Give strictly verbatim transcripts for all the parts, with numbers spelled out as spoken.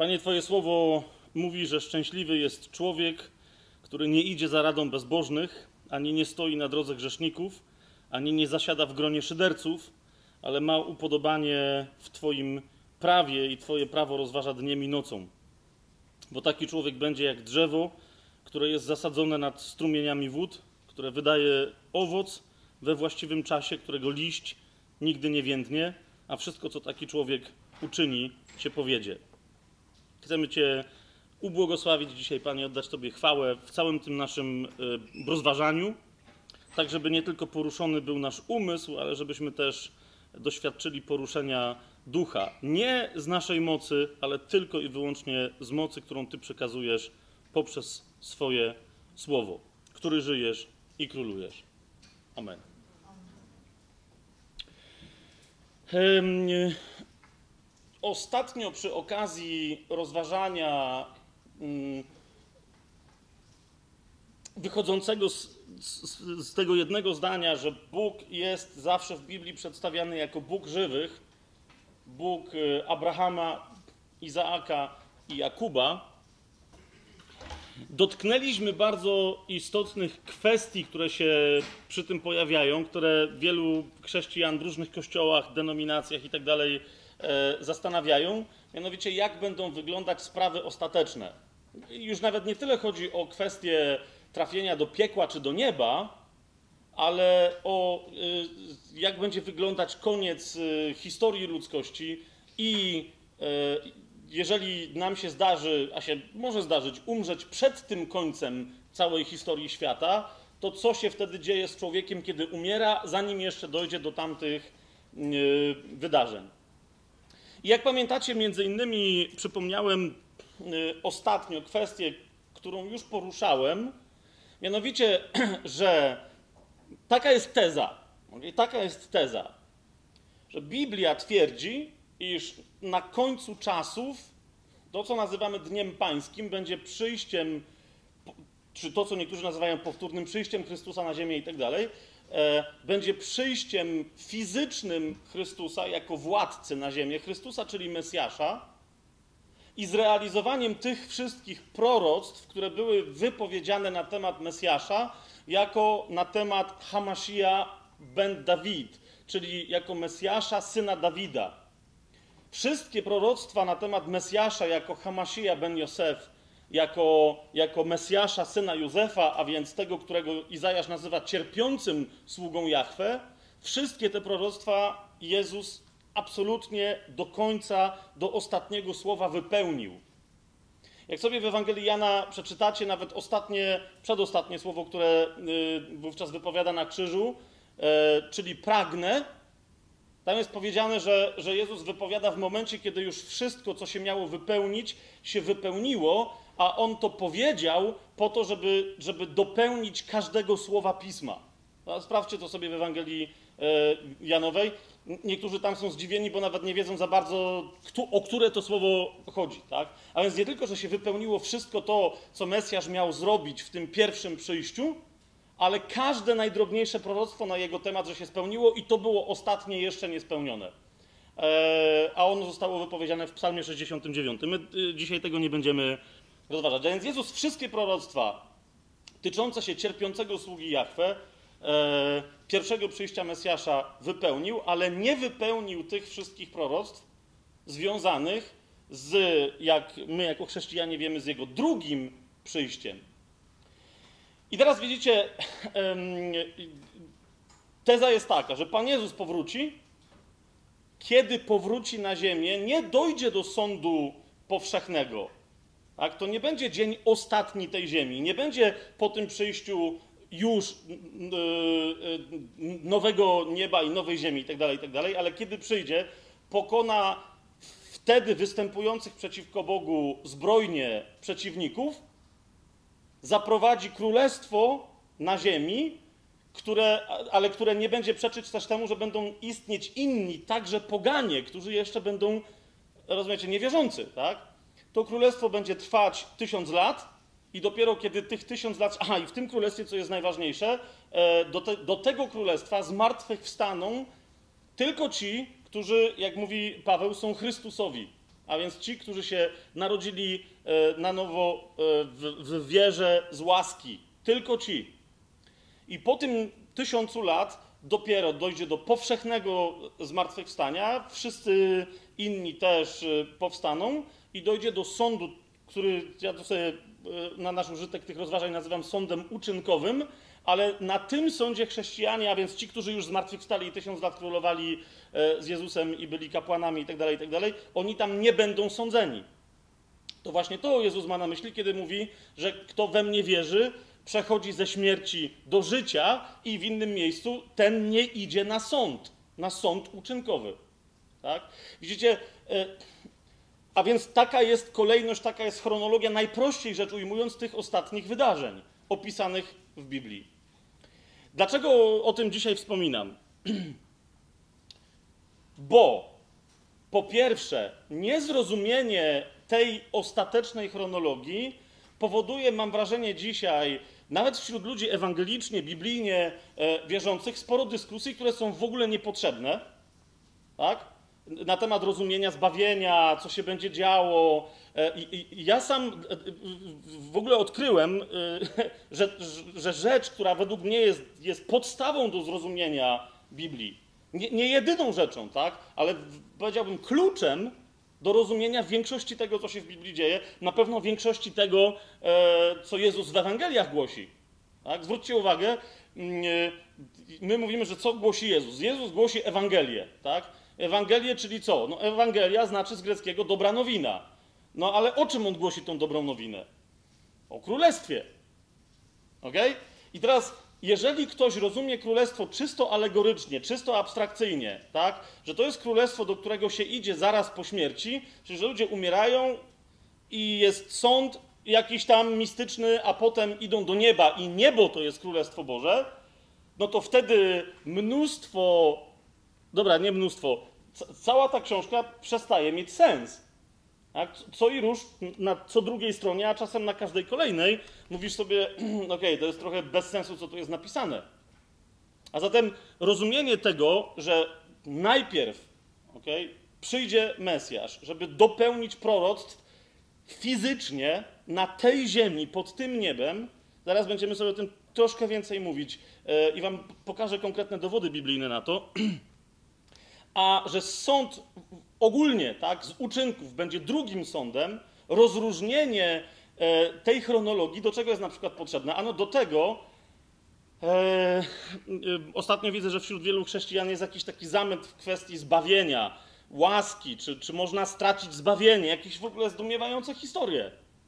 Panie, Twoje słowo mówi, że szczęśliwy jest człowiek, który nie idzie za radą bezbożnych, ani nie stoi na drodze grzeszników, ani nie zasiada w gronie szyderców, ale ma upodobanie w Twoim prawie i Twoje prawo rozważa dniem i nocą. Bo taki człowiek będzie jak drzewo, które jest zasadzone nad strumieniami wód, które wydaje owoc we właściwym czasie, którego liść nigdy nie więdnie, a wszystko, co taki człowiek uczyni, się powiedzie. Chcemy Cię ubłogosławić dzisiaj, Panie, oddać Tobie chwałę w całym tym naszym y, rozważaniu, tak żeby nie tylko poruszony był nasz umysł, ale żebyśmy też doświadczyli poruszenia ducha. Nie z naszej mocy, ale tylko i wyłącznie z mocy, którą Ty przekazujesz poprzez swoje słowo, który żyjesz i królujesz. Amen. Um, Ostatnio przy okazji rozważania um, wychodzącego z, z, z tego jednego zdania, że Bóg jest zawsze w Biblii przedstawiany jako Bóg żywych, Bóg Abrahama, Izaaka i Jakuba, dotknęliśmy bardzo istotnych kwestii, które się przy tym pojawiają, które wielu chrześcijan w różnych kościołach, denominacjach i tak dalej zastanawiają, mianowicie jak będą wyglądać sprawy ostateczne. Już nawet nie tyle chodzi o kwestię trafienia do piekła czy do nieba, ale o jak będzie wyglądać koniec historii ludzkości i jeżeli nam się zdarzy, a się może zdarzyć, umrzeć przed tym końcem całej historii świata, to co się wtedy dzieje z człowiekiem, kiedy umiera, zanim jeszcze dojdzie do tamtych wydarzeń. I jak pamiętacie, między innymi przypomniałem ostatnio kwestię, którą już poruszałem, mianowicie, że taka jest teza, taka jest teza, że Biblia twierdzi, iż na końcu czasów to, co nazywamy Dniem Pańskim, będzie przyjściem, czy to, co niektórzy nazywają powtórnym przyjściem Chrystusa na ziemię i tak dalej, będzie przyjściem fizycznym Chrystusa jako władcy na ziemię, Chrystusa, czyli Mesjasza, i zrealizowaniem tych wszystkich proroctw, które były wypowiedziane na temat Mesjasza, jako na temat Hamashia ben Dawid, czyli jako Mesjasza, syna Dawida. Wszystkie proroctwa na temat Mesjasza jako Hamashia ben Josef, jako, jako Mesjasza, syna Józefa, a więc tego, którego Izajasz nazywa cierpiącym sługą Jahwe, wszystkie te proroctwa Jezus absolutnie do końca, do ostatniego słowa wypełnił. Jak sobie w Ewangelii Jana przeczytacie nawet ostatnie, przedostatnie słowo, które wówczas wypowiada na krzyżu, czyli pragnę, tam jest powiedziane, że, że Jezus wypowiada w momencie, kiedy już wszystko, co się miało wypełnić, się wypełniło, a On to powiedział po to, żeby, żeby dopełnić każdego słowa Pisma. No, sprawdźcie to sobie w Ewangelii Janowej. Niektórzy tam są zdziwieni, bo nawet nie wiedzą za bardzo, o które to słowo chodzi. Tak? A więc nie tylko, że się wypełniło wszystko to, co Mesjasz miał zrobić w tym pierwszym przyjściu, ale każde najdrobniejsze proroctwo na jego temat, że się spełniło i to było ostatnie jeszcze niespełnione. Eee, a ono zostało wypowiedziane w Psalmie sześćdziesiątym dziewiątym. My y, dzisiaj tego nie będziemy rozważać. A więc Jezus wszystkie proroctwa tyczące się cierpiącego sługi Jahwe, e, pierwszego przyjścia Mesjasza wypełnił, ale nie wypełnił tych wszystkich proroctw związanych z, jak my jako chrześcijanie wiemy, z jego drugim przyjściem. I teraz widzicie, teza jest taka, że Pan Jezus powróci, kiedy powróci na ziemię, nie dojdzie do sądu powszechnego. Tak? To nie będzie dzień ostatni tej ziemi, nie będzie po tym przyjściu już nowego nieba i nowej ziemi itd., itd., ale kiedy przyjdzie, pokona wtedy występujących przeciwko Bogu zbrojnie przeciwników, zaprowadzi królestwo na ziemi, które, ale które nie będzie przeczyć też temu, że będą istnieć inni, także poganie, którzy jeszcze będą, rozumiecie, niewierzący, tak? To królestwo będzie trwać tysiąc lat i dopiero kiedy tych tysiąc lat... Aha, i w tym królestwie, co jest najważniejsze, do, te, do tego królestwa zmartwychwstaną tylko ci, którzy, jak mówi Paweł, są Chrystusowi. A więc ci, którzy się narodzili na nowo w, w wierze z łaski. Tylko ci. I po tym tysiącu lat dopiero dojdzie do powszechnego zmartwychwstania. Wszyscy inni też powstaną i dojdzie do sądu, który ja to sobie na nasz użytek tych rozważań nazywam sądem uczynkowym, ale na tym sądzie chrześcijanie, a więc ci, którzy już zmartwychwstali i tysiąc lat królowali z Jezusem i byli kapłanami itd., itd., oni tam nie będą sądzeni. To właśnie to Jezus ma na myśli, kiedy mówi, że kto we mnie wierzy, przechodzi ze śmierci do życia i w innym miejscu ten nie idzie na sąd, na sąd uczynkowy. Tak? Widzicie? A więc taka jest kolejność, taka jest chronologia, najprościej rzecz ujmując, tych ostatnich wydarzeń opisanych w Biblii. Dlaczego o tym dzisiaj wspominam? Bo po pierwsze, niezrozumienie tej ostatecznej chronologii powoduje, mam wrażenie dzisiaj, nawet wśród ludzi ewangelicznie, biblijnie e, wierzących, sporo dyskusji, które są w ogóle niepotrzebne, tak? Na temat rozumienia zbawienia, co się będzie działo. E, i, i ja sam e, w ogóle odkryłem, e, że, że rzecz, która według mnie jest, jest podstawą do zrozumienia Biblii, nie, nie jedyną rzeczą, tak? Ale powiedziałbym kluczem do rozumienia większości tego, co się w Biblii dzieje, na pewno większości tego, e, co Jezus w Ewangeliach głosi. Tak? Zwróćcie uwagę, e, my mówimy, że co głosi Jezus? Jezus głosi Ewangelię. Tak? Ewangelię, czyli co? No, Ewangelia znaczy z greckiego dobra nowina. No ale o czym on głosi tą dobrą nowinę? O królestwie. Okej? I teraz, jeżeli ktoś rozumie królestwo czysto alegorycznie, czysto abstrakcyjnie, tak, że to jest królestwo, do którego się idzie zaraz po śmierci, czyli że ludzie umierają i jest sąd jakiś tam mistyczny, a potem idą do nieba i niebo to jest Królestwo Boże, no to wtedy mnóstwo, dobra, nie mnóstwo, cała ta książka przestaje mieć sens. Tak? Co i róż na co drugiej stronie, a czasem na każdej kolejnej, mówisz sobie, okej, okay, to jest trochę bez sensu, co tu jest napisane. A zatem rozumienie tego, że najpierw okay, przyjdzie Mesjasz, żeby dopełnić proroctw fizycznie na tej ziemi, pod tym niebem, zaraz będziemy sobie o tym troszkę więcej mówić yy, i wam pokażę konkretne dowody biblijne na to, a że sąd ogólnie, tak, z uczynków będzie drugim sądem, rozróżnienie e, tej chronologii, do czego jest na przykład potrzebne? Ano do tego, e, e, ostatnio widzę, że wśród wielu chrześcijan jest jakiś taki zamęt w kwestii zbawienia, łaski, czy, czy można stracić zbawienie, jakieś w ogóle zdumiewające historie.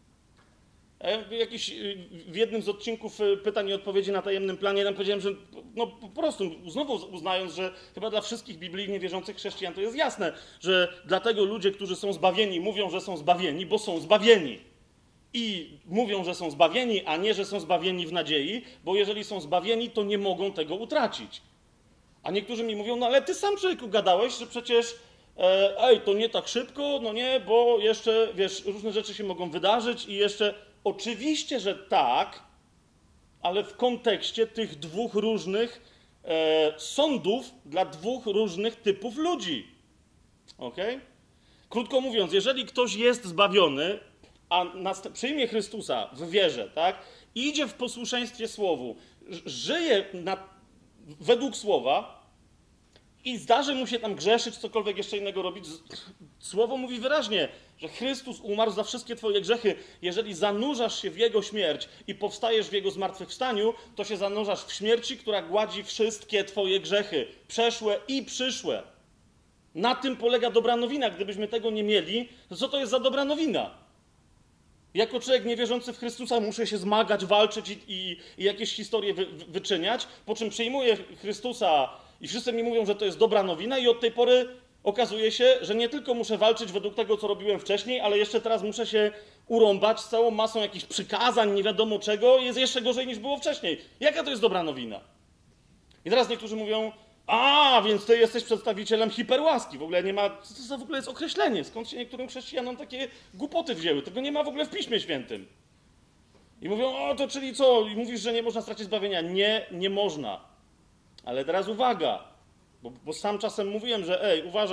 Jakiś, w jednym z odcinków pytań i odpowiedzi na tajemnym planie nam powiedziałem, że no po prostu znowu uznając, że chyba dla wszystkich biblijnie wierzących chrześcijan to jest jasne, że dlatego ludzie, którzy są zbawieni, mówią, że są zbawieni, bo są zbawieni. I mówią, że są zbawieni, a nie, że są zbawieni w nadziei, bo jeżeli są zbawieni, to nie mogą tego utracić. A niektórzy mi mówią, no ale ty sam, człowieku, gadałeś, że przecież e, ej, to nie tak szybko, no nie, bo jeszcze, wiesz, różne rzeczy się mogą wydarzyć i jeszcze... Oczywiście, że tak, ale w kontekście tych dwóch różnych e, sądów dla dwóch różnych typów ludzi. Okay? Krótko mówiąc, jeżeli ktoś jest zbawiony, a przyjmie Chrystusa w wierze, tak, idzie w posłuszeństwie Słowu, żyje na, według Słowa i zdarzy mu się tam grzeszyć, cokolwiek jeszcze innego robić, Słowo mówi wyraźnie, że Chrystus umarł za wszystkie twoje grzechy. Jeżeli zanurzasz się w Jego śmierć i powstajesz w Jego zmartwychwstaniu, to się zanurzasz w śmierci, która gładzi wszystkie twoje grzechy, przeszłe i przyszłe. Na tym polega dobra nowina. Gdybyśmy tego nie mieli, to co to jest za dobra nowina? Jako człowiek niewierzący w Chrystusa muszę się zmagać, walczyć i, i, i jakieś historie wy, wy, wyczyniać, po czym przyjmuję Chrystusa i wszyscy mi mówią, że to jest dobra nowina i od tej pory okazuje się, że nie tylko muszę walczyć według tego, co robiłem wcześniej, ale jeszcze teraz muszę się urąbać z całą masą jakichś przykazań, nie wiadomo czego, jest jeszcze gorzej niż było wcześniej. Jaka to jest dobra nowina? I teraz niektórzy mówią, a, więc ty jesteś przedstawicielem hiperłaski. W ogóle nie ma, co to za w ogóle jest określenie? Skąd się niektórym chrześcijanom takie głupoty wzięły? Tego nie ma w ogóle w Piśmie Świętym. I mówią, o, to czyli co? I mówisz, że nie można stracić zbawienia. Nie, nie można. Ale teraz uwaga. Bo, bo sam czasem mówiłem, że ej, uważaj,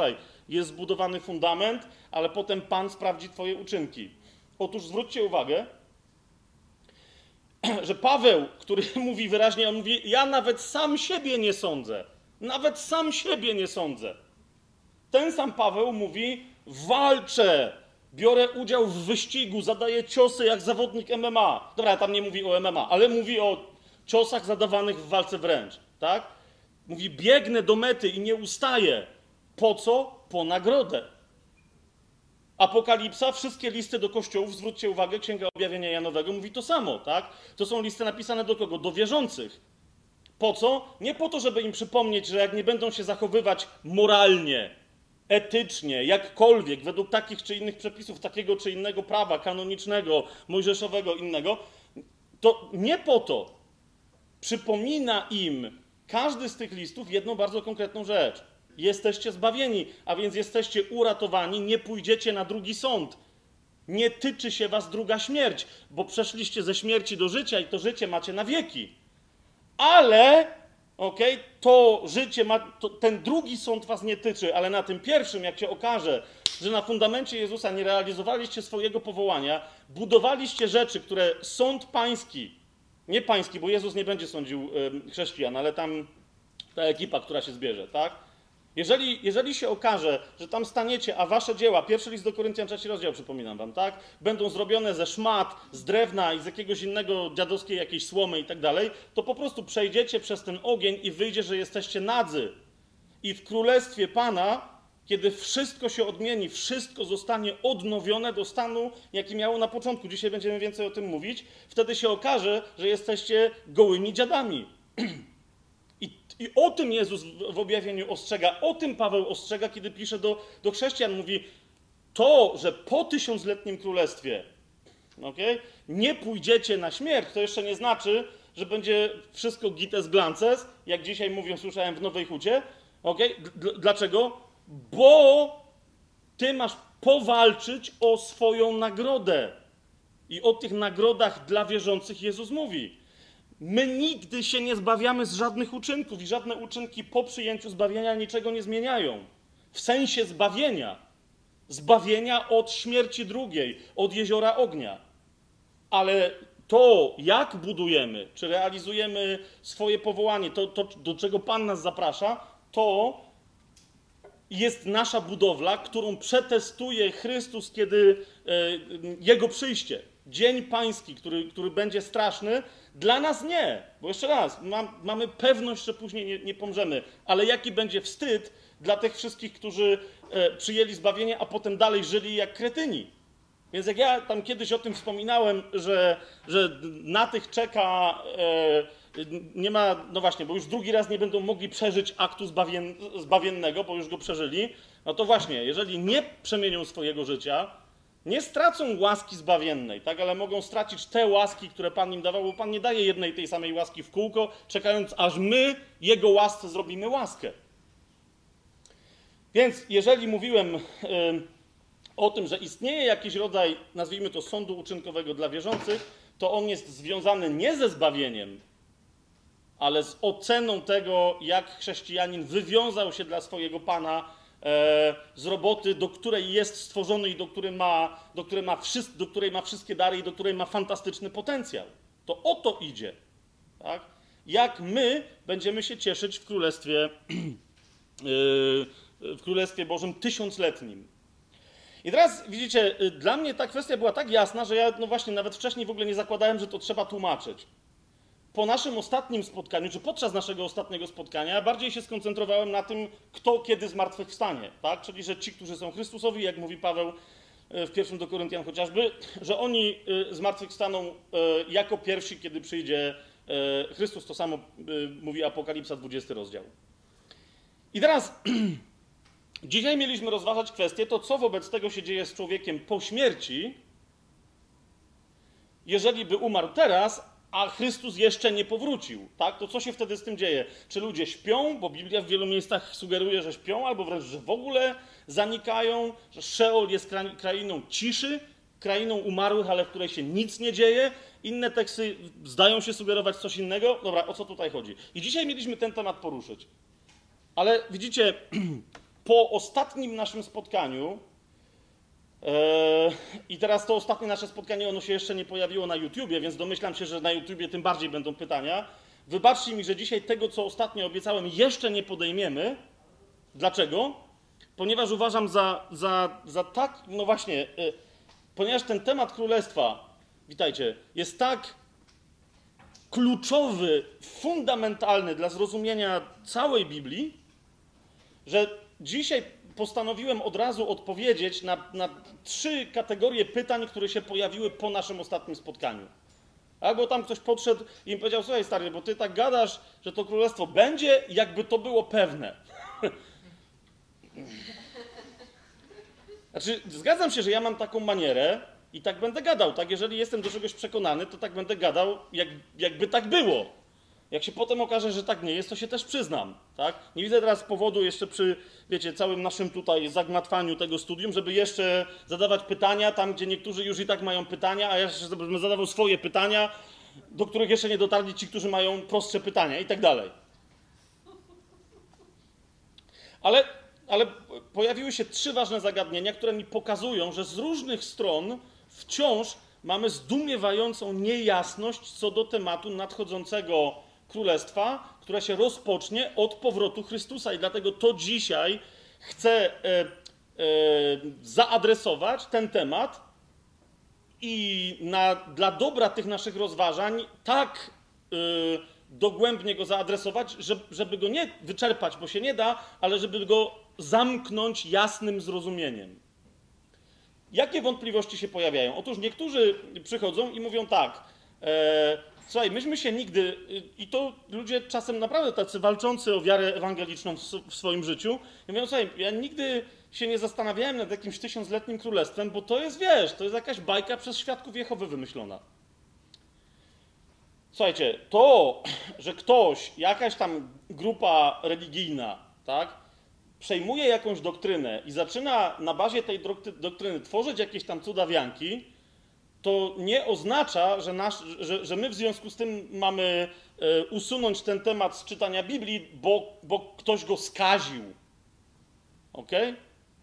jest zbudowany fundament, ale potem Pan sprawdzi twoje uczynki. Otóż zwróćcie uwagę, że Paweł, który mówi wyraźnie, on mówi, ja nawet sam siebie nie sądzę. Nawet sam siebie nie sądzę. Ten sam Paweł mówi, walczę, biorę udział w wyścigu, zadaję ciosy jak zawodnik M M A. Dobra, tam nie mówi o M M A, ale mówi o ciosach zadawanych w walce wręcz, tak? Mówi, biegnę do mety i nie ustaję. Po co? Po nagrodę. Apokalipsa, wszystkie listy do kościołów, zwróćcie uwagę, Księga Objawienia Janowego mówi to samo, tak? To są listy napisane do kogo? Do wierzących. Po co? Nie po to, żeby im przypomnieć, że jak nie będą się zachowywać moralnie, etycznie, jakkolwiek, według takich czy innych przepisów, takiego czy innego prawa kanonicznego, mojżeszowego, innego, to nie po to. Przypomina im każdy z tych listów jedną bardzo konkretną rzecz. Jesteście zbawieni, a więc jesteście uratowani, nie pójdziecie na drugi sąd. Nie tyczy się was druga śmierć, bo przeszliście ze śmierci do życia i to życie macie na wieki. Ale, okej, okay, to życie, ma, to, ten drugi sąd was nie tyczy, ale na tym pierwszym, jak się okaże, że na fundamencie Jezusa nie realizowaliście swojego powołania, budowaliście rzeczy, które sąd pański, nie pański, bo Jezus nie będzie sądził y, chrześcijan, ale tam ta ekipa, która się zbierze, tak? Jeżeli, jeżeli się okaże, że tam staniecie, a wasze dzieła, pierwszy list do Koryntian, trzeci rozdział, przypominam wam, tak? Będą zrobione ze szmat, z drewna i z jakiegoś innego dziadowskiej jakiejś słomy i tak dalej, to po prostu przejdziecie przez ten ogień i wyjdzie, że jesteście nadzy. I w Królestwie Pana, kiedy wszystko się odmieni, wszystko zostanie odnowione do stanu, jaki miało na początku, dzisiaj będziemy więcej o tym mówić, wtedy się okaże, że jesteście gołymi dziadami. I, I o tym Jezus w objawieniu ostrzega, o tym Paweł ostrzega, kiedy pisze do, do chrześcijan. Mówi, to, że po tysiącletnim królestwie, okay, nie pójdziecie na śmierć, to jeszcze nie znaczy, że będzie wszystko gites glances, jak dzisiaj mówią, słyszałem w Nowej Hucie. Okay? Dlaczego? Bo ty masz powalczyć o swoją nagrodę. I o tych nagrodach dla wierzących Jezus mówi. My nigdy się nie zbawiamy z żadnych uczynków i żadne uczynki po przyjęciu zbawienia niczego nie zmieniają. W sensie zbawienia. Zbawienia od śmierci drugiej, od jeziora ognia. Ale to, jak budujemy, czy realizujemy swoje powołanie, to, to do czego Pan nas zaprasza, to jest nasza budowla, którą przetestuje Chrystus, kiedy e, Jego przyjście. Dzień pański, który, który będzie straszny, dla nas nie. Bo jeszcze raz, mam, mamy pewność, że później nie, nie pomrzemy. Ale jaki będzie wstyd dla tych wszystkich, którzy e, przyjęli zbawienie, a potem dalej żyli jak kretyni. Więc jak ja tam kiedyś o tym wspominałem, że, że na tych czeka, e, nie ma, no właśnie, bo już drugi raz nie będą mogli przeżyć aktu zbawien, zbawiennego, bo już go przeżyli, no to właśnie, jeżeli nie przemienią swojego życia, nie stracą łaski zbawiennej, tak, ale mogą stracić te łaski, które Pan im dawał, bo Pan nie daje jednej tej samej łaski w kółko, czekając, aż my Jego łasce zrobimy łaskę. Więc jeżeli mówiłem... Yy, o tym, że istnieje jakiś rodzaj, nazwijmy to, sądu uczynkowego dla wierzących, to on jest związany nie ze zbawieniem, ale z oceną tego, jak chrześcijanin wywiązał się dla swojego Pana e, z roboty, do której jest stworzony i do której, ma, do, której ma wszy- do której ma wszystkie dary i do której ma fantastyczny potencjał. To o to idzie. Tak? Jak my będziemy się cieszyć w Królestwie, yy, w Królestwie Bożym tysiącletnim. I teraz, widzicie, dla mnie ta kwestia była tak jasna, że ja, no właśnie, nawet wcześniej w ogóle nie zakładałem, że to trzeba tłumaczyć. Po naszym ostatnim spotkaniu, czy podczas naszego ostatniego spotkania, bardziej się skoncentrowałem na tym, kto kiedy zmartwychwstanie, tak? Czyli, że ci, którzy są Chrystusowi, jak mówi Paweł w pierwszym do Koryntian chociażby, że oni zmartwychwstaną jako pierwsi, kiedy przyjdzie Chrystus. To samo mówi Apokalipsa, dwudziesty rozdział. I teraz... Dzisiaj mieliśmy rozważać kwestię, to co wobec tego się dzieje z człowiekiem po śmierci, jeżeli by umarł teraz, a Chrystus jeszcze nie powrócił, tak? To co się wtedy z tym dzieje? Czy ludzie śpią, bo Biblia w wielu miejscach sugeruje, że śpią, albo wręcz, że w ogóle zanikają, że Szeol jest krainą ciszy, krainą umarłych, ale w której się nic nie dzieje. Inne teksty zdają się sugerować coś innego. Dobra, o co tutaj chodzi? I dzisiaj mieliśmy ten temat poruszyć. Ale widzicie... po ostatnim naszym spotkaniu, e, i teraz to ostatnie nasze spotkanie, ono się jeszcze nie pojawiło na YouTubie, więc domyślam się, że na YouTubie tym bardziej będą pytania. Wybaczcie mi, że dzisiaj tego, co ostatnio obiecałem, jeszcze nie podejmiemy. Dlaczego? Ponieważ uważam za, za, za tak, no właśnie, y, ponieważ ten temat królestwa, witajcie, jest tak kluczowy, fundamentalny dla zrozumienia całej Biblii, że dzisiaj postanowiłem od razu odpowiedzieć na, na trzy kategorie pytań, które się pojawiły po naszym ostatnim spotkaniu. Albo tam ktoś podszedł i im powiedział: słuchaj stary, bo ty tak gadasz, że to królestwo będzie, jakby to było pewne. Znaczy, zgadzam się, że ja mam taką manierę i tak będę gadał, tak? Jeżeli jestem do czegoś przekonany, to tak będę gadał, jak, jakby tak było. Jak się potem okaże, że tak nie jest, to się też przyznam, tak? Nie widzę teraz powodu jeszcze przy, wiecie, całym naszym tutaj zagmatwaniu tego studium, żeby jeszcze zadawać pytania tam, gdzie niektórzy już i tak mają pytania, a ja jeszcze bym zadawał swoje pytania, do których jeszcze nie dotarli ci, którzy mają prostsze pytania i tak dalej. Ale, ale pojawiły się trzy ważne zagadnienia, które mi pokazują, że z różnych stron wciąż mamy zdumiewającą niejasność co do tematu nadchodzącego królestwa, które się rozpocznie od powrotu Chrystusa. I dlatego to dzisiaj chcę e, e, zaadresować ten temat i na, dla dobra tych naszych rozważań tak e, dogłębnie go zaadresować, żeby, żeby go nie wyczerpać, bo się nie da, ale żeby go zamknąć jasnym zrozumieniem. Jakie wątpliwości się pojawiają? Otóż niektórzy przychodzą i mówią tak: e, słuchaj, myśmy się nigdy, i to ludzie czasem naprawdę tacy walczący o wiarę ewangeliczną w, w swoim życiu, i mówią: słuchaj, ja nigdy się nie zastanawiałem nad jakimś tysiącletnim królestwem, bo to jest, wiesz, to jest jakaś bajka przez świadków Jehowy wymyślona. Słuchajcie, to, że ktoś, jakaś tam grupa religijna, tak, przejmuje jakąś doktrynę i zaczyna na bazie tej doktryny tworzyć jakieś tam cudawianki, to nie oznacza, że, nasz, że, że my w związku z tym mamy e, usunąć ten temat z czytania Biblii, bo, bo ktoś go skaził. Okej?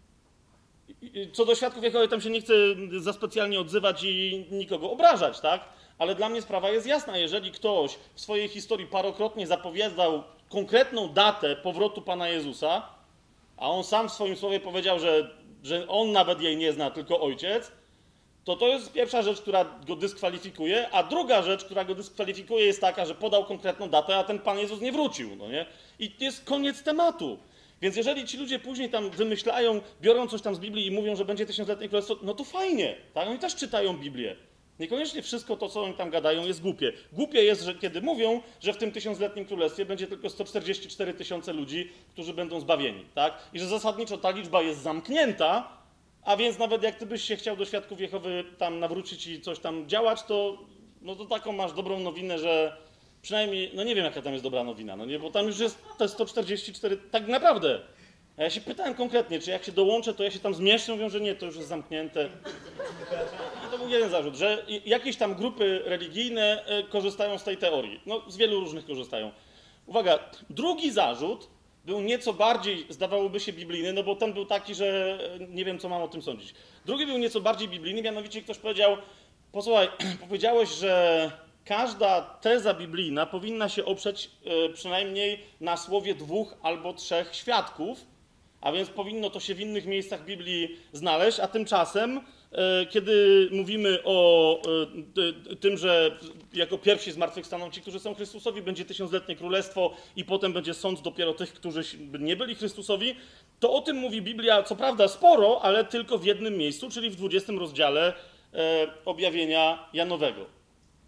Co do świadków Jehowy, tam się nie chcę za specjalnie odzywać i nikogo obrażać, tak? Ale dla mnie sprawa jest jasna. Jeżeli ktoś w swojej historii parokrotnie zapowiadał konkretną datę powrotu Pana Jezusa, a on sam w swoim słowie powiedział, że, że on nawet jej nie zna, tylko Ojciec, to to jest pierwsza rzecz, która go dyskwalifikuje, a druga rzecz, która go dyskwalifikuje, jest taka, że podał konkretną datę, a ten Pan Jezus nie wrócił, no nie? I jest koniec tematu. Więc jeżeli ci ludzie później tam wymyślają, biorą coś tam z Biblii i mówią, że będzie tysiącletnie królestwo, no to fajnie, tak? Oni też czytają Biblię. Niekoniecznie wszystko to, co oni tam gadają, jest głupie. Głupie jest, że kiedy mówią, że w tym tysiącletnim królestwie będzie tylko sto czterdzieści cztery tysiące ludzi, którzy będą zbawieni, tak? I że zasadniczo ta liczba jest zamknięta, a więc nawet jak ty byś się chciał do świadków Jehowy tam nawrócić i coś tam działać, to, no to taką masz dobrą nowinę, że przynajmniej, no nie wiem, jaka tam jest dobra nowina, no nie, bo tam już jest te sto czterdzieści cztery, tak naprawdę. A ja się pytałem konkretnie, czy jak się dołączę, to ja się tam zmieszczę, mówią, że nie, to już jest zamknięte. I to był jeden zarzut, że jakieś tam grupy religijne korzystają z tej teorii. No, z wielu różnych korzystają. Uwaga, drugi zarzut był nieco bardziej, zdawałoby się, biblijny, no bo ten był taki, że nie wiem, co mam o tym sądzić. Drugi był nieco bardziej biblijny, mianowicie ktoś powiedział: posłuchaj, powiedziałeś, że każda teza biblijna powinna się oprzeć y, przynajmniej na słowie dwóch albo trzech świadków, a więc powinno to się w innych miejscach Biblii znaleźć, a tymczasem, y, kiedy mówimy o y, y, tym, że jako pierwsi zmartwychwstaną ci, którzy są Chrystusowi, będzie tysiącletnie królestwo i potem będzie sąd dopiero tych, którzy nie byli Chrystusowi, to o tym mówi Biblia, co prawda sporo, ale tylko w jednym miejscu, czyli w dwudziestym rozdziale y, objawienia Janowego.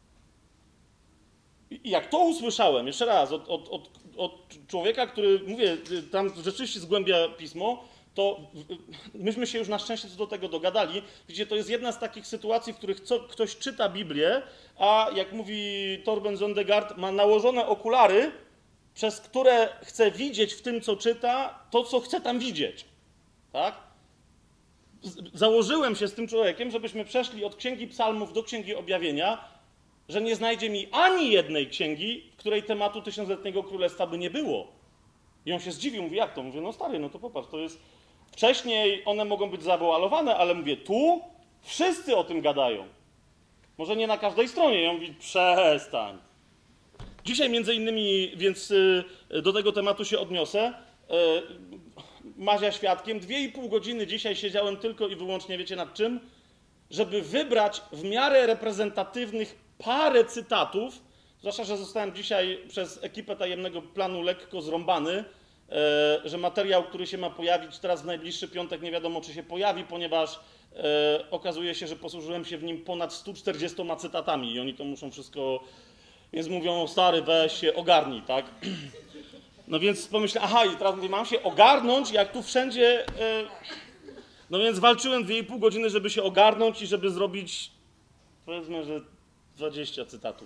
I jak to usłyszałem, jeszcze raz, od, od, od, od człowieka, który, mówię, tam rzeczywiście zgłębia pismo, to myśmy się już na szczęście co do tego dogadali. Widzicie, to jest jedna z takich sytuacji, w których co, ktoś czyta Biblię, a jak mówi Torben Zondergaard, ma nałożone okulary, przez które chce widzieć w tym, co czyta, to, co chce tam widzieć. Tak? Założyłem się z tym człowiekiem, żebyśmy przeszli od Księgi Psalmów do Księgi Objawienia, że nie znajdzie mi ani jednej księgi, w której tematu tysiącletniego królestwa by nie było. I on się zdziwił, mówi, jak to? Mówię, no stary, no to popatrz, to jest... Wcześniej one mogą być zawoalowane, ale mówię, tu wszyscy o tym gadają. Może nie na każdej stronie. I on mówi, przestań. Dzisiaj między innymi, więc do tego tematu się odniosę, Mazia świadkiem, dwie i pół godziny dzisiaj siedziałem tylko i wyłącznie, wiecie nad czym? Żeby wybrać w miarę reprezentatywnych parę cytatów, zwłaszcza, że zostałem dzisiaj przez ekipę tajemnego planu lekko zrąbany, że materiał, który się ma pojawić teraz w najbliższy piątek, nie wiadomo, czy się pojawi, ponieważ okazuje się, że posłużyłem się w nim ponad stu czterdziestoma cytatami i oni to muszą wszystko... Więc mówią, stary, weź się, ogarnij, tak? No więc pomyślałem, aha, i teraz mówię, mam się ogarnąć, jak tu wszędzie... Yy... No więc walczyłem dwie i pół godziny, żeby się ogarnąć i żeby zrobić, powiedzmy, że dwadzieścia cytatów.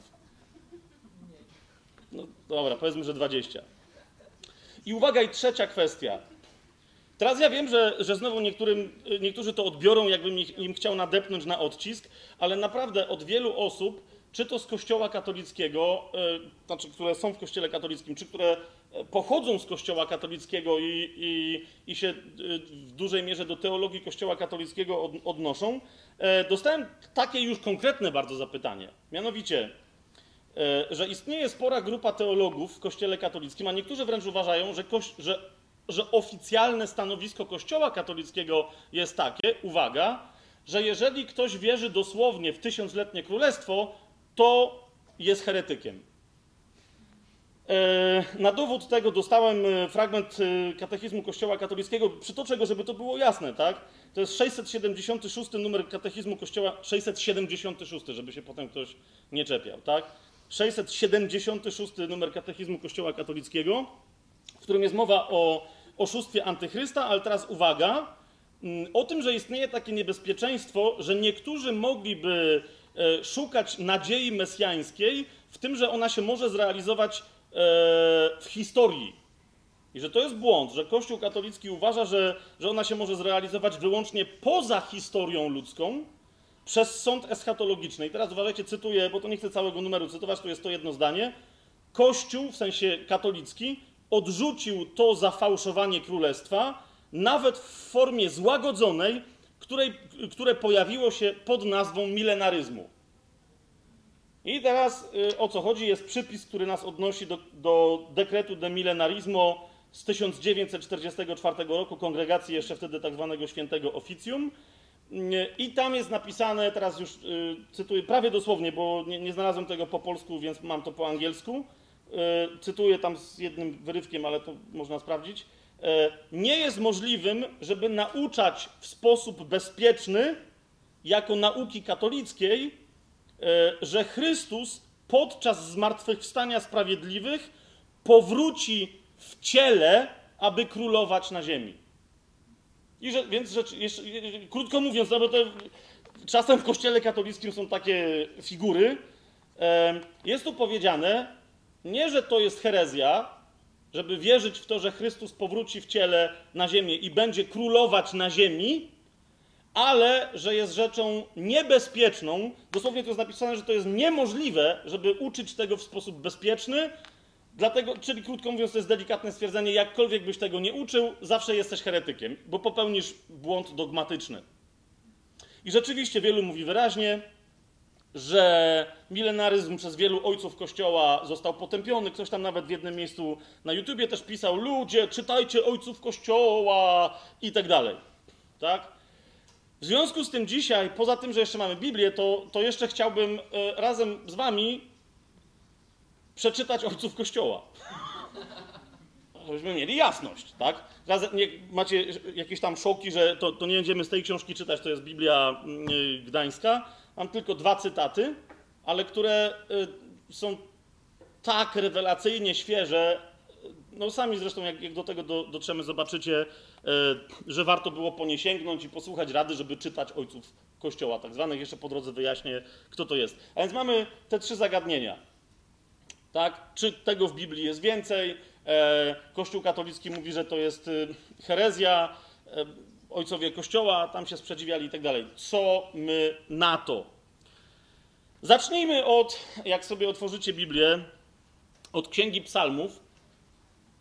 No dobra, powiedzmy, że dwadzieścia. I uwaga, i trzecia kwestia. Teraz ja wiem, że, że znowu niektórym, niektórzy to odbiorą, jakbym im chciał nadepnąć na odcisk, ale naprawdę od wielu osób, czy to z Kościoła katolickiego, yy, znaczy, które są w Kościele katolickim, czy które pochodzą z Kościoła katolickiego i, i, i się w dużej mierze do teologii Kościoła katolickiego od, odnoszą, yy, dostałem takie już konkretne bardzo zapytanie. Mianowicie, yy, że istnieje spora grupa teologów w Kościele katolickim, a niektórzy wręcz uważają, że, koś, że, że oficjalne stanowisko Kościoła katolickiego jest takie, uwaga, że jeżeli ktoś wierzy dosłownie w tysiącletnie królestwo, to jest heretykiem. Na dowód tego dostałem fragment katechizmu Kościoła katolickiego. Przytoczę go, żeby to było jasne, tak? To jest sześćset siedemdziesiąty szósty numer katechizmu Kościoła, sześćset siedemdziesiąty szósty, żeby się potem ktoś nie czepiał, tak? sześćset siedemdziesiąty szósty numer katechizmu Kościoła katolickiego, w którym jest mowa o oszustwie antychrysta, ale teraz uwaga, o tym, że istnieje takie niebezpieczeństwo, że niektórzy mogliby szukać nadziei mesjańskiej w tym, że ona się może zrealizować w historii. I że to jest błąd, że Kościół katolicki uważa, że, że ona się może zrealizować wyłącznie poza historią ludzką przez sąd eschatologiczny. I teraz uważajcie, cytuję, bo to nie chcę całego numeru cytować, to jest to jedno zdanie. Kościół, w sensie katolicki, odrzucił to zafałszowanie królestwa, nawet w formie złagodzonej, której, które pojawiło się pod nazwą milenaryzmu. I teraz y, o co chodzi? Jest przypis, który nas odnosi do, do dekretu de millenarismo z tysiąc dziewięćset czterdziestego czwartego roku, kongregacji jeszcze wtedy tak zwanego świętego oficjum. Y, I tam jest napisane, teraz już y, cytuję prawie dosłownie, bo nie, nie znalazłem tego po polsku, więc mam to po angielsku. Y, cytuję tam z jednym wyrywkiem, ale to można sprawdzić. Y, nie jest możliwym, żeby nauczać w sposób bezpieczny, jako nauki katolickiej, że Chrystus podczas zmartwychwstania sprawiedliwych powróci w ciele, aby królować na ziemi. I że, więc rzecz, jeszcze, krótko mówiąc, no bo to czasem w Kościele katolickim są takie figury, jest tu powiedziane, nie, że to jest herezja, żeby wierzyć w to, że Chrystus powróci w ciele na ziemię i będzie królować na ziemi, ale że jest rzeczą niebezpieczną, dosłownie to jest napisane, że to jest niemożliwe, żeby uczyć tego w sposób bezpieczny, dlatego, czyli krótko mówiąc, to jest delikatne stwierdzenie, jakkolwiek byś tego nie uczył, zawsze jesteś heretykiem, bo popełnisz błąd dogmatyczny. I rzeczywiście wielu mówi wyraźnie, że milenaryzm przez wielu ojców Kościoła został potępiony. Ktoś tam nawet w jednym miejscu na YouTubie też pisał, ludzie, czytajcie ojców Kościoła i tak dalej. Tak? W związku z tym dzisiaj, poza tym, że jeszcze mamy Biblię, to, to jeszcze chciałbym e, razem z wami przeczytać ojców Kościoła. Żebyśmy mieli jasność, tak? Razem, nie, macie jakieś tam szoki, że to, to nie będziemy z tej książki czytać, to jest Biblia y, Gdańska. Mam tylko dwa cytaty, ale które y, są tak rewelacyjnie świeże, no sami zresztą jak, jak do tego do, dotrzemy, zobaczycie, y, że warto było po nie sięgnąć i posłuchać rady, żeby czytać ojców Kościoła, tak zwanych. Jeszcze po drodze wyjaśnię, kto to jest. A więc mamy te trzy zagadnienia. Tak? Czy tego w Biblii jest więcej? Kościół katolicki mówi, że to jest herezja, ojcowie Kościoła tam się sprzeciwiali i tak dalej. Co my na to? Zacznijmy od, jak sobie otworzycie Biblię, od Księgi Psalmów.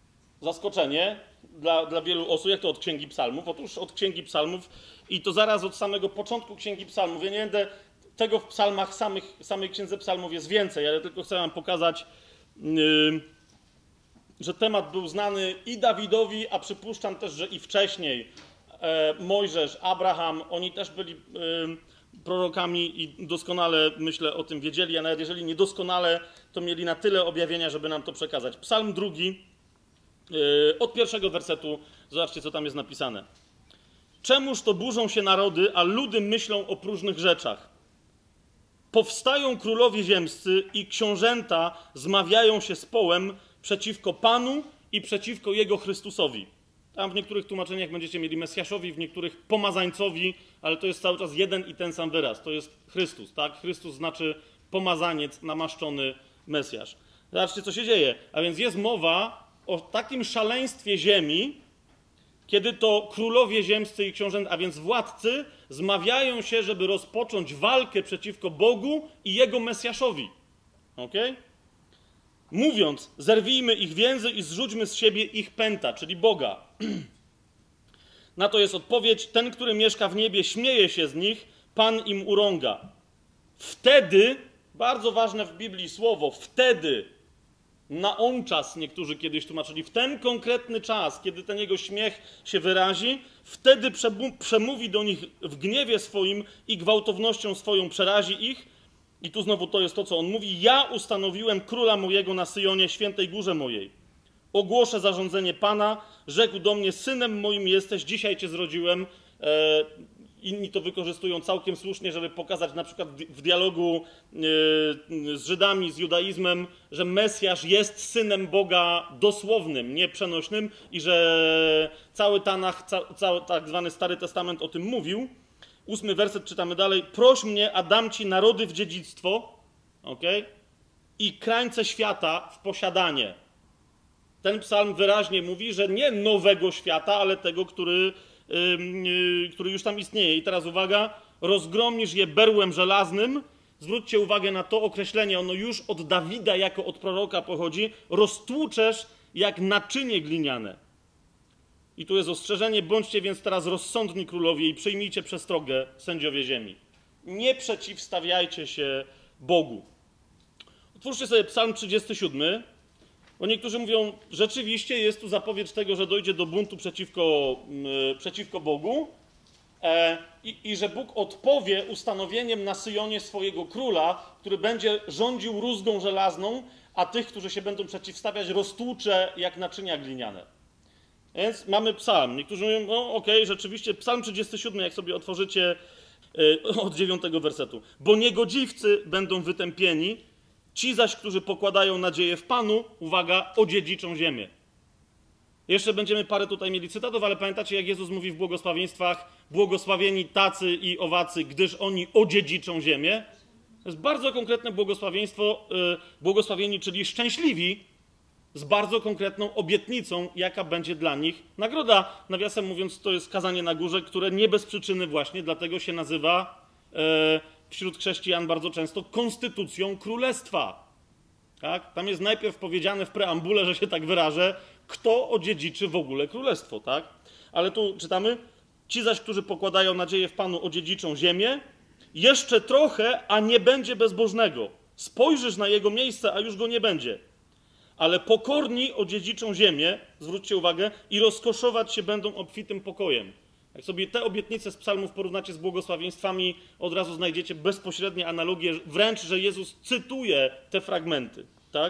zaskoczenie dla, dla wielu osób. Jak to od Księgi Psalmów? Otóż od Księgi Psalmów i to zaraz od samego początku Księgi Psalmów. Ja nie będę tego w psalmach, samych, samej Księdze Psalmów jest więcej, ale tylko chcę wam pokazać, yy, że temat był znany i Dawidowi, a przypuszczam też, że i wcześniej. E, Mojżesz, Abraham, oni też byli e, prorokami i doskonale, myślę, o tym wiedzieli, a nawet jeżeli nie doskonale, to mieli na tyle objawienia, żeby nam to przekazać. Psalm drugi, e, od pierwszego wersetu, zobaczcie, co tam jest napisane. Czemuż to burzą się narody, a ludy myślą o próżnych rzeczach? Powstają królowie ziemscy i książęta zmawiają się z połem przeciwko Panu i przeciwko Jego Chrystusowi. Tam w niektórych tłumaczeniach będziecie mieli Mesjaszowi, w niektórych pomazańcowi, ale to jest cały czas jeden i ten sam wyraz. To jest Chrystus, tak? Chrystus znaczy pomazaniec, namaszczony Mesjasz. Zobaczcie, co się dzieje. A więc jest mowa o takim szaleństwie ziemi, kiedy to królowie ziemscy i książęta, a więc władcy, zmawiają się, żeby rozpocząć walkę przeciwko Bogu i Jego Mesjaszowi. Okej? Okay? Mówiąc, zerwijmy ich więzy i zrzućmy z siebie ich pęta, czyli Boga. Na to jest odpowiedź, ten, który mieszka w niebie, śmieje się z nich, Pan im urąga. Wtedy, bardzo ważne w Biblii słowo, wtedy, na on czas, niektórzy kiedyś tłumaczyli, w ten konkretny czas, kiedy ten jego śmiech się wyrazi, wtedy przemówi do nich w gniewie swoim i gwałtownością swoją przerazi ich. I tu znowu to jest to, co on mówi. Ja ustanowiłem króla mojego na Syjonie, świętej górze mojej. Ogłoszę zarządzenie Pana. Rzekł do mnie, synem moim jesteś, dzisiaj cię zrodziłem. E, inni to wykorzystują całkiem słusznie, żeby pokazać na przykład w dialogu e, z Żydami, z judaizmem, że Mesjasz jest synem Boga dosłownym, nie przenośnym i że cały Tanach, ca, cały tak zwany Stary Testament o tym mówił. Ósmy werset czytamy dalej. Proś mnie, a dam ci narody w dziedzictwo, okay? I krańce świata w posiadanie. Ten psalm wyraźnie mówi, że nie nowego świata, ale tego, który, yy, yy, który już tam istnieje. I teraz uwaga, rozgromisz je berłem żelaznym. Zwróćcie uwagę na to określenie, ono już od Dawida jako od proroka pochodzi. Roztłuczesz jak naczynie gliniane. I tu jest ostrzeżenie, bądźcie więc teraz rozsądni królowie i przyjmijcie przestrogę sędziowie ziemi. Nie przeciwstawiajcie się Bogu. Otwórzcie sobie Psalm trzydziesty siódmy, bo niektórzy mówią, rzeczywiście jest tu zapowiedź tego, że dojdzie do buntu przeciwko, yy, przeciwko Bogu e, i, i że Bóg odpowie ustanowieniem na Syjonie swojego króla, który będzie rządził rózgą żelazną, a tych, którzy się będą przeciwstawiać, roztłucze jak naczynia gliniane. Więc mamy psalm. Niektórzy mówią, no okej, okay, rzeczywiście, psalm trzydziesty siódmy, jak sobie otworzycie yy, od dziewiątego wersetu. Bo niegodziwcy będą wytępieni, ci zaś, którzy pokładają nadzieję w Panu, uwaga, odziedziczą ziemię. Jeszcze będziemy parę tutaj mieli cytatów, ale pamiętacie, jak Jezus mówi w błogosławieństwach, błogosławieni tacy i owacy, gdyż oni odziedziczą ziemię. To jest bardzo konkretne błogosławieństwo, yy, błogosławieni, czyli szczęśliwi, z bardzo konkretną obietnicą, jaka będzie dla nich nagroda. Nawiasem mówiąc, to jest kazanie na górze, które nie bez przyczyny właśnie dlatego się nazywa e, wśród chrześcijan bardzo często konstytucją królestwa. Tak? Tam jest najpierw powiedziane w preambule, że się tak wyrażę, kto odziedziczy w ogóle królestwo. Tak? Ale tu czytamy, ci zaś, którzy pokładają nadzieję w Panu, odziedziczą ziemię, jeszcze trochę, a nie będzie bezbożnego. Spojrzysz na jego miejsce, a już go nie będzie. Ale pokorni odziedziczą ziemię, zwróćcie uwagę, i rozkoszować się będą obfitym pokojem. Jak sobie te obietnice z psalmów porównacie z błogosławieństwami, od razu znajdziecie bezpośrednie analogie, wręcz, że Jezus cytuje te fragmenty. Tak?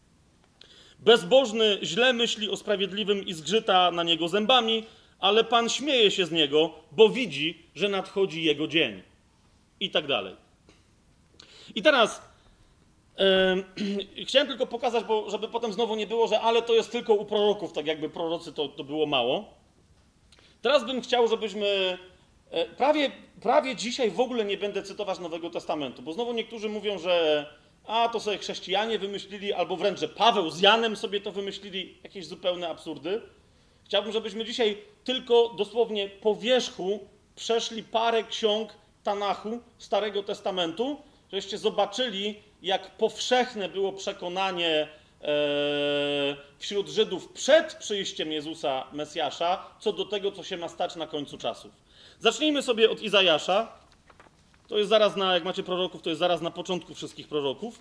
Bezbożny źle myśli o sprawiedliwym i zgrzyta na niego zębami, ale Pan śmieje się z niego, bo widzi, że nadchodzi jego dzień. I tak dalej. I teraz Yy, chciałem tylko pokazać, bo żeby potem znowu nie było, że ale to jest tylko u proroków, tak jakby prorocy to, to było mało. Teraz bym chciał, żebyśmy yy, prawie, prawie dzisiaj w ogóle nie będę cytować Nowego Testamentu, bo znowu niektórzy mówią, że a to sobie chrześcijanie wymyślili, albo wręcz, że Paweł z Janem sobie to wymyślili, jakieś zupełne absurdy. Chciałbym, żebyśmy dzisiaj tylko dosłownie po wierzchu przeszli parę ksiąg Tanachu, Starego Testamentu, żebyście zobaczyli, jak powszechne było przekonanie wśród Żydów przed przyjściem Jezusa Mesjasza, co do tego, co się ma stać na końcu czasów. Zacznijmy sobie od Izajasza. To jest zaraz na, jak macie proroków, to jest zaraz na początku wszystkich proroków.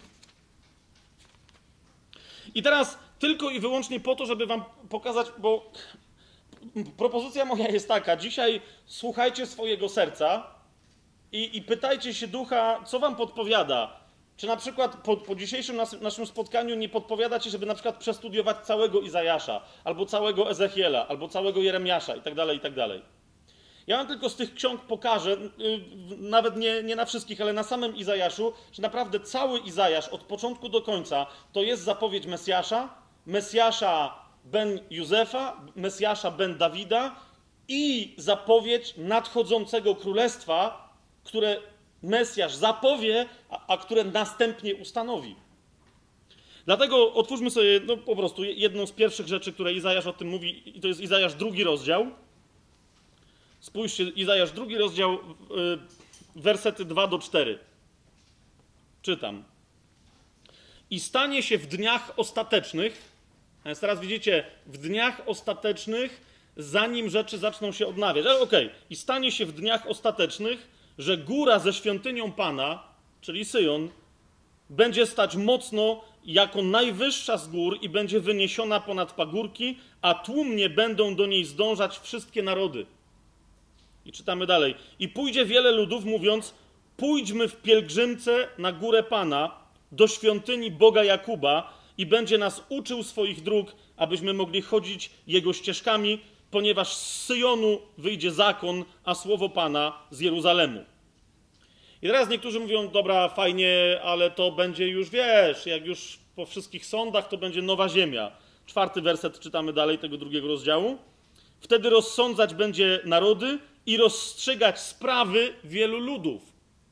I teraz tylko i wyłącznie po to, żeby wam pokazać, bo propozycja moja jest taka. Dzisiaj słuchajcie swojego serca i, i pytajcie się Ducha, co wam podpowiada. Czy na przykład po, po dzisiejszym nas, naszym spotkaniu nie podpowiada ci, żeby na przykład przestudiować całego Izajasza, albo całego Ezechiela, albo całego Jeremiasza i tak dalej, i tak dalej. Ja wam tylko z tych ksiąg pokażę, yy, nawet nie, nie na wszystkich, ale na samym Izajaszu, że naprawdę cały Izajasz od początku do końca to jest zapowiedź Mesjasza, Mesjasza ben Józefa, Mesjasza ben Dawida i zapowiedź nadchodzącego królestwa, które Mesjasz zapowie, a, a które następnie ustanowi. Dlatego otwórzmy sobie no, po prostu jedną z pierwszych rzeczy, które Izajasz o tym mówi, i to jest Izajasz drugi rozdział. Spójrzcie, Izajasz drugi rozdział, yy, wersety dwa do czterech. Czytam. I stanie się w dniach ostatecznych, a więc teraz widzicie, w dniach ostatecznych, zanim rzeczy zaczną się odnawiać. Ale okej, okay. I stanie się w dniach ostatecznych, że góra ze świątynią Pana, czyli Syjon, będzie stać mocno jako najwyższa z gór i będzie wyniesiona ponad pagórki, a tłumnie będą do niej zdążać wszystkie narody. I czytamy dalej. I pójdzie wiele ludów, mówiąc, pójdźmy w pielgrzymce na górę Pana, do świątyni Boga Jakuba i będzie nas uczył swoich dróg, abyśmy mogli chodzić Jego ścieżkami, ponieważ z Syjonu wyjdzie zakon, a słowo Pana z Jeruzalemu. I teraz niektórzy mówią, dobra, fajnie, ale to będzie już, wiesz, jak już po wszystkich sądach, to będzie nowa ziemia. Czwarty werset czytamy dalej tego drugiego rozdziału. Wtedy rozsądzać będzie narody i rozstrzygać sprawy wielu ludów.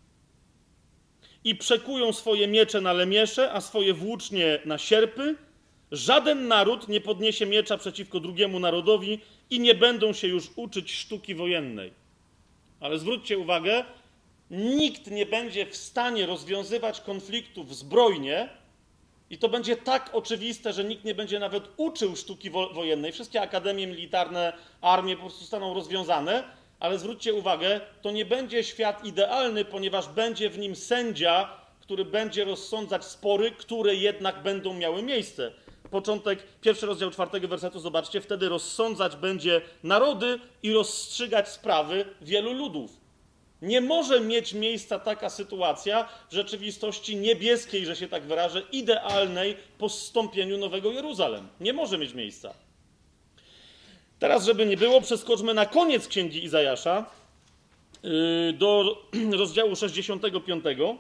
I przekują swoje miecze na lemiesze, a swoje włócznie na sierpy. Żaden naród nie podniesie miecza przeciwko drugiemu narodowi i nie będą się już uczyć sztuki wojennej. Ale zwróćcie uwagę, nikt nie będzie w stanie rozwiązywać konfliktów zbrojnie i to będzie tak oczywiste, że nikt nie będzie nawet uczył sztuki wo- wojennej. Wszystkie akademie militarne, armie po prostu staną rozwiązane, ale zwróćcie uwagę, to nie będzie świat idealny, ponieważ będzie w nim sędzia, który będzie rozsądzać spory, które jednak będą miały miejsce. Początek, pierwszy rozdział czwartego wersetu, zobaczcie, wtedy rozsądzać będzie narody i rozstrzygać sprawy wielu ludów. Nie może mieć miejsca taka sytuacja w rzeczywistości niebieskiej, że się tak wyrażę, idealnej po zstąpieniu Nowego Jeruzalem. Nie może mieć miejsca. Teraz, żeby nie było, przeskoczmy na koniec Księgi Izajasza yy, do rozdziału sześćdziesiątego piątego.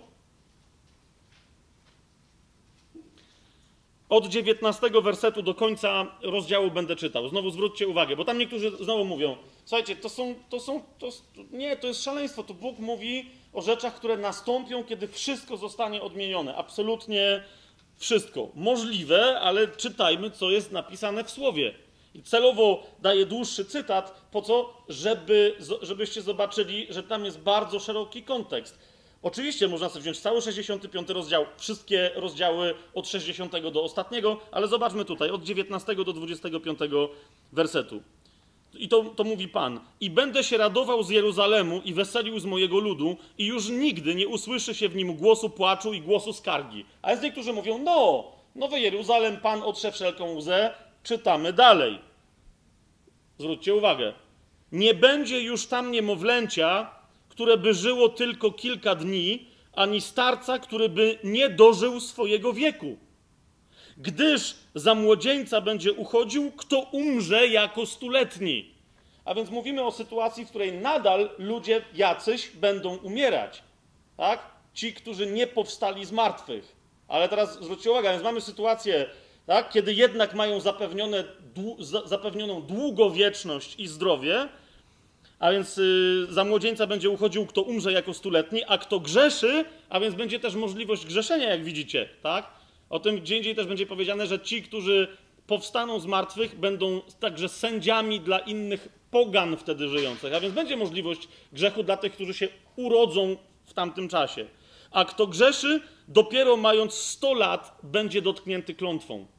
Od dziewiętnastego wersetu do końca rozdziału będę czytał. Znowu zwróćcie uwagę, bo tam niektórzy znowu mówią, słuchajcie, to są, to są, to, nie, to jest szaleństwo. To Bóg mówi o rzeczach, które nastąpią, kiedy wszystko zostanie odmienione. Absolutnie wszystko. Możliwe, ale czytajmy, co jest napisane w Słowie. I celowo daję dłuższy cytat, po co? Żeby, żebyście zobaczyli, że tam jest bardzo szeroki kontekst. Oczywiście można sobie wziąć cały sześćdziesiąty piąty rozdział, wszystkie rozdziały od sześćdziesiątego do ostatniego, ale zobaczmy tutaj, od dziewiętnastego do dwudziestego piątego wersetu. I to, to mówi Pan. I będę się radował z Jeruzalemu i weselił z mojego ludu i już nigdy nie usłyszy się w nim głosu płaczu i głosu skargi. A jest niektórzy mówią, no, Nowy Jeruzalem, Pan otrze wszelką łzę, czytamy dalej. Zwróćcie uwagę. Nie będzie już tam niemowlęcia, które by żyło tylko kilka dni, ani starca, który by nie dożył swojego wieku. Gdyż za młodzieńca będzie uchodził, kto umrze jako stuletni. A więc mówimy o sytuacji, w której nadal ludzie jacyś będą umierać. Tak? Ci, którzy nie powstali z martwych. Ale teraz zwróćcie uwagę, więc mamy sytuację, tak? Kiedy jednak mają zapewnione, zapewnioną długowieczność i zdrowie, a więc yy, za młodzieńca będzie uchodził, kto umrze jako stuletni, a kto grzeszy, a więc będzie też możliwość grzeszenia, jak widzicie, tak? O tym gdzie indziej też będzie powiedziane, że ci, którzy powstaną z martwych, będą także sędziami dla innych pogan wtedy żyjących, a więc będzie możliwość grzechu dla tych, którzy się urodzą w tamtym czasie. A kto grzeszy, dopiero mając sto lat, będzie dotknięty klątwą.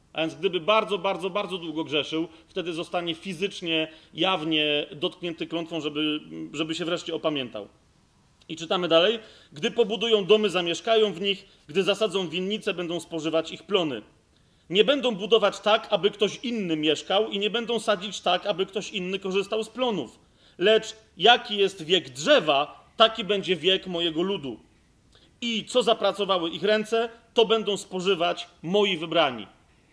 A więc gdyby bardzo, bardzo, bardzo długo grzeszył, wtedy zostanie fizycznie, jawnie dotknięty klątwą, żeby, żeby się wreszcie opamiętał. I czytamy dalej. Gdy pobudują domy, zamieszkają w nich, gdy zasadzą winnice, będą spożywać ich plony. Nie będą budować tak, aby ktoś inny mieszkał i nie będą sadzić tak, aby ktoś inny korzystał z plonów. Lecz jaki jest wiek drzewa, taki będzie wiek mojego ludu. I co zapracowały ich ręce, to będą spożywać moi wybrani.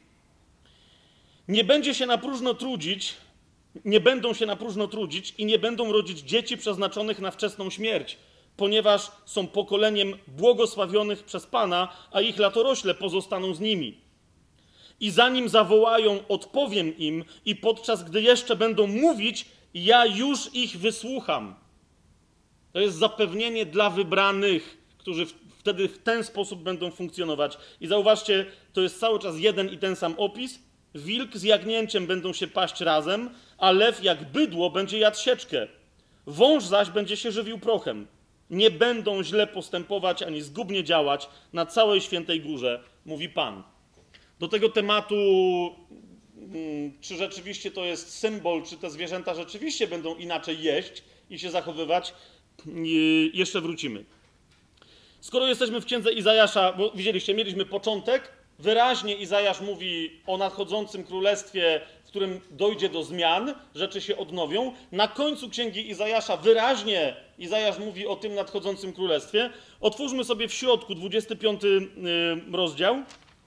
Nie będzie się na próżno trudzić, nie będą się na próżno trudzić i nie będą rodzić dzieci przeznaczonych na wczesną śmierć, ponieważ są pokoleniem błogosławionych przez Pana, a ich latorośle pozostaną z nimi. I zanim zawołają, odpowiem im i podczas gdy jeszcze będą mówić, ja już ich wysłucham. To jest zapewnienie dla wybranych, którzy w, wtedy w ten sposób będą funkcjonować. I zauważcie, to jest cały czas jeden i ten sam opis. Wilk z jagnięciem będą się paść razem, a lew jak bydło będzie jadł sieczkę. Wąż zaś będzie się żywił prochem. Nie będą źle postępować ani zgubnie działać na całej świętej górze, mówi Pan. Do tego tematu, czy rzeczywiście to jest symbol, czy te zwierzęta rzeczywiście będą inaczej jeść i się zachowywać, jeszcze wrócimy. Skoro jesteśmy w księdze Izajasza, bo widzieliście, mieliśmy początek, wyraźnie Izajasz mówi o nadchodzącym królestwie, w którym dojdzie do zmian, rzeczy się odnowią. Na końcu księgi Izajasza wyraźnie Izajasz mówi o tym nadchodzącym królestwie. Otwórzmy sobie w środku dwudziesty piąty rozdział.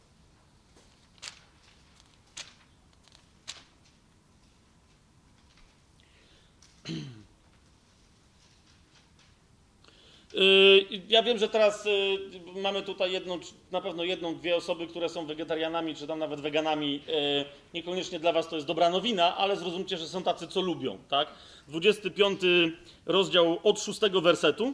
Ja wiem, że teraz mamy tutaj jedną, na pewno jedną, dwie osoby, które są wegetarianami, czy tam nawet weganami. Niekoniecznie dla was to jest dobra nowina, ale zrozumcie, że są tacy, co lubią, tak? dwudziesty piąty rozdział od szóstego wersetu.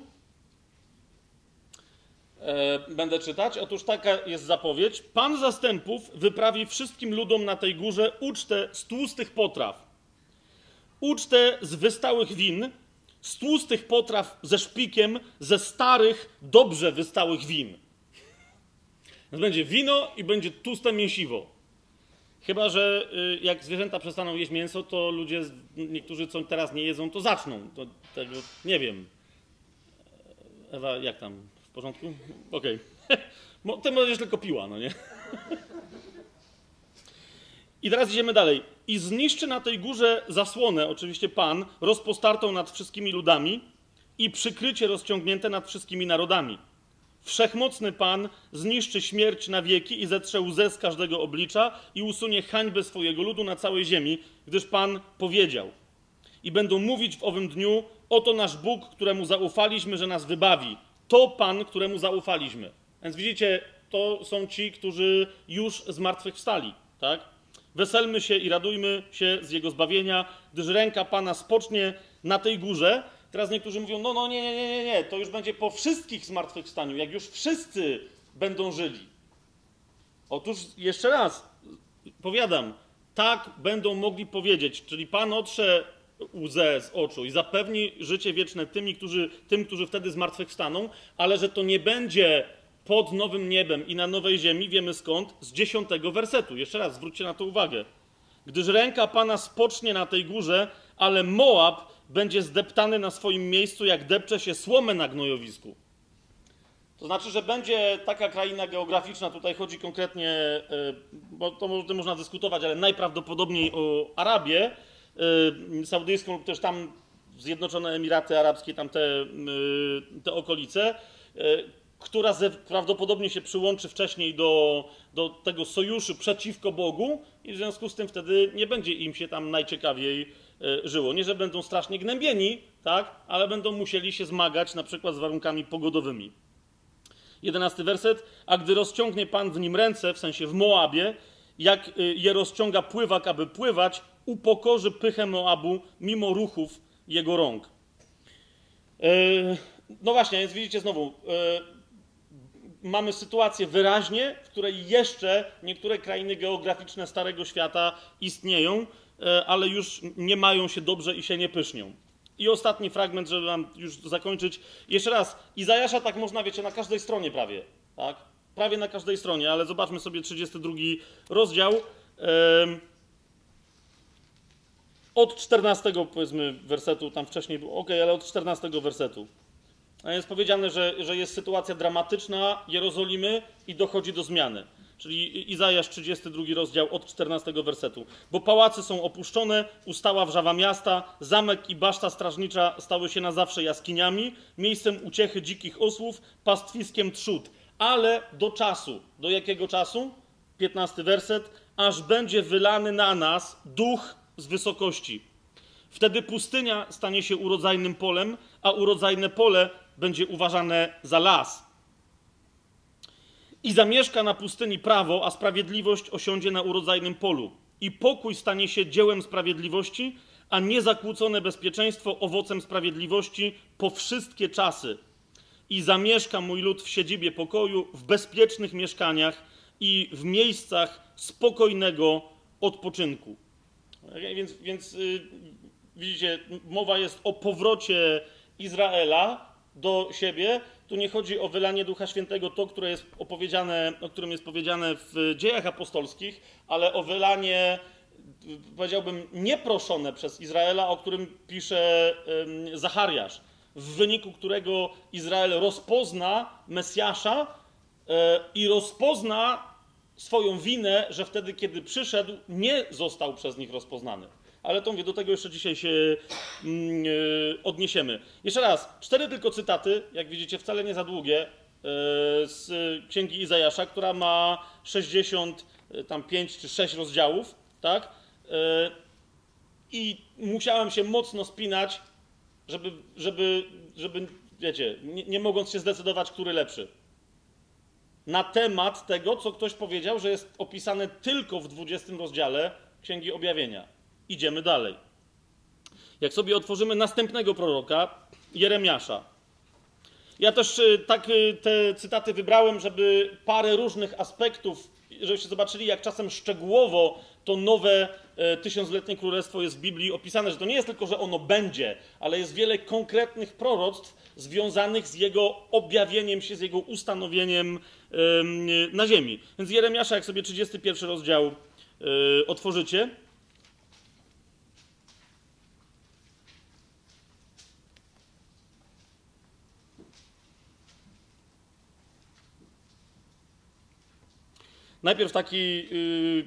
Będę czytać. Otóż taka jest zapowiedź. Pan zastępów wyprawi wszystkim ludom na tej górze ucztę z tłustych potraw, ucztę z wystałych win, z tłustych potraw ze szpikiem, ze starych, dobrze wystałych win. Więc będzie wino i będzie tłuste mięsiwo. Chyba że jak zwierzęta przestaną jeść mięso, to ludzie, niektórzy co teraz nie jedzą, to zaczną. To, tego nie wiem. Ewa, jak tam? W porządku? Okej. Okay. Ty możesz tylko piła, no nie? I teraz idziemy dalej. I zniszczy na tej górze zasłonę, oczywiście Pan, rozpostartą nad wszystkimi ludami i przykrycie rozciągnięte nad wszystkimi narodami. Wszechmocny Pan zniszczy śmierć na wieki i zetrze łzę z każdego oblicza i usunie hańbę swojego ludu na całej ziemi, gdyż Pan powiedział. I będą mówić w owym dniu, oto nasz Bóg, któremu zaufaliśmy, że nas wybawi. To Pan, któremu zaufaliśmy. Więc widzicie, to są ci, którzy już zmartwychwstali, tak? Weselmy się i radujmy się z Jego zbawienia, gdyż ręka Pana spocznie na tej górze. Teraz niektórzy mówią, no, no, nie, nie, nie, nie, nie, to już będzie po wszystkich zmartwychwstaniu, jak już wszyscy będą żyli. Otóż jeszcze raz, powiadam, tak będą mogli powiedzieć, czyli Pan otrze łzę z oczu i zapewni życie wieczne tymi, którzy, tym, którzy wtedy zmartwychwstaną, ale że to nie będzie pod nowym niebem i na nowej ziemi, wiemy skąd, z dziesiątego wersetu. Jeszcze raz, zwróćcie na to uwagę. Gdyż ręka Pana spocznie na tej górze, ale Moab będzie zdeptany na swoim miejscu, jak depcze się słomę na gnojowisku. To znaczy, że będzie taka kraina geograficzna, tutaj chodzi konkretnie, bo to o tym można dyskutować, ale najprawdopodobniej o Arabię Saudyjską lub też tam Zjednoczone Emiraty Arabskie, tam te, te okolice, która ze, prawdopodobnie się przyłączy wcześniej do, do tego sojuszu przeciwko Bogu i w związku z tym wtedy nie będzie im się tam najciekawiej y, żyło. Nie, że będą strasznie gnębieni, tak, ale będą musieli się zmagać na przykład z warunkami pogodowymi. Jedenasty werset. A gdy rozciągnie Pan w nim ręce, w sensie w Moabie, jak y, je rozciąga pływak, aby pływać, upokorzy pychę Moabu mimo ruchów jego rąk. Yy, no właśnie, więc widzicie znowu, yy, mamy sytuację wyraźnie, w której jeszcze niektóre krainy geograficzne Starego Świata istnieją, ale już nie mają się dobrze i się nie pysznią. I ostatni fragment, żeby wam już zakończyć. Jeszcze raz, Izajasza tak można, wiecie, na każdej stronie prawie, tak? prawie na każdej stronie, ale zobaczmy sobie trzydziesty drugi rozdział. Od czternastego, powiedzmy, wersetu, tam wcześniej było, ok, ale od czternastego wersetu. A jest powiedziane, że, że jest sytuacja dramatyczna Jerozolimy i dochodzi do zmiany. Czyli Izajasz trzydziesty drugi rozdział od czternastego wersetu. Bo pałace są opuszczone, ustała wrzawa miasta, zamek i baszta strażnicza stały się na zawsze jaskiniami, miejscem uciechy dzikich osłów, pastwiskiem trzód. Ale do czasu. Do jakiego czasu? piętnasty werset. Aż będzie wylany na nas duch z wysokości. Wtedy pustynia stanie się urodzajnym polem, a urodzajne pole będzie uważane za las. I zamieszka na pustyni prawo, a sprawiedliwość osiądzie na urodzajnym polu. I pokój stanie się dziełem sprawiedliwości, a niezakłócone bezpieczeństwo owocem sprawiedliwości po wszystkie czasy. I zamieszka mój lud w siedzibie pokoju, w bezpiecznych mieszkaniach i w miejscach spokojnego odpoczynku. Więc, więc yy, widzicie, mowa jest o powrocie Izraela do siebie. Tu nie chodzi o wylanie Ducha Świętego, to, które jest opowiedziane, o którym jest powiedziane w Dziejach Apostolskich, ale o wylanie, powiedziałbym, nieproszone przez Izraela, o którym pisze yy, Zachariasz, w wyniku którego Izrael rozpozna Mesjasza yy, i rozpozna swoją winę, że wtedy, kiedy przyszedł, nie został przez nich rozpoznany. Ale to mówię, do tego jeszcze dzisiaj się yy, odniesiemy. Jeszcze raz, cztery tylko cytaty, jak widzicie, wcale nie za długie, yy, z Księgi Izajasza, która ma sześćdziesiąt pięć czy sześć rozdziałów, tak? Yy, I musiałem się mocno spinać, żeby, żeby, żeby wiecie, nie, nie mogąc się zdecydować, który lepszy. Na temat tego, co ktoś powiedział, że jest opisane tylko w dwudziestym rozdziale Księgi Objawienia. Idziemy dalej. Jak sobie otworzymy następnego proroka, Jeremiasza. Ja też tak te cytaty wybrałem, żeby parę różnych aspektów, żebyście zobaczyli, jak czasem szczegółowo to nowe tysiącletnie królestwo jest w Biblii opisane, że to nie jest tylko, że ono będzie, ale jest wiele konkretnych proroctw związanych z jego objawieniem się, z jego ustanowieniem na ziemi. Więc Jeremiasza, jak sobie trzydziesty pierwszy rozdział otworzycie, najpierw taki yy,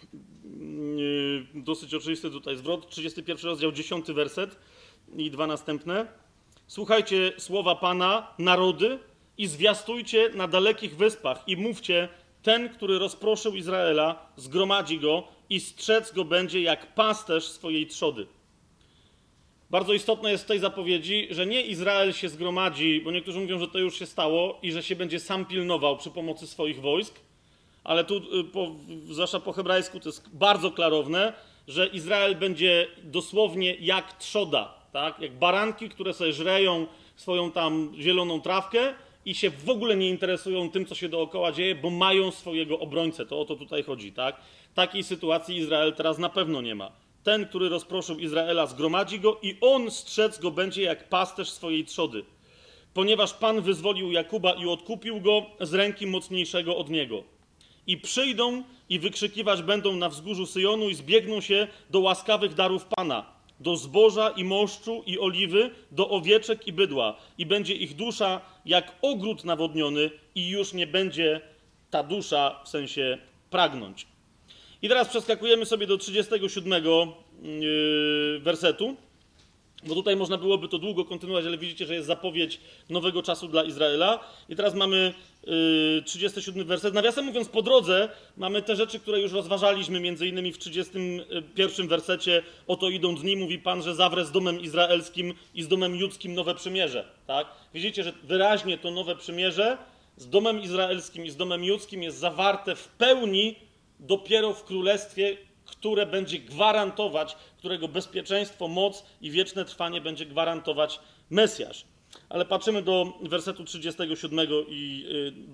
yy, dosyć oczywisty tutaj zwrot, trzydziesty pierwszy rozdział, dziesiąty werset i dwa następne. Słuchajcie słowa Pana, narody, i zwiastujcie na dalekich wyspach i mówcie, ten, który rozproszył Izraela, zgromadzi go i strzec go będzie jak pasterz swojej trzody. Bardzo istotne jest w tej zapowiedzi, że nie Izrael się zgromadzi, bo niektórzy mówią, że to już się stało i że się będzie sam pilnował przy pomocy swoich wojsk, ale tu, po, zwłaszcza po hebrajsku, to jest bardzo klarowne, że Izrael będzie dosłownie jak trzoda, tak? Jak baranki, które sobie żreją swoją tam zieloną trawkę i się w ogóle nie interesują tym, co się dookoła dzieje, bo mają swojego obrońcę. To o to tutaj chodzi, tak? Takiej sytuacji Izrael teraz na pewno nie ma. Ten, który rozproszył Izraela, zgromadzi go i on strzec go będzie jak pasterz swojej trzody. Ponieważ Pan wyzwolił Jakuba i odkupił go z ręki mocniejszego od niego. I przyjdą i wykrzykiwać będą na wzgórzu Syjonu i zbiegną się do łaskawych darów Pana, do zboża i moszczu i oliwy, do owieczek i bydła. I będzie ich dusza jak ogród nawodniony i już nie będzie ta dusza w sensie pragnąć. I teraz przeskakujemy sobie do trzydziestego siódmego yy, wersetu, bo tutaj można byłoby to długo kontynuować, ale widzicie, że jest zapowiedź nowego czasu dla Izraela. I teraz mamy yy, trzydziesty siódmy werset. Nawiasem mówiąc, po drodze mamy te rzeczy, które już rozważaliśmy, między innymi w trzydziestym pierwszym wersecie. Oto idą dni, mówi Pan, że zawrę z domem izraelskim i z domem judzkim nowe przymierze. Tak? Widzicie, że wyraźnie to nowe przymierze z domem izraelskim i z domem judzkim jest zawarte w pełni dopiero w królestwie, które będzie gwarantować, którego bezpieczeństwo, moc i wieczne trwanie będzie gwarantować Mesjasz. Ale patrzymy do wersetu trzydziestego siódmego i,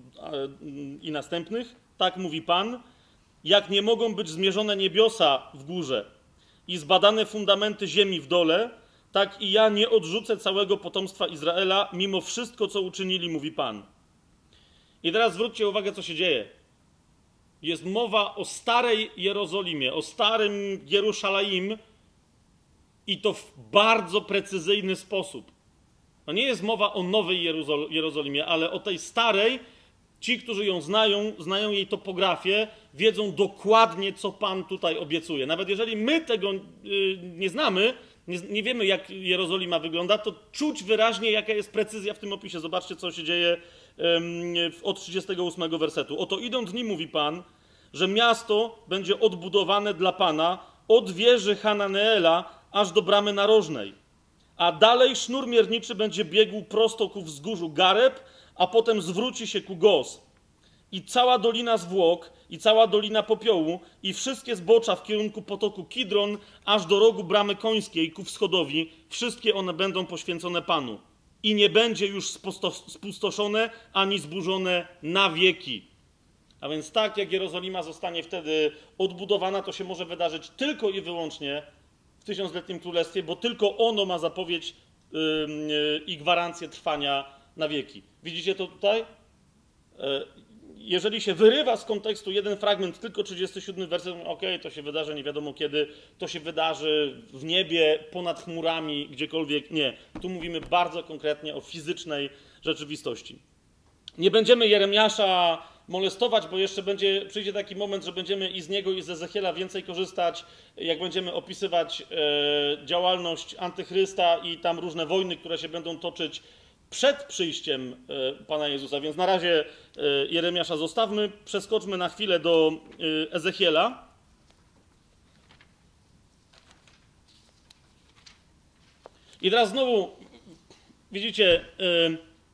i, i następnych. Tak mówi Pan, jak nie mogą być zmierzone niebiosa w górze i zbadane fundamenty ziemi w dole, tak i ja nie odrzucę całego potomstwa Izraela, mimo wszystko, co uczynili, mówi Pan. I teraz zwróćcie uwagę, co się dzieje. Jest mowa o starej Jerozolimie, o starym Jeruszalaim i to w bardzo precyzyjny sposób. To nie jest mowa o nowej Jerozol- Jerozolimie, ale o tej starej. Ci, którzy ją znają, znają jej topografię, wiedzą dokładnie, co Pan tutaj obiecuje. Nawet jeżeli my tego yy, nie znamy, nie, nie wiemy, jak Jerozolima wygląda, to czuć wyraźnie, jaka jest precyzja w tym opisie. Zobaczcie, co się dzieje yy, od trzydziestego ósmego wersetu. Oto idą dni, mówi Pan, że miasto będzie odbudowane dla Pana od wieży Hananeela aż do bramy narożnej. A dalej sznur mierniczy będzie biegł prosto ku wzgórzu Gareb, a potem zwróci się ku Gos. I cała dolina zwłok, i cała dolina popiołu, i wszystkie zbocza w kierunku potoku Kidron, aż do rogu bramy końskiej ku wschodowi, wszystkie one będą poświęcone Panu. I nie będzie już spustoszone, ani zburzone na wieki. A więc tak, jak Jerozolima zostanie wtedy odbudowana, to się może wydarzyć tylko i wyłącznie w tysiącletnim królestwie, bo tylko ono ma zapowiedź yy, yy, i gwarancję trwania na wieki. Widzicie to tutaj? Jeżeli się wyrywa z kontekstu jeden fragment, tylko trzydziesty siódmy werset, okej, okay, to się wydarzy nie wiadomo kiedy, to się wydarzy w niebie, ponad chmurami, gdziekolwiek. Nie. Tu mówimy bardzo konkretnie o fizycznej rzeczywistości. Nie będziemy Jeremiasza molestować, bo jeszcze będzie, przyjdzie taki moment, że będziemy i z niego, i z Ezechiela więcej korzystać, jak będziemy opisywać e, działalność Antychrysta i tam różne wojny, które się będą toczyć przed przyjściem e, Pana Jezusa. Więc na razie e, Jeremiasza zostawmy, przeskoczmy na chwilę do e, Ezechiela. I teraz znowu, widzicie, e,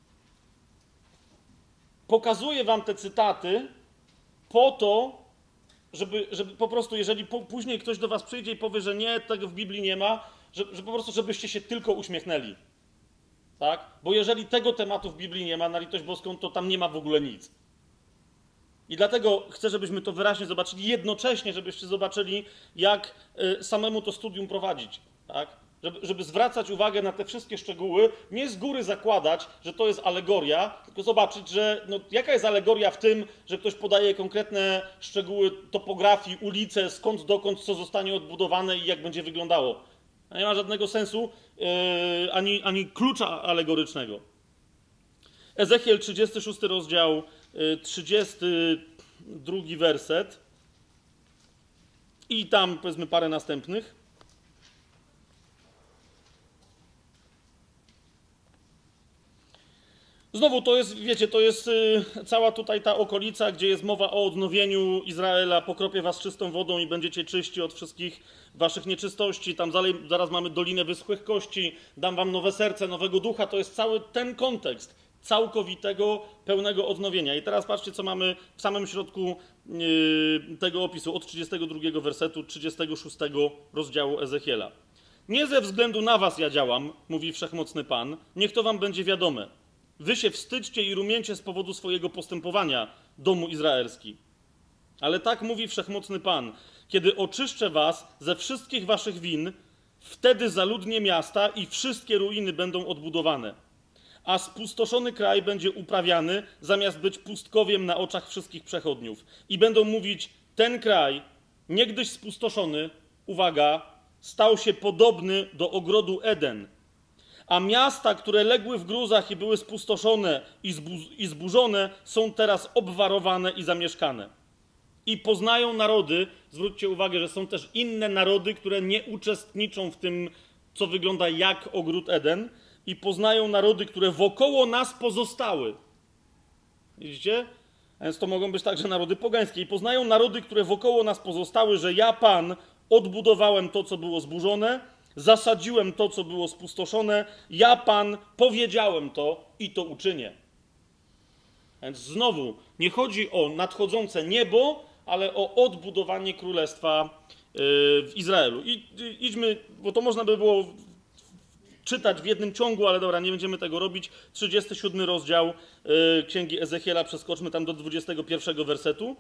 pokazuję wam te cytaty po to, żeby, żeby po prostu, jeżeli po, później ktoś do was przyjdzie i powie, że nie, tego w Biblii nie ma, że, że po prostu, żebyście się tylko uśmiechnęli. Tak? Bo jeżeli tego tematu w Biblii nie ma, na litość boską, to tam nie ma w ogóle nic. I dlatego chcę, żebyśmy to wyraźnie zobaczyli, jednocześnie, żebyście zobaczyli, jak y, samemu to studium prowadzić. Tak? Żeby, żeby zwracać uwagę na te wszystkie szczegóły, nie z góry zakładać, że to jest alegoria, tylko zobaczyć, że no, jaka jest alegoria w tym, że ktoś podaje konkretne szczegóły topografii, ulice, skąd dokąd, co zostanie odbudowane i jak będzie wyglądało. Nie ma żadnego sensu, yy, ani, ani klucza alegorycznego. Ezechiel, trzydziesty szósty rozdział, yy, trzydziesty drugi werset i tam, powiedzmy, parę następnych. Znowu to jest, wiecie, to jest yy, cała tutaj ta okolica, gdzie jest mowa o odnowieniu Izraela. Pokropię was czystą wodą i będziecie czyści od wszystkich waszych nieczystości. Tam dalej, zaraz mamy Dolinę Wyschłych Kości. Dam wam nowe serce, nowego ducha. To jest cały ten kontekst całkowitego, pełnego odnowienia. I teraz patrzcie, co mamy w samym środku yy, tego opisu. Od trzydziestego drugiego wersetu, trzydziestego szóstego rozdziału Ezechiela. Nie ze względu na was ja działam, mówi Wszechmocny Pan. Niech to wam będzie wiadome. Wy się wstydźcie i rumięcie z powodu swojego postępowania, domu izraelski. Ale tak mówi Wszechmocny Pan. Kiedy oczyszczę was ze wszystkich waszych win, wtedy zaludnię miasta i wszystkie ruiny będą odbudowane. A spustoszony kraj będzie uprawiany, zamiast być pustkowiem na oczach wszystkich przechodniów. I będą mówić, ten kraj, niegdyś spustoszony, uwaga, stał się podobny do ogrodu Eden. A miasta, które legły w gruzach i były spustoszone i, zbu- i zburzone, są teraz obwarowane i zamieszkane. I poznają narody, zwróćcie uwagę, że są też inne narody, które nie uczestniczą w tym, co wygląda jak ogród Eden, i poznają narody, które wokoło nas pozostały. Widzicie? A więc to mogą być także narody pogańskie. I poznają narody, które wokoło nas pozostały, że ja, Pan, odbudowałem to, co było zburzone, zasadziłem to, co było spustoszone, ja, Pan, powiedziałem to i to uczynię. Więc znowu, nie chodzi o nadchodzące niebo, ale o odbudowanie królestwa w Izraelu. I idźmy, bo to można by było czytać w jednym ciągu, ale dobra, nie będziemy tego robić. trzydziesty siódmy rozdział Księgi Ezechiela, przeskoczmy tam do dwudziestego pierwszego wersetu.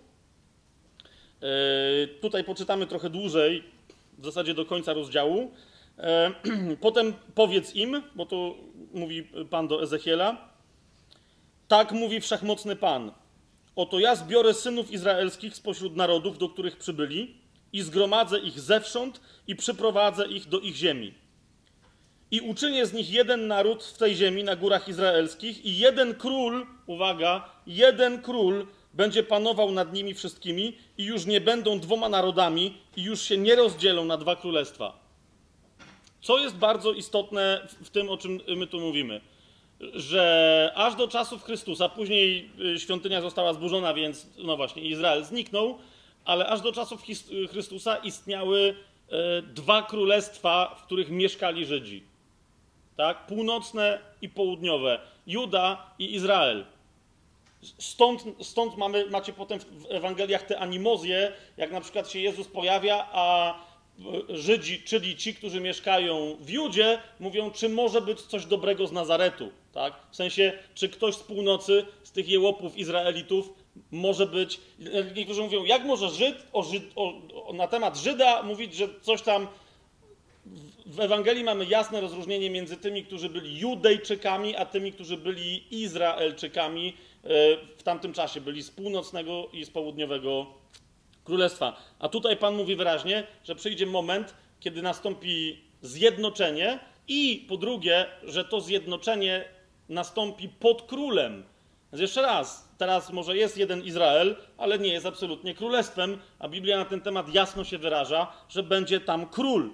Tutaj poczytamy trochę dłużej, w zasadzie do końca rozdziału. Potem powiedz im, bo to mówi Pan do Ezechiela, Tak mówi Wszechmocny Pan. Oto ja zbiorę synów izraelskich spośród narodów, do których przybyli, i zgromadzę ich zewsząd i przyprowadzę ich do ich ziemi. I uczynię z nich jeden naród w tej ziemi na górach izraelskich i jeden król, uwaga, jeden król będzie panował nad nimi wszystkimi i już nie będą dwoma narodami i już się nie rozdzielą na dwa królestwa. Co jest bardzo istotne w tym, o czym my tu mówimy? Że aż do czasów Chrystusa, później świątynia została zburzona, więc no właśnie Izrael zniknął, ale aż do czasów Chrystusa istniały dwa królestwa, w których mieszkali Żydzi. Tak? Północne i południowe. Juda i Izrael. Stąd, stąd mamy, macie potem w Ewangeliach te animozje, jak na przykład się Jezus pojawia, a Żydzi, czyli ci, którzy mieszkają w Judzie, mówią, czy może być coś dobrego z Nazaretu. Tak? W sensie, czy ktoś z północy, z tych jełopów Izraelitów może być... Niektórzy mówią, jak może Żyd, o Żyd o, o, na temat Żyda mówić, że coś tam... W Ewangelii mamy jasne rozróżnienie między tymi, którzy byli Judejczykami, a tymi, którzy byli Izraelczykami w tamtym czasie. Byli z północnego i z południowego królestwa. A tutaj Pan mówi wyraźnie, że przyjdzie moment, kiedy nastąpi zjednoczenie i po drugie, że to zjednoczenie nastąpi pod królem. Więc jeszcze raz, teraz może jest jeden Izrael, ale nie jest absolutnie królestwem, a Biblia na ten temat jasno się wyraża, że będzie tam król.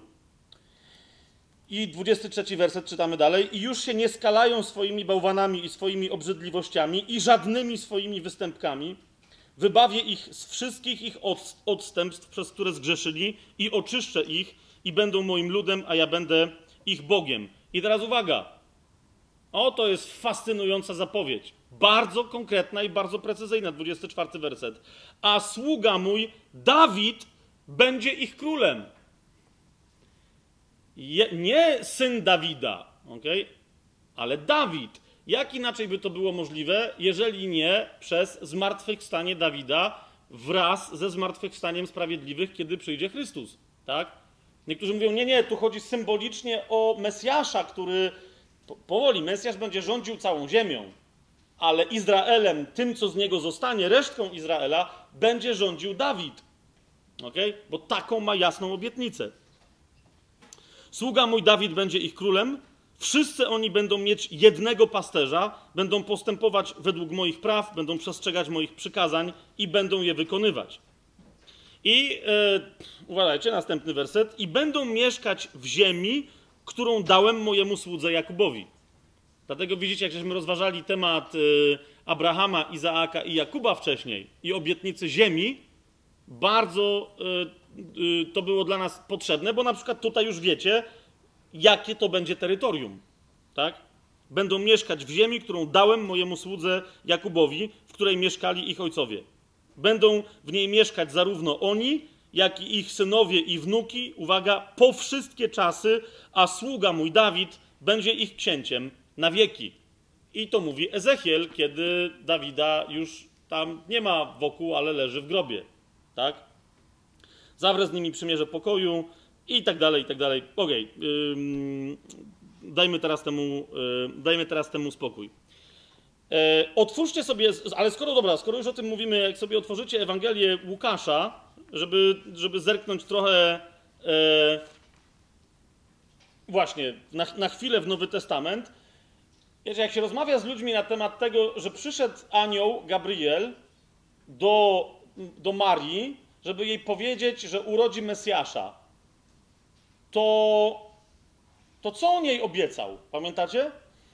I dwudziesty trzeci werset czytamy dalej. I już się nie skalają swoimi bałwanami i swoimi obrzydliwościami i żadnymi swoimi występkami. Wybawię ich z wszystkich ich odstępstw, przez które zgrzeszyli i oczyszczę ich i będą moim ludem, a ja będę ich Bogiem. I teraz uwaga. O, to jest fascynująca zapowiedź. Bardzo konkretna i bardzo precyzyjna. dwudziesty czwarty werset. A sługa mój Dawid będzie ich królem. Je, nie syn Dawida, okay? Ale Dawid. Jak inaczej by to było możliwe, jeżeli nie przez zmartwychwstanie Dawida wraz ze zmartwychwstaniem sprawiedliwych, kiedy przyjdzie Chrystus, tak? Niektórzy mówią, nie, nie, tu chodzi symbolicznie o Mesjasza, który, po, powoli, Mesjasz będzie rządził całą ziemią, ale Izraelem, tym, co z niego zostanie, resztką Izraela, będzie rządził Dawid, okay? Bo taką ma jasną obietnicę. Sługa mój Dawid będzie ich królem, wszyscy oni będą mieć jednego pasterza, będą postępować według moich praw, będą przestrzegać moich przykazań i będą je wykonywać. I yy, uważajcie, następny werset. I będą mieszkać w ziemi, którą dałem mojemu słudze Jakubowi. Dlatego widzicie, jak żeśmy rozważali temat yy, Abrahama, Izaaka i Jakuba wcześniej i obietnicy ziemi, bardzo yy, yy, to było dla nas potrzebne, bo na przykład tutaj już wiecie, jakie to będzie terytorium, tak? Będą mieszkać w ziemi, którą dałem mojemu słudze Jakubowi, w której mieszkali ich ojcowie. Będą w niej mieszkać zarówno oni, jak i ich synowie i wnuki, uwaga, po wszystkie czasy, a sługa mój Dawid będzie ich księciem na wieki. I to mówi Ezechiel, kiedy Dawida już tam nie ma wokół, ale leży w grobie, tak? Zawrę z nimi przymierze pokoju, i tak dalej, i tak dalej. Okej, okay. yy, dajmy teraz temu, yy, dajmy teraz temu spokój. Yy, otwórzcie sobie, ale skoro, dobra, skoro już o tym mówimy, jak sobie otworzycie Ewangelię Łukasza, żeby, żeby zerknąć trochę yy, właśnie na, na chwilę w Nowy Testament, wiecie, jak się rozmawia z ludźmi na temat tego, że przyszedł anioł Gabriel do, do Marii, żeby jej powiedzieć, że urodzi Mesjasza, To, to co on jej obiecał? Pamiętacie?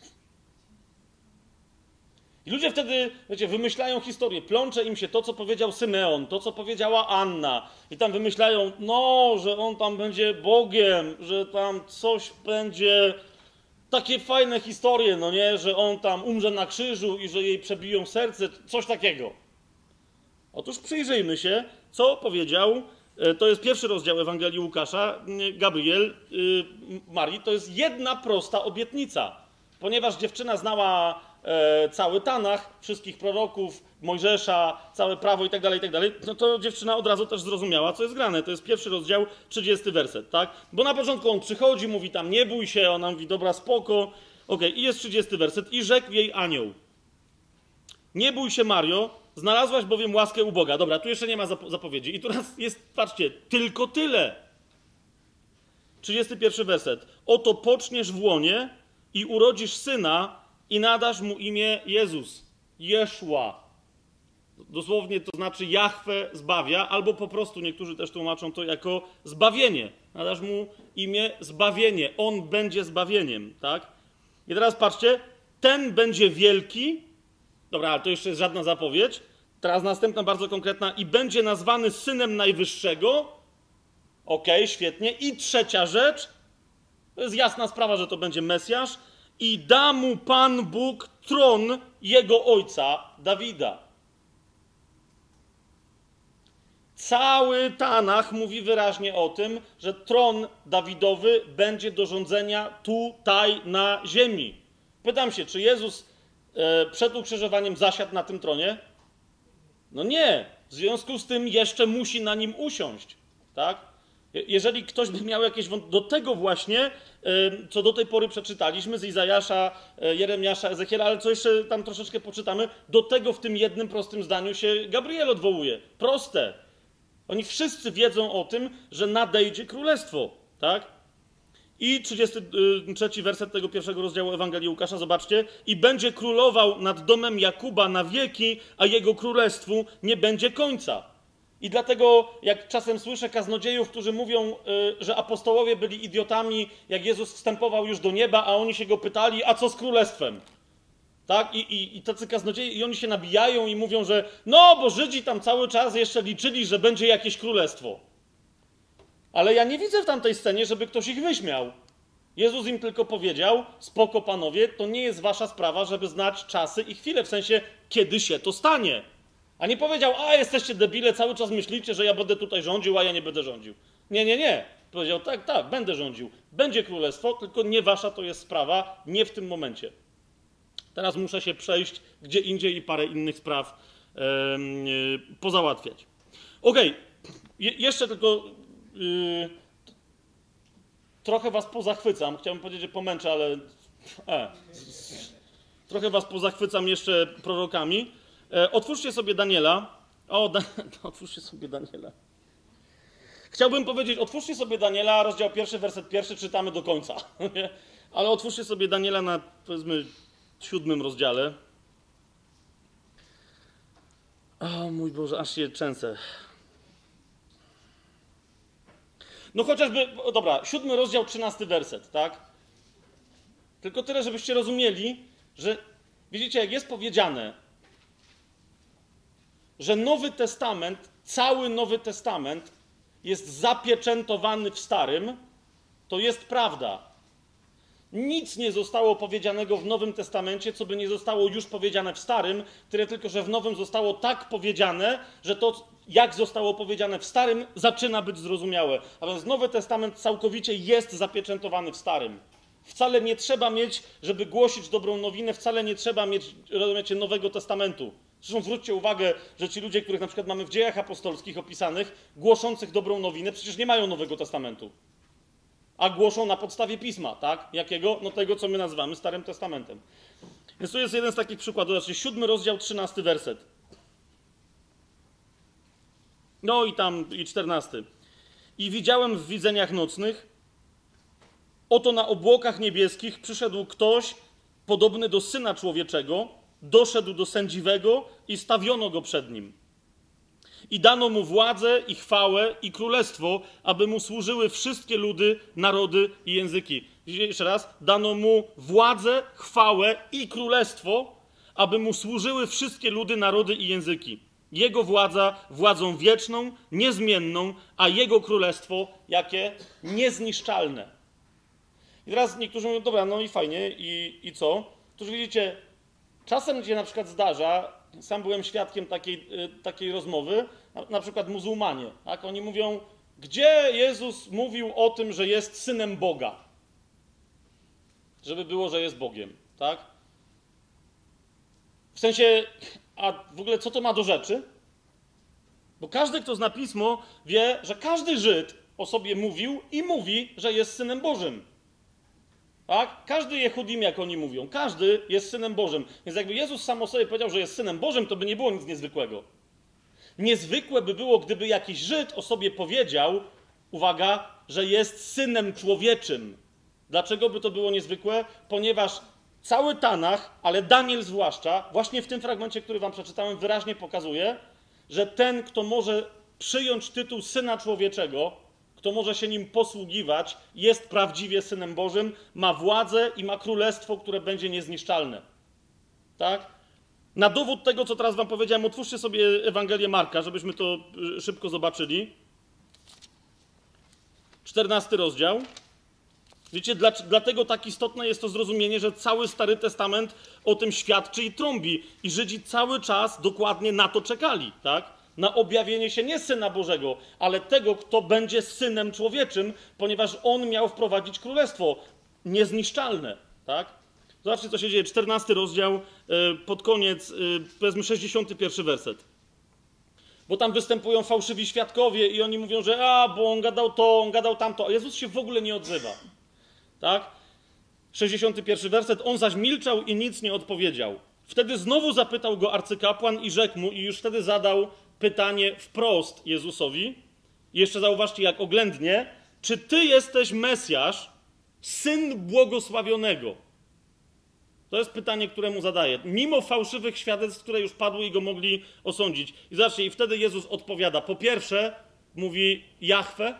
I ludzie wtedy, wiecie, wymyślają historię. Plącze im się to, co powiedział Symeon, to, co powiedziała Anna. I tam wymyślają, no, że on tam będzie Bogiem, że tam coś będzie... Takie fajne historie, no nie? Że on tam umrze na krzyżu i że jej przebiją serce. Coś takiego. Otóż przyjrzyjmy się, co powiedział... To jest pierwszy rozdział Ewangelii Łukasza. Gabriel, Marii, to jest jedna prosta obietnica. Ponieważ dziewczyna znała cały Tanach, wszystkich proroków, Mojżesza, całe prawo i tak dalej, i tak dalej, no to dziewczyna od razu też zrozumiała, co jest grane. To jest pierwszy rozdział, trzydziesty werset, tak? Bo na początku on przychodzi, mówi tam, nie bój się, ona mówi, dobra, spoko. Okej, okay. I jest trzydziesty werset. I rzekł jej anioł. Nie bój się, Mario, znalazłaś bowiem łaskę u Boga. Dobra, tu jeszcze nie ma zapo- zapowiedzi. I teraz jest, patrzcie, tylko tyle. trzydziesty pierwszy werset. Oto poczniesz w łonie i urodzisz syna i nadasz mu imię Jezus. Jeszła. Dosłownie to znaczy Jahwe zbawia, albo po prostu niektórzy też tłumaczą to jako zbawienie. Nadasz mu imię zbawienie. On będzie zbawieniem, tak? I teraz patrzcie, ten będzie wielki. Dobra, ale to jeszcze jest żadna zapowiedź. Teraz następna bardzo konkretna. I będzie nazwany Synem Najwyższego. Okej, okay, świetnie. I trzecia rzecz. To jest jasna sprawa, że to będzie Mesjasz. I da mu Pan Bóg tron jego ojca Dawida. Cały Tanach mówi wyraźnie o tym, że tron Dawidowy będzie do rządzenia tutaj na ziemi. Pytam się, czy Jezus e, przed ukrzyżowaniem zasiadł na tym tronie? No nie. W związku z tym jeszcze musi na nim usiąść. Tak? Jeżeli ktoś by miał jakieś wątpliwości, do tego właśnie, co do tej pory przeczytaliśmy z Izajasza, Jeremiasza, Ezechiela, ale co jeszcze tam troszeczkę poczytamy, do tego w tym jednym prostym zdaniu się Gabriel odwołuje. Proste. Oni wszyscy wiedzą o tym, że nadejdzie królestwo. Tak? I trzydziesty trzeci werset tego pierwszego rozdziału Ewangelii Łukasza, zobaczcie. I będzie królował nad domem Jakuba na wieki, a jego królestwu nie będzie końca. I dlatego, jak czasem słyszę kaznodziejów, którzy mówią, że apostołowie byli idiotami, jak Jezus wstępował już do nieba, a oni się go pytali, a co z królestwem? Tak? I, i, i tacy kaznodzieje, i oni się nabijają i mówią, że no, bo Żydzi tam cały czas jeszcze liczyli, że będzie jakieś królestwo. Ale ja nie widzę w tamtej scenie, żeby ktoś ich wyśmiał. Jezus im tylko powiedział, spoko panowie, to nie jest wasza sprawa, żeby znać czasy i chwile, w sensie, kiedy się to stanie. A nie powiedział, a jesteście debile, cały czas myślicie, że ja będę tutaj rządził, a ja nie będę rządził. Nie, nie, nie. Powiedział, tak, tak, będę rządził. Będzie królestwo, tylko nie wasza to jest sprawa, nie w tym momencie. Teraz muszę się przejść gdzie indziej i parę innych spraw yy, yy, pozałatwiać. Okej, Je- jeszcze tylko yy, trochę was pozachwycam. Chciałbym powiedzieć, że pomęczę, ale e, trochę was pozachwycam jeszcze prorokami. E, otwórzcie sobie Daniela. O, da, otwórzcie sobie Daniela. Chciałbym powiedzieć, otwórzcie sobie Daniela, rozdział pierwszy, werset pierwszy, czytamy do końca. Ale otwórzcie sobie Daniela na, powiedzmy, siódmym rozdziale. O mój Boże, aż się trzęsę. No chociażby, dobra, siódmy rozdział, trzynasty werset, tak? Tylko tyle, żebyście rozumieli, że, widzicie, jak jest powiedziane, że Nowy Testament, cały Nowy Testament jest zapieczętowany w Starym, to jest prawda. Nic nie zostało powiedzianego w Nowym Testamencie, co by nie zostało już powiedziane w Starym, tyle tylko, że w Nowym zostało tak powiedziane, że to, jak zostało powiedziane w Starym, zaczyna być zrozumiałe. A więc Nowy Testament całkowicie jest zapieczętowany w Starym. Wcale nie trzeba mieć, żeby głosić dobrą nowinę, wcale nie trzeba mieć, rozumiecie, Nowego Testamentu. Zresztą zwróćcie uwagę, że ci ludzie, których na przykład mamy w dziejach apostolskich opisanych, głoszących dobrą nowinę, przecież nie mają Nowego Testamentu. A głoszą na podstawie Pisma, tak? Jakiego? No tego, co my nazywamy Starym Testamentem. Więc to jest jeden z takich przykładów. Zobaczcie, siódmy rozdział, trzynasty werset. No i tam, i czternasty. I widziałem w widzeniach nocnych, oto na obłokach niebieskich przyszedł ktoś podobny do Syna Człowieczego, doszedł do Sędziwego i stawiono go przed nim. I dano mu władzę i chwałę i królestwo, aby mu służyły wszystkie ludy, narody i języki. Jeszcze raz. Dano mu władzę, chwałę i królestwo, aby mu służyły wszystkie ludy, narody i języki. Jego władza władzą wieczną, niezmienną, a jego królestwo jakie? Niezniszczalne. I teraz niektórzy mówią, dobra, no i fajnie, i, i co? Otóż widzicie, czasem się na przykład zdarza, sam byłem świadkiem takiej, takiej rozmowy, na, na przykład muzułmanie, tak? Oni mówią, gdzie Jezus mówił o tym, że jest Synem Boga? Żeby było, że jest Bogiem, tak? W sensie, a w ogóle co to ma do rzeczy? Bo każdy, kto zna Pismo, wie, że każdy Żyd o sobie mówił i mówi, że jest Synem Bożym. Tak? Każdy Jehudim, jak oni mówią, każdy jest Synem Bożym. Więc jakby Jezus sam o sobie powiedział, że jest Synem Bożym, to by nie było nic niezwykłego. Niezwykłe by było, gdyby jakiś Żyd o sobie powiedział, uwaga, że jest Synem Człowieczym. Dlaczego by to było niezwykłe? Ponieważ cały Tanach, ale Daniel zwłaszcza, właśnie w tym fragmencie, który wam przeczytałem, wyraźnie pokazuje, że ten, kto może przyjąć tytuł Syna Człowieczego, kto może się nim posługiwać, jest prawdziwie Synem Bożym, ma władzę i ma królestwo, które będzie niezniszczalne. Tak? Na dowód tego, co teraz wam powiedziałem, otwórzcie sobie Ewangelię Marka, żebyśmy to szybko zobaczyli. czternasty rozdział. Wiecie, dlatego tak istotne jest to zrozumienie, że cały Stary Testament o tym świadczy i trąbi. I Żydzi cały czas dokładnie na to czekali, tak? Na objawienie się nie Syna Bożego, ale tego, kto będzie Synem Człowieczym, ponieważ On miał wprowadzić królestwo niezniszczalne, tak? Zobaczcie, co się dzieje. czternasty rozdział, pod koniec, powiedzmy sześćdziesiąty pierwszy werset. Bo tam występują fałszywi świadkowie i oni mówią, że a, bo on gadał to, on gadał tamto, a Jezus się w ogóle nie odzywa. Tak? sześćdziesiąty pierwszy werset. On zaś milczał i nic nie odpowiedział. Wtedy znowu zapytał go arcykapłan i rzekł mu, i już wtedy zadał pytanie wprost Jezusowi. I jeszcze zauważcie, jak oględnie. Czy ty jesteś Mesjasz, Syn Błogosławionego? To jest pytanie, które mu zadaje. Mimo fałszywych świadectw, które już padły i go mogli osądzić. I zobaczcie, i wtedy Jezus odpowiada. Po pierwsze, mówi Jahwe.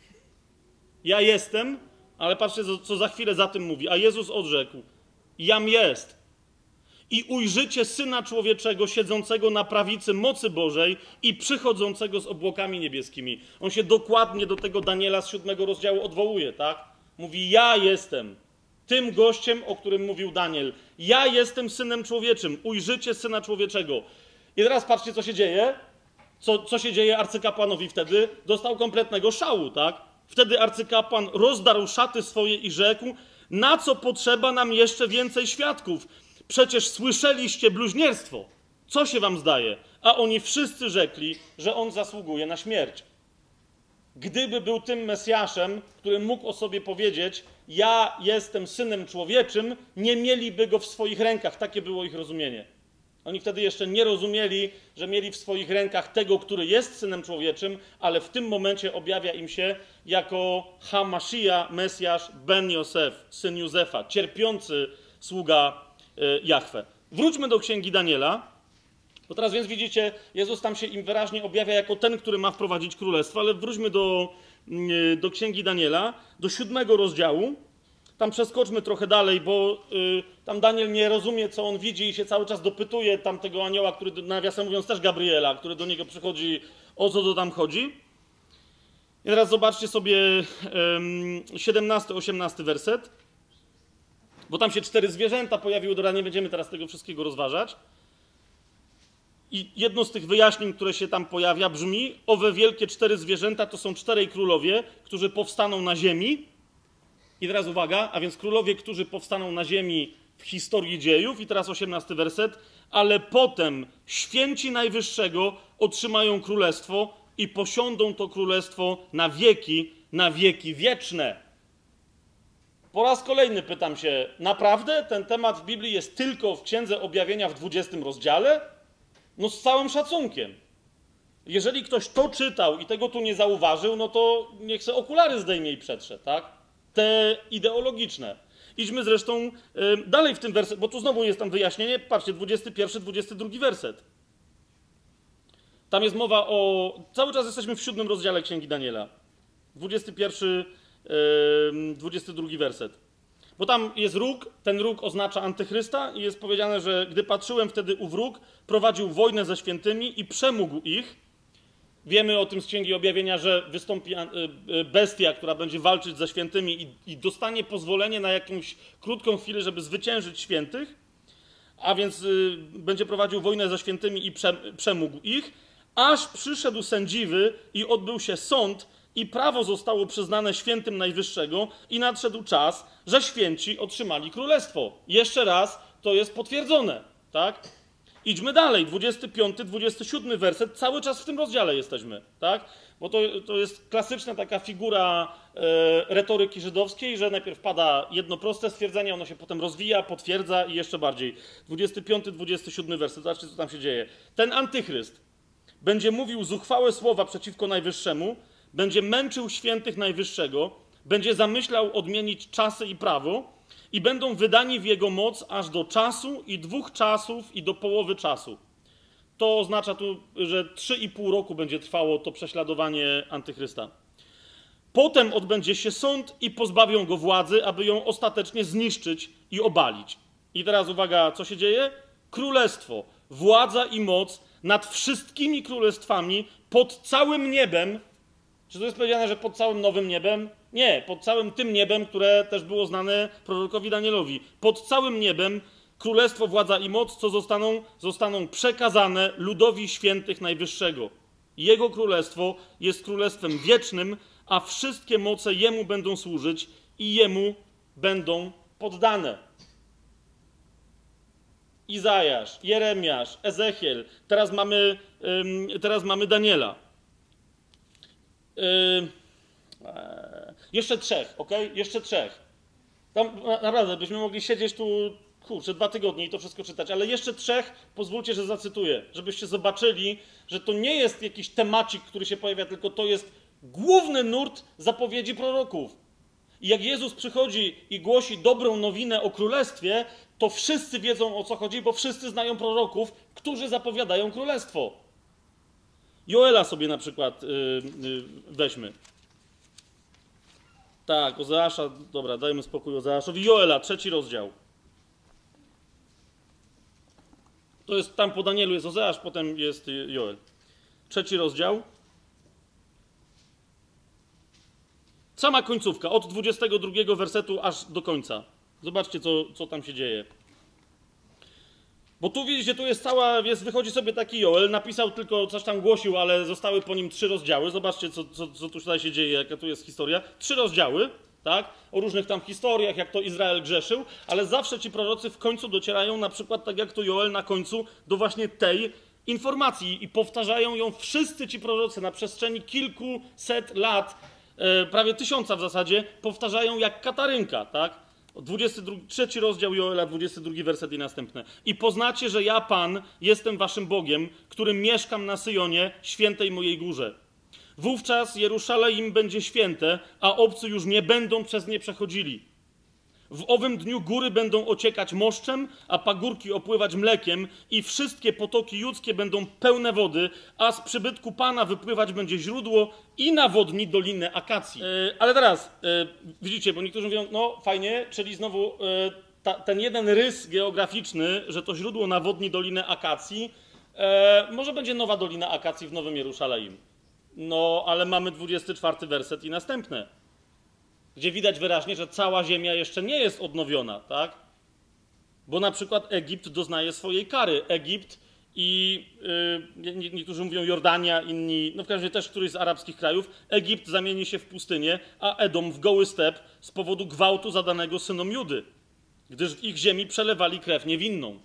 Ja jestem. Ale patrzcie, co za chwilę za tym mówi. A Jezus odrzekł, jam jest. I ujrzycie Syna Człowieczego siedzącego na prawicy mocy Bożej i przychodzącego z obłokami niebieskimi. On się dokładnie do tego Daniela z siódmego rozdziału odwołuje, tak? Mówi, ja jestem tym gościem, o którym mówił Daniel. Ja jestem Synem Człowieczym. Ujrzycie Syna Człowieczego. I teraz patrzcie, co się dzieje. Co, co się dzieje arcykapłanowi wtedy? Dostał kompletnego szału, tak? Wtedy arcykapłan rozdarł szaty swoje i rzekł, na co potrzeba nam jeszcze więcej świadków? Przecież słyszeliście bluźnierstwo. Co się wam zdaje? A oni wszyscy rzekli, że on zasługuje na śmierć. Gdyby był tym Mesjaszem, który mógł o sobie powiedzieć, ja jestem Synem Człowieczym, nie mieliby go w swoich rękach. Takie było ich rozumienie. Oni wtedy jeszcze nie rozumieli, że mieli w swoich rękach tego, który jest Synem Człowieczym, ale w tym momencie objawia im się jako Hamasija, Mesjasz, Ben Josef, syn Józefa, cierpiący sługa y, Jahwe. Wróćmy do Księgi Daniela, bo teraz więc widzicie, Jezus tam się im wyraźnie objawia jako ten, który ma wprowadzić królestwo, ale wróćmy do, y, do Księgi Daniela, do siódmego rozdziału. Tam przeskoczmy trochę dalej, bo y, tam Daniel nie rozumie, co on widzi i się cały czas dopytuje tamtego anioła, który, nawiasem mówiąc, też Gabriela, który do niego przychodzi, o co to tam chodzi. I teraz zobaczcie sobie y, siedemnasty osiemnasty werset, bo tam się cztery zwierzęta pojawiły, dobra, nie będziemy teraz tego wszystkiego rozważać. I jedno z tych wyjaśnień, które się tam pojawia, brzmi, owe wielkie cztery zwierzęta to są czterej królowie, którzy powstaną na ziemi. I teraz uwaga, a więc królowie, którzy powstaną na ziemi w historii dziejów, i teraz osiemnasty werset, ale potem święci Najwyższego otrzymają królestwo i posiądą to królestwo na wieki, na wieki wieczne. Po raz kolejny pytam się, naprawdę ten temat w Biblii jest tylko w Księdze Objawienia w dwudziestym rozdziale? No z całym szacunkiem. Jeżeli ktoś to czytał i tego tu nie zauważył, no to niech se okulary zdejmie i przetrze, tak? Te ideologiczne. Idźmy zresztą y, dalej w tym wersecie, bo tu znowu jest tam wyjaśnienie. Patrzcie, dwudziesty pierwszy, dwudziesty drugi werset. Tam jest mowa o... Cały czas jesteśmy w siódmym rozdziale Księgi Daniela. dwudziesty pierwszy, y, dwudziesty drugi werset. Bo tam jest róg, ten róg oznacza antychrysta i jest powiedziane, że gdy patrzyłem wtedy u wróg, prowadził wojnę ze świętymi i przemógł ich. Wiemy o tym z Księgi Objawienia, że wystąpi bestia, która będzie walczyć ze świętymi i, i dostanie pozwolenie na jakąś krótką chwilę, żeby zwyciężyć świętych, a więc y, będzie prowadził wojnę ze świętymi i prze, przemógł ich, aż przyszedł sędziwy i odbył się sąd i prawo zostało przyznane świętym Najwyższego i nadszedł czas, że święci otrzymali królestwo. Jeszcze raz to jest potwierdzone, tak? Idźmy dalej, dwudziesty piąty, dwudziesty siódmy werset, cały czas w tym rozdziale jesteśmy, tak? Bo to, to jest klasyczna taka figura e, retoryki żydowskiej, że najpierw pada jedno proste stwierdzenie, ono się potem rozwija, potwierdza i jeszcze bardziej. dwudziesty piąty, dwudziesty siódmy werset, zobaczcie, co tam się dzieje. Ten antychryst będzie mówił zuchwałe słowa przeciwko Najwyższemu, będzie męczył świętych Najwyższego, będzie zamyślał odmienić czasy i prawo, i będą wydani w jego moc aż do czasu i dwóch czasów i do połowy czasu. To oznacza tu, że trzy i pół roku będzie trwało to prześladowanie antychrysta. Potem odbędzie się sąd i pozbawią go władzy, aby ją ostatecznie zniszczyć i obalić. I teraz uwaga, co się dzieje? Królestwo, władza i moc nad wszystkimi królestwami pod całym niebem. Czy to jest powiedziane, że pod całym nowym niebem? Nie, pod całym tym niebem, które też było znane prorokowi Danielowi. Pod całym niebem królestwo, władza i moc, co zostaną, zostaną przekazane ludowi świętych Najwyższego. Jego królestwo jest królestwem wiecznym, a wszystkie moce jemu będą służyć i jemu będą poddane. Izajasz, Jeremiasz, Ezechiel, teraz mamy, ym, teraz mamy Daniela. Yy, jeszcze trzech, ok? Jeszcze trzech. Tam naprawdę byśmy mogli siedzieć tu, kurczę, dwa tygodnie i to wszystko czytać, ale jeszcze trzech, pozwólcie, że zacytuję, żebyście zobaczyli, że to nie jest jakiś temacik, który się pojawia, tylko to jest główny nurt zapowiedzi proroków. I jak Jezus przychodzi i głosi dobrą nowinę o królestwie, to wszyscy wiedzą, o co chodzi, bo wszyscy znają proroków, którzy zapowiadają królestwo. Joela sobie na przykład yy, yy, weźmy. Tak, Ozeasza, dobra, dajmy spokój Ozeaszowi. Joela, trzeci rozdział. To jest, tam po Danielu jest Ozeasz, potem jest Joel. Trzeci rozdział. Sama końcówka, od dwudziestego drugiego wersetu aż do końca. Zobaczcie, co, co tam się dzieje. Bo tu widzicie, tu jest cała, jest, wychodzi sobie taki Joel, napisał tylko, coś tam głosił, ale zostały po nim trzy rozdziały. Zobaczcie, co, co, co tu tutaj się dzieje, jaka tu jest historia. Trzy rozdziały, tak? O różnych tam historiach, jak to Izrael grzeszył, ale zawsze ci prorocy w końcu docierają, na przykład tak jak to Joel na końcu, do właśnie tej informacji i powtarzają ją wszyscy ci prorocy na przestrzeni kilkuset lat, e, prawie tysiąca w zasadzie, powtarzają jak katarynka, tak? dwudziesty drugi, trzeci rozdział Joela, dwudziesty drugi werset i następne. I poznacie, że ja, Pan, jestem waszym Bogiem, którym mieszkam na Syjonie, świętej mojej górze. Wówczas Jerusalem będzie święte, a obcy już nie będą przez nie przechodzili. W owym dniu góry będą ociekać moszczem, a pagórki opływać mlekiem i wszystkie potoki judzkie będą pełne wody, a z przybytku Pana wypływać będzie źródło i nawodni dolinę akacji. Yy, ale teraz, yy, widzicie, bo niektórzy mówią, no fajnie, czyli znowu yy, ta, ten jeden rys geograficzny, że to źródło nawodni dolinę akacji, yy, może będzie nowa dolina akacji w Nowym Jerusalem. No, ale mamy dwudziesty czwarty werset i następne, gdzie widać wyraźnie, że cała ziemia jeszcze nie jest odnowiona, tak? Bo na przykład Egipt doznaje swojej kary. Egipt i yy, niektórzy mówią Jordania, inni, no w każdym razie też któryś z arabskich krajów. Egipt zamieni się w pustynię, a Edom w goły step z powodu gwałtu zadanego synom Judy, gdyż w ich ziemi przelewali krew niewinną.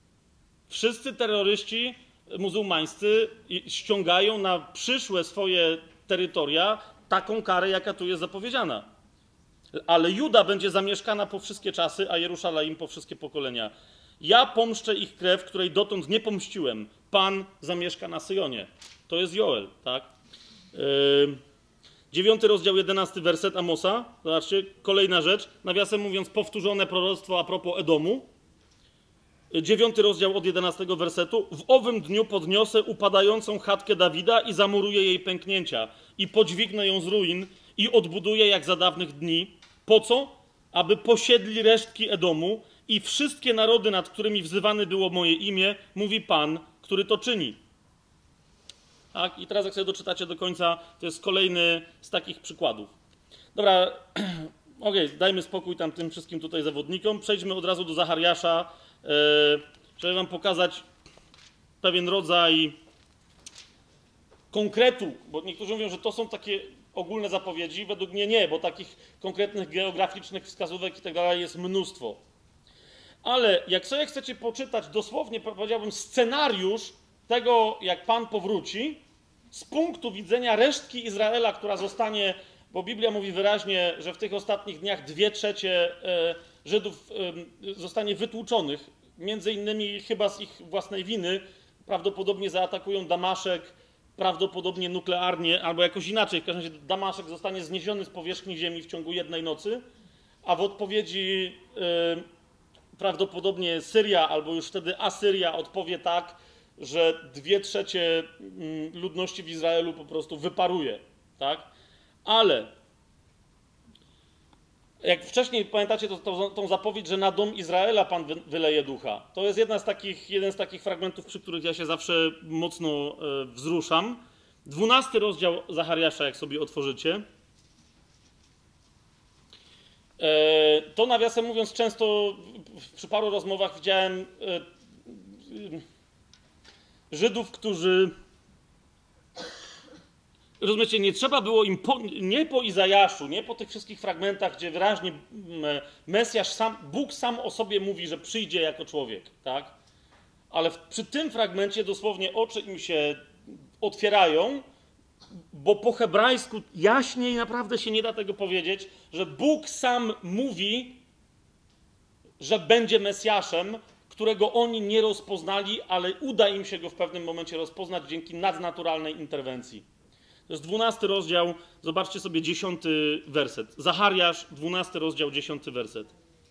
Wszyscy terroryści muzułmańscy ściągają na przyszłe swoje terytoria taką karę, jaka tu jest zapowiedziana. Ale Juda będzie zamieszkana po wszystkie czasy, a Jerusalem po wszystkie pokolenia. Ja pomszczę ich krew, której dotąd nie pomściłem. Pan zamieszka na Syjonie. To jest Joel, tak? Yy, dziewiąty rozdział, jedenasty werset Amosa. Zobaczcie, kolejna rzecz. Nawiasem mówiąc, powtórzone proroctwo a propos Edomu. Dziewiąty rozdział od jedenastego wersetu. W owym dniu podniosę upadającą chatkę Dawida i zamuruję jej pęknięcia. I podźwignę ją z ruin i odbuduję jak za dawnych dni. Po co? Aby posiedli resztki Edomu i wszystkie narody, nad którymi wzywane było moje imię, mówi Pan, który to czyni. Tak? I teraz jak sobie doczytacie do końca, to jest kolejny z takich przykładów. Dobra, okej, okay, dajmy spokój tam tym wszystkim tutaj zawodnikom. Przejdźmy od razu do Zachariasza, yy, żeby wam pokazać pewien rodzaj konkretu, bo niektórzy mówią, że to są takie ogólne zapowiedzi. Według mnie nie, bo takich konkretnych geograficznych wskazówek i tak dalej jest mnóstwo. Ale jak sobie chcecie poczytać dosłownie, powiedziałbym, scenariusz tego, jak Pan powróci, z punktu widzenia resztki Izraela, która zostanie, bo Biblia mówi wyraźnie, że w tych ostatnich dniach dwie trzecie Żydów zostanie wytłuczonych, między innymi chyba z ich własnej winy, prawdopodobnie zaatakują Damaszek, prawdopodobnie nuklearnie, albo jakoś inaczej. W każdym razie Damaszek zostanie zniesiony z powierzchni ziemi w ciągu jednej nocy, a w odpowiedzi yy, prawdopodobnie Syria, albo już wtedy Asyria odpowie tak, że dwie trzecie ludności w Izraelu po prostu wyparuje. Tak? Ale jak wcześniej pamiętacie to, to, tą zapowiedź, że na dom Izraela Pan wy, wyleje ducha. To jest jedna z takich, jeden z takich fragmentów, przy których ja się zawsze mocno e, wzruszam. Dwunasty rozdział Zachariasza, jak sobie otworzycie. E, to nawiasem mówiąc, często przy paru rozmowach widziałem e, e, Żydów, którzy... Rozumiecie, nie trzeba było im, po, nie po Izajaszu, nie po tych wszystkich fragmentach, gdzie wyraźnie Mesjasz, sam, Bóg sam o sobie mówi, że przyjdzie jako człowiek, tak? Ale w, przy tym fragmencie dosłownie oczy im się otwierają, bo po hebrajsku jaśniej naprawdę się nie da tego powiedzieć, że Bóg sam mówi, że będzie Mesjaszem, którego oni nie rozpoznali, ale uda im się go w pewnym momencie rozpoznać dzięki nadnaturalnej interwencji. To jest dwunasty rozdział, zobaczcie sobie dziesiąty werset. Zachariasz, dwunasty rozdział, dziesiąty werset.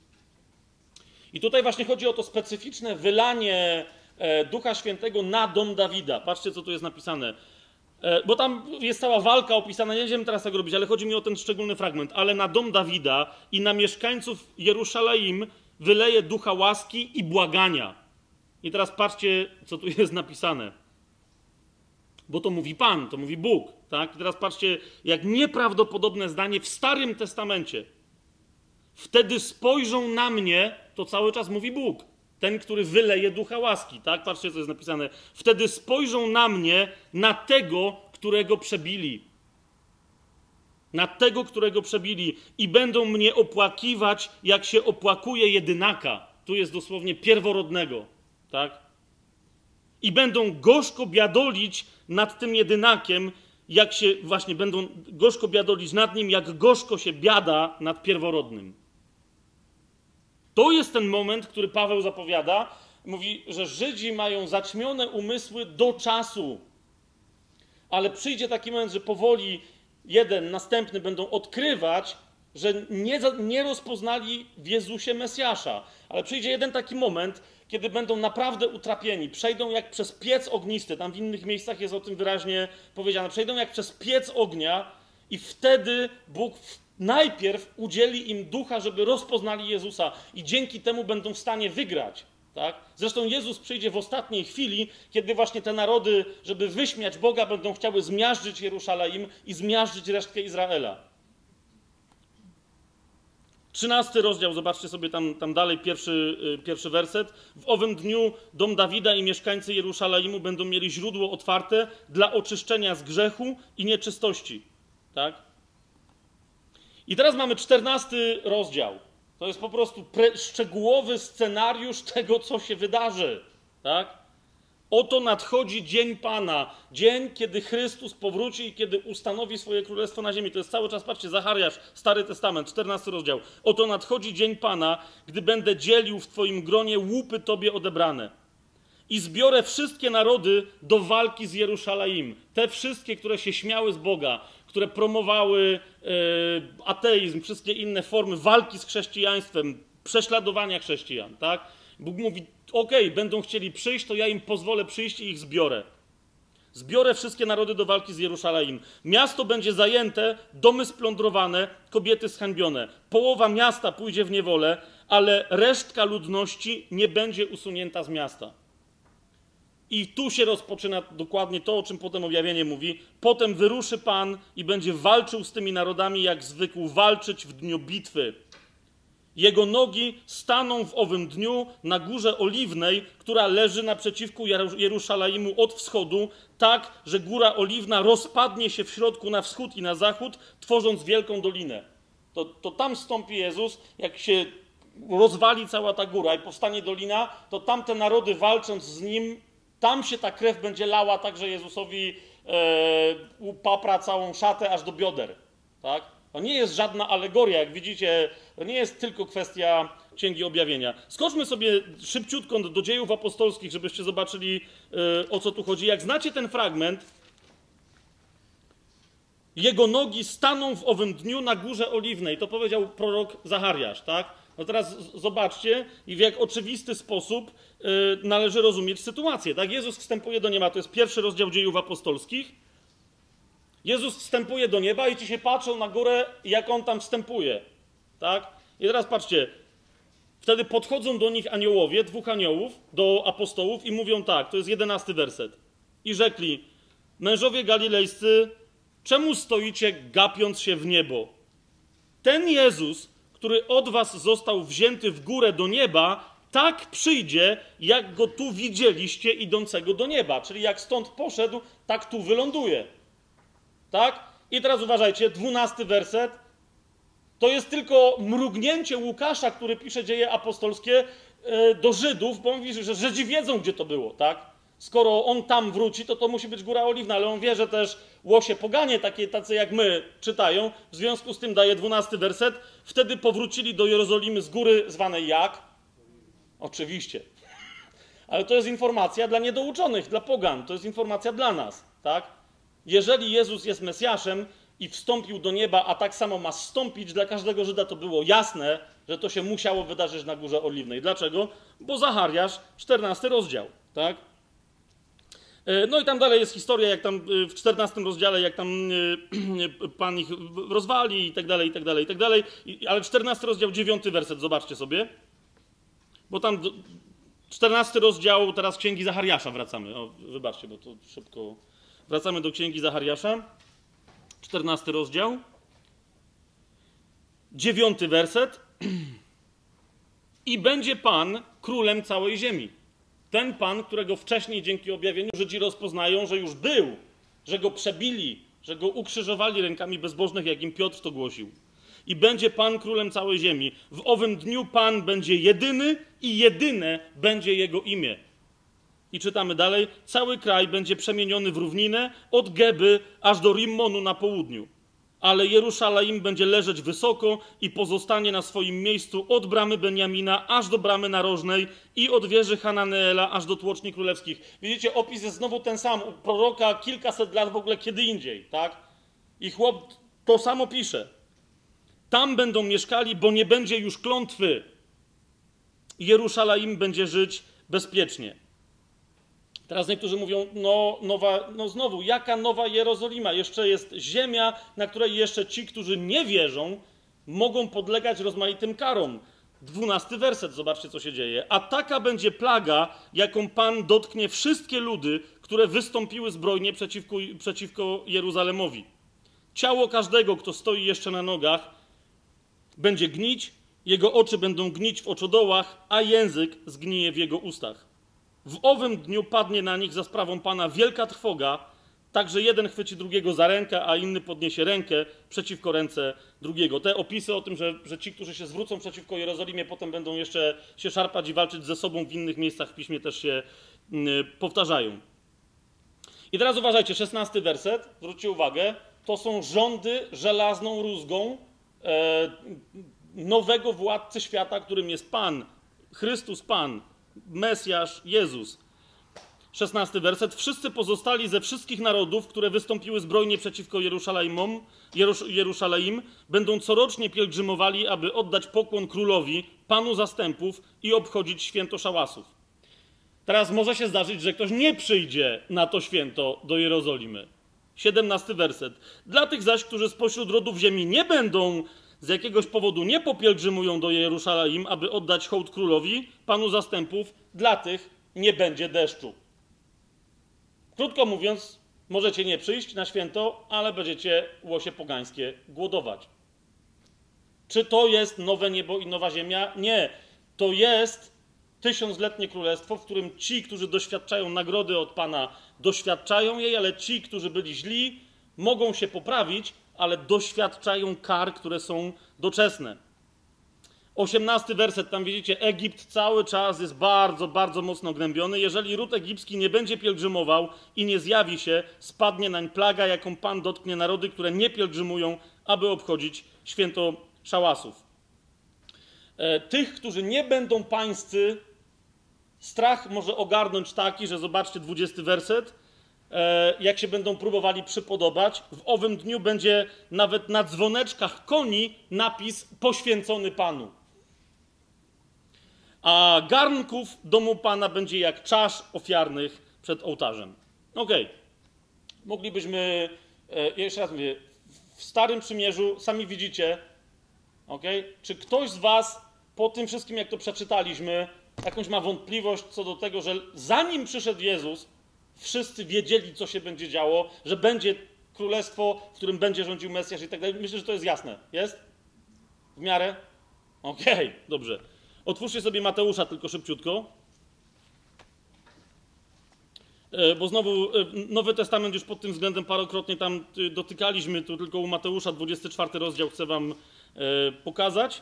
I tutaj właśnie chodzi o to specyficzne wylanie e, Ducha Świętego na dom Dawida. Patrzcie, co tu jest napisane. E, bo tam jest cała walka opisana, nie będziemy teraz tego robić, ale chodzi mi o ten szczególny fragment. Ale na dom Dawida i na mieszkańców Jeruszalaim wyleje ducha łaski i błagania. I teraz patrzcie, co tu jest napisane. Bo to mówi Pan, to mówi Bóg. Tak? I teraz patrzcie, jak nieprawdopodobne zdanie w Starym Testamencie. Wtedy spojrzą na mnie, to cały czas mówi Bóg. Ten, który wyleje ducha łaski. Tak? Patrzcie, co jest napisane. Wtedy spojrzą na mnie, na tego, którego przebili. Na tego, którego przebili. I będą mnie opłakiwać, jak się opłakuje jedynaka. Tu jest dosłownie pierworodnego. Tak? I będą gorzko biadolić nad tym jedynakiem, jak się właśnie będą gorzko biadolić nad nim, jak gorzko się biada nad pierworodnym. To jest ten moment, który Paweł zapowiada. Mówi, że Żydzi mają zaćmione umysły do czasu. Ale przyjdzie taki moment, że powoli jeden, następny będą odkrywać, że nie, nie rozpoznali w Jezusie Mesjasza. Ale przyjdzie jeden taki moment, kiedy będą naprawdę utrapieni, przejdą jak przez piec ognisty, tam w innych miejscach jest o tym wyraźnie powiedziane, przejdą jak przez piec ognia i wtedy Bóg najpierw udzieli im ducha, żeby rozpoznali Jezusa i dzięki temu będą w stanie wygrać. Tak? Zresztą Jezus przyjdzie w ostatniej chwili, kiedy właśnie te narody, żeby wyśmiać Boga, będą chciały zmiażdżyć Jeruszalaim i zmiażdżyć resztkę Izraela. Trzynasty rozdział, zobaczcie sobie tam, tam dalej, pierwszy, yy, pierwszy werset. W owym dniu dom Dawida i mieszkańcy Jeruzalemu będą mieli źródło otwarte dla oczyszczenia z grzechu i nieczystości. Tak? I teraz mamy czternasty rozdział. To jest po prostu pre- szczegółowy scenariusz tego, co się wydarzy. Tak? Oto nadchodzi dzień Pana, dzień, kiedy Chrystus powróci i kiedy ustanowi swoje królestwo na ziemi. To jest cały czas, patrzcie, Zachariasz, Stary Testament, czternasty rozdział. Oto nadchodzi dzień Pana, gdy będę dzielił w Twoim gronie łupy Tobie odebrane. I zbiorę wszystkie narody do walki z Jeruszalaim. Te wszystkie, które się śmiały z Boga, które promowały yy, ateizm, wszystkie inne formy walki z chrześcijaństwem, prześladowania chrześcijan, tak? Bóg mówi, okej, okay, będą chcieli przyjść, to ja im pozwolę przyjść i ich zbiorę. Zbiorę wszystkie narody do walki z Jeruszalaim. Miasto będzie zajęte, domy splądrowane, kobiety zhańbione. Połowa miasta pójdzie w niewolę, ale resztka ludności nie będzie usunięta z miasta. I tu się rozpoczyna dokładnie to, o czym potem objawienie mówi. Potem wyruszy Pan i będzie walczył z tymi narodami, jak zwykł walczyć w dniu bitwy. Jego nogi staną w owym dniu na górze oliwnej, która leży naprzeciwku Jeruszalaimu od wschodu, tak, że góra oliwna rozpadnie się w środku na wschód i na zachód, tworząc wielką dolinę. To, to tam wstąpi Jezus, jak się rozwali cała ta góra i powstanie dolina, to tamte narody walcząc z nim, tam się ta krew będzie lała tak, że Jezusowi e, upapra całą szatę aż do bioder. Tak? To nie jest żadna alegoria, jak widzicie, to nie jest tylko kwestia Księgi Objawienia. Skoczmy sobie szybciutko do Dziejów Apostolskich, żebyście zobaczyli, e, o co tu chodzi. Jak znacie ten fragment, jego nogi staną w owym dniu na Górze Oliwnej. To powiedział prorok Zachariasz, tak? No teraz zobaczcie, i w jak oczywisty sposób yy, należy rozumieć sytuację, tak? Jezus wstępuje do nieba, to jest pierwszy rozdział Dziejów Apostolskich. Jezus wstępuje do nieba i ci się patrzą na górę, jak on tam wstępuje, tak? I teraz patrzcie, wtedy podchodzą do nich aniołowie, dwóch aniołów, do apostołów i mówią tak, to jest jedenasty werset. I rzekli, mężowie galilejscy, czemu stoicie, gapiąc się w niebo? Ten Jezus, który od was został wzięty w górę do nieba, tak przyjdzie, jak go tu widzieliście idącego do nieba. Czyli jak stąd poszedł, tak tu wyląduje. Tak? I teraz uważajcie, dwunasty werset. To jest tylko mrugnięcie Łukasza, który pisze Dzieje Apostolskie do Żydów, bo on mówi, że Żydzi wiedzą, gdzie to było, tak? Skoro on tam wróci, to to musi być Góra Oliwna, ale on wie, że też łosie poganie, takie, tacy jak my, czytają. W związku z tym daje dwunasty werset. Wtedy powrócili do Jerozolimy z góry zwanej jak? Oczywiście. Ale to jest informacja dla niedouczonych, dla pogan. To jest informacja dla nas, tak? Jeżeli Jezus jest Mesjaszem i wstąpił do nieba, a tak samo ma zstąpić, dla każdego Żyda to było jasne, że to się musiało wydarzyć na Górze Oliwnej. Dlaczego? Bo Zachariasz, czternasty rozdział, tak? No i tam dalej jest historia, jak tam w czternastym rozdziale, jak tam Pan ich rozwali i tak dalej, i tak dalej, i tak dalej. Ale czternasty rozdział, dziewiąty werset, zobaczcie sobie. Bo tam czternasty rozdział, teraz Księgi Zachariasza wracamy. O, wybaczcie, bo to szybko. Wracamy do Księgi Zachariasza. czternasty rozdział. dziewiąty werset. I będzie Pan królem całej ziemi. Ten Pan, którego wcześniej dzięki objawieniu Żydzi rozpoznają, że już był, że go przebili, że go ukrzyżowali rękami bezbożnych, jak im Piotr to głosił. I będzie Pan królem całej ziemi. W owym dniu Pan będzie jedyny i jedyne będzie jego imię. I czytamy dalej. Cały kraj będzie przemieniony w równinę od Geby aż do Rimmonu na południu. Ale Jeruszalaim będzie leżeć wysoko i pozostanie na swoim miejscu od bramy Benjamina aż do bramy narożnej i od wieży Hananeela aż do tłoczni królewskich. Widzicie, opis jest znowu ten sam. U proroka kilkaset lat w ogóle kiedy indziej, tak? I chłop to samo pisze. Tam będą mieszkali, bo nie będzie już klątwy. Jeruszalaim będzie żyć bezpiecznie. Teraz niektórzy mówią, no, nowa, no znowu, jaka nowa Jerozolima? Jeszcze jest ziemia, na której jeszcze ci, którzy nie wierzą, mogą podlegać rozmaitym karom. Dwunasty werset, zobaczcie, co się dzieje. A taka będzie plaga, jaką Pan dotknie wszystkie ludy, które wystąpiły zbrojnie przeciwko, przeciwko Jeruzalemowi. Ciało każdego, kto stoi jeszcze na nogach, będzie gnić, jego oczy będą gnić w oczodołach, a język zgnije w jego ustach. W owym dniu padnie na nich za sprawą Pana wielka trwoga, tak że jeden chwyci drugiego za rękę, a inny podniesie rękę przeciwko ręce drugiego. Te opisy o tym, że, że ci, którzy się zwrócą przeciwko Jerozolimie, potem będą jeszcze się szarpać i walczyć ze sobą w innych miejscach w Piśmie też się yy, powtarzają. I teraz uważajcie, szesnasty werset, zwróćcie uwagę, to są rządy żelazną rózgą e, nowego władcy świata, którym jest Pan, Chrystus Pan, Mesjasz, Jezus. szesnasty werset. Wszyscy pozostali ze wszystkich narodów, które wystąpiły zbrojnie przeciwko Jerusalemom, Jerusz, Jerusalem, będą corocznie pielgrzymowali, aby oddać pokłon królowi, Panu zastępów i obchodzić święto szałasów. Teraz może się zdarzyć, że ktoś nie przyjdzie na to święto do Jerozolimy. siedemnasty werset. Dla tych zaś, którzy spośród rodów ziemi nie będą, z jakiegoś powodu nie popielgrzymują do Jerusalem, aby oddać hołd królowi, Panu zastępów, dla tych nie będzie deszczu. Krótko mówiąc, możecie nie przyjść na święto, ale będziecie, łosie pogańskie, głodować. Czy to jest nowe niebo i nowa ziemia? Nie. To jest tysiącletnie królestwo, w którym ci, którzy doświadczają nagrody od Pana, doświadczają jej, ale ci, którzy byli źli, mogą się poprawić, ale doświadczają kar, które są doczesne. osiemnasty werset, tam widzicie, Egipt cały czas jest bardzo, bardzo mocno gnębiony. Jeżeli ród egipski nie będzie pielgrzymował i nie zjawi się, spadnie nań plaga, jaką Pan dotknie narody, które nie pielgrzymują, aby obchodzić święto szałasów. E, tych, którzy nie będą pańscy, strach może ogarnąć taki, że zobaczcie dwudziesty werset, e, jak się będą próbowali przypodobać. W owym dniu będzie nawet na dzwoneczkach koni napis poświęcony Panu. A garnków domu Pana będzie jak czasz ofiarnych przed ołtarzem. Okej. Okay. Moglibyśmy, e, jeszcze raz mówię, w Starym Przymierzu, sami widzicie, okay, czy ktoś z was po tym wszystkim, jak to przeczytaliśmy, jakąś ma wątpliwość co do tego, że zanim przyszedł Jezus, wszyscy wiedzieli, co się będzie działo, że będzie królestwo, w którym będzie rządził Mesjasz i tak dalej. Myślę, że to jest jasne. Jest? W miarę? Okej, okay, dobrze. Otwórzcie sobie Mateusza tylko szybciutko. Bo znowu Nowy Testament już pod tym względem parokrotnie tam dotykaliśmy, tu tylko u Mateusza dwudziesty czwarty rozdział chcę wam pokazać.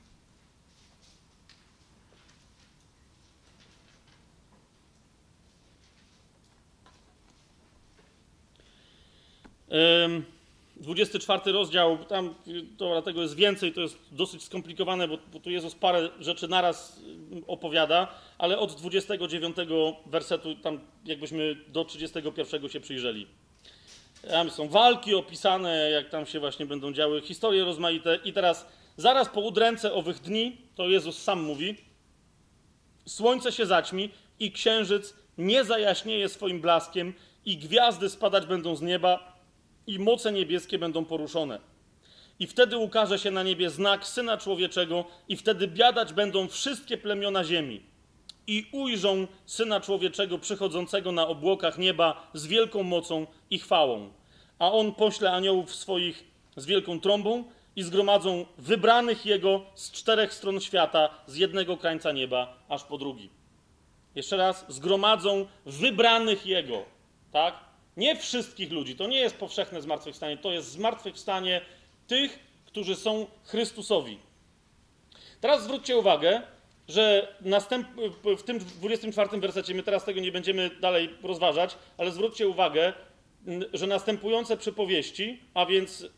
dwudziesty czwarty rozdział, tam to, tego jest więcej, to jest dosyć skomplikowane, bo, bo tu Jezus parę rzeczy naraz opowiada, ale od dwudziestego dziewiątego wersetu, tam jakbyśmy do trzydziestego pierwszego się przyjrzeli. Tam są walki opisane, jak tam się właśnie będą działy historie rozmaite. I teraz, zaraz po udręce owych dni, to Jezus sam mówi, słońce się zaćmi i księżyc nie zajaśnieje swoim blaskiem i gwiazdy spadać będą z nieba, i moce niebieskie będą poruszone. I wtedy ukaże się na niebie znak Syna Człowieczego i wtedy biadać będą wszystkie plemiona ziemi. I ujrzą Syna Człowieczego przychodzącego na obłokach nieba z wielką mocą i chwałą. A On pośle aniołów swoich z wielką trąbą i zgromadzą wybranych Jego z czterech stron świata, z jednego krańca nieba aż po drugi. Jeszcze raz, zgromadzą wybranych Jego, tak? Nie wszystkich ludzi, to nie jest powszechne zmartwychwstanie, to jest zmartwychwstanie tych, którzy są Chrystusowi. Teraz zwróćcie uwagę, że następ... w tym dwudziestym czwartym wersecie, my teraz tego nie będziemy dalej rozważać, ale zwróćcie uwagę, że następujące przypowieści, a więc yy,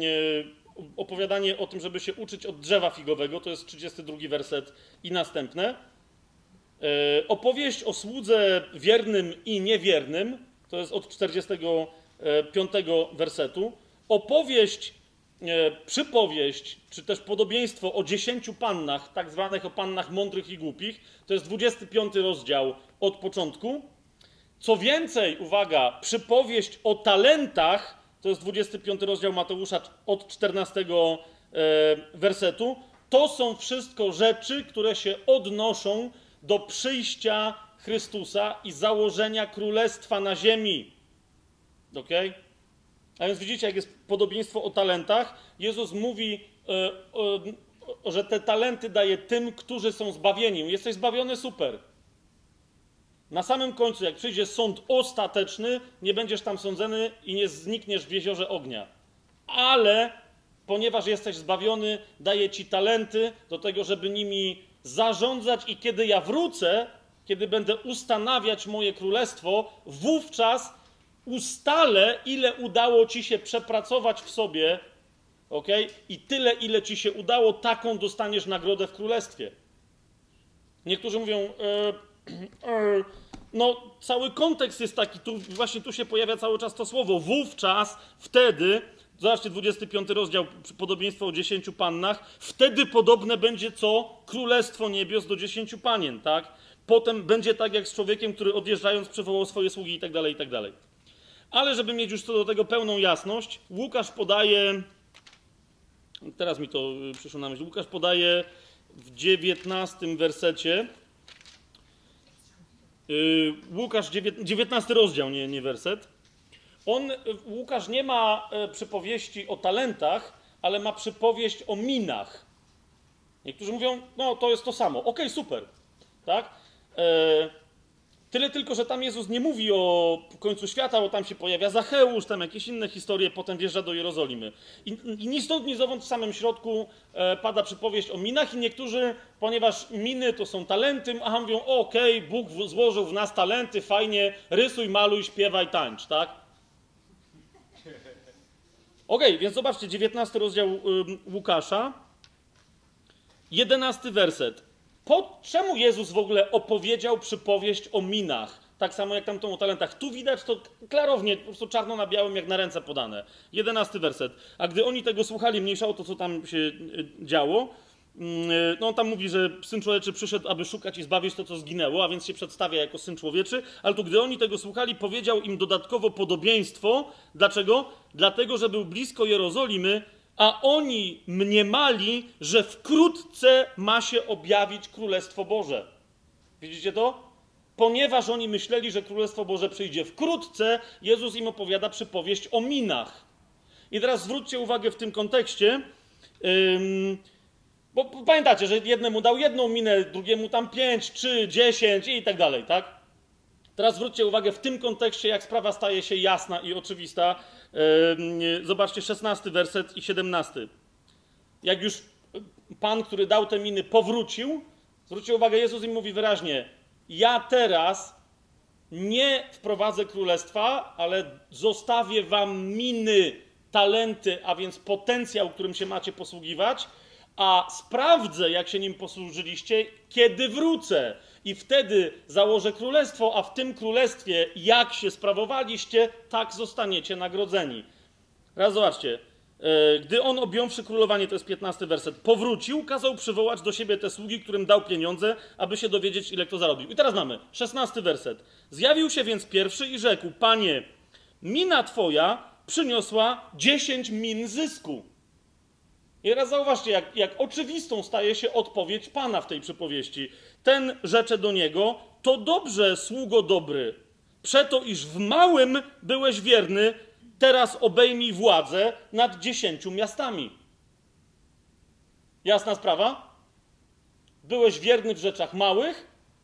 opowiadanie o tym, żeby się uczyć od drzewa figowego, to jest trzydziesty drugi werset i następne, yy, opowieść o słudze wiernym i niewiernym, to jest od czterdziestego piątego wersetu. Opowieść, e, przypowieść, czy też podobieństwo o dziesięciu pannach, tak zwanych o pannach mądrych i głupich, to jest dwudziesty piąty rozdział od początku. Co więcej, uwaga, przypowieść o talentach, to jest dwudziesty piąty rozdział Mateusza od czternastego e, wersetu. To są wszystko rzeczy, które się odnoszą do przyjścia Chrystusa i założenia królestwa na ziemi. Okej? A więc widzicie, jak jest podobieństwo o talentach. Jezus mówi, e, o, że te talenty daje tym, którzy są zbawieni. Jesteś zbawiony, super. Na samym końcu, jak przyjdzie sąd ostateczny, nie będziesz tam sądzony i nie znikniesz w jeziorze ognia. Ale ponieważ jesteś zbawiony, daje ci talenty do tego, żeby nimi zarządzać i kiedy ja wrócę, kiedy będę ustanawiać moje królestwo, wówczas ustalę, ile udało ci się przepracować w sobie, okay? I tyle, ile ci się udało, taką dostaniesz nagrodę w królestwie. Niektórzy mówią, e, e, no cały kontekst jest taki, tu, właśnie tu się pojawia cały czas to słowo, wówczas, wtedy, zobaczcie dwudziesty piąty rozdział, podobieństwo o dziesięciu pannach, wtedy podobne będzie co? Królestwo niebios do dziesięciu panien, tak? Potem będzie tak jak z człowiekiem, który odjeżdżając przywołał swoje sługi i tak dalej, i tak dalej. Ale żeby mieć już co do tego pełną jasność, Łukasz podaje, teraz mi to przyszło na myśl, Łukasz podaje w dziewiętnastym wersecie, yy, Łukasz, dziewiętnasty rozdział, nie, nie werset, on, Łukasz nie ma e, przypowieści o talentach, ale ma przypowieść o minach. Niektórzy mówią, no to jest to samo, okej, super, tak? E, Tyle tylko, że tam Jezus nie mówi o końcu świata, bo tam się pojawia Zacheusz, tam jakieś inne historie, potem wjeżdża do Jerozolimy. I, i ni stąd, ni zowąd w samym środku e, pada przypowieść o minach i niektórzy, ponieważ miny to są talenty, a mówią, okej, okay, Bóg w, złożył w nas talenty, fajnie, rysuj, maluj, śpiewaj, tańcz, tak? Okej, okay, więc zobaczcie, dziewiętnasty rozdział y, Łukasza, jedenasty werset. Po czemu Jezus w ogóle opowiedział przypowieść o minach? Tak samo jak tamtą o talentach. Tu widać to klarownie, po prostu czarno na białym, jak na ręce podane. Jedenasty werset. A gdy oni tego słuchali, mniejsza o to, co tam się działo, no on tam mówi, że Syn Człowieczy przyszedł, aby szukać i zbawić to, co zginęło, a więc się przedstawia jako Syn Człowieczy, ale tu, gdy oni tego słuchali, powiedział im dodatkowo podobieństwo. Dlaczego? Dlatego, że był blisko Jerozolimy, a oni mniemali, że wkrótce ma się objawić Królestwo Boże. Widzicie to? Ponieważ oni myśleli, że Królestwo Boże przyjdzie wkrótce, Jezus im opowiada przypowieść o minach. I teraz zwróćcie uwagę w tym kontekście, ym, bo pamiętacie, że jednemu dał jedną minę, drugiemu tam pięć, trzy, dziesięć i tak dalej, tak? Teraz zwróćcie uwagę w tym kontekście, jak sprawa staje się jasna i oczywista. Zobaczcie szesnasty werset i siedemnasty. Jak już Pan, który dał te miny, powrócił, zwróćcie uwagę, Jezus im mówi wyraźnie, ja teraz nie wprowadzę królestwa, ale zostawię wam miny, talenty, a więc potencjał, którym się macie posługiwać, a sprawdzę, jak się nim posłużyliście, kiedy wrócę. I wtedy założę królestwo, a w tym królestwie, jak się sprawowaliście, tak zostaniecie nagrodzeni. Raz zobaczcie. Gdy on objąwszy królowanie, to jest piętnasty werset, powrócił, kazał przywołać do siebie te sługi, którym dał pieniądze, aby się dowiedzieć, ile kto zarobił. I teraz mamy szesnasty werset. Zjawił się więc pierwszy i rzekł, Panie, mina twoja przyniosła dziesięć min zysku. I teraz zauważcie, jak, jak oczywistą staje się odpowiedź Pana w tej przypowieści. Ten rzecze do niego, to dobrze, sługo dobry, przeto iż w małym byłeś wierny, teraz obejmij władzę nad dziesięciu miastami. Jasna sprawa? Byłeś wierny w rzeczach małych,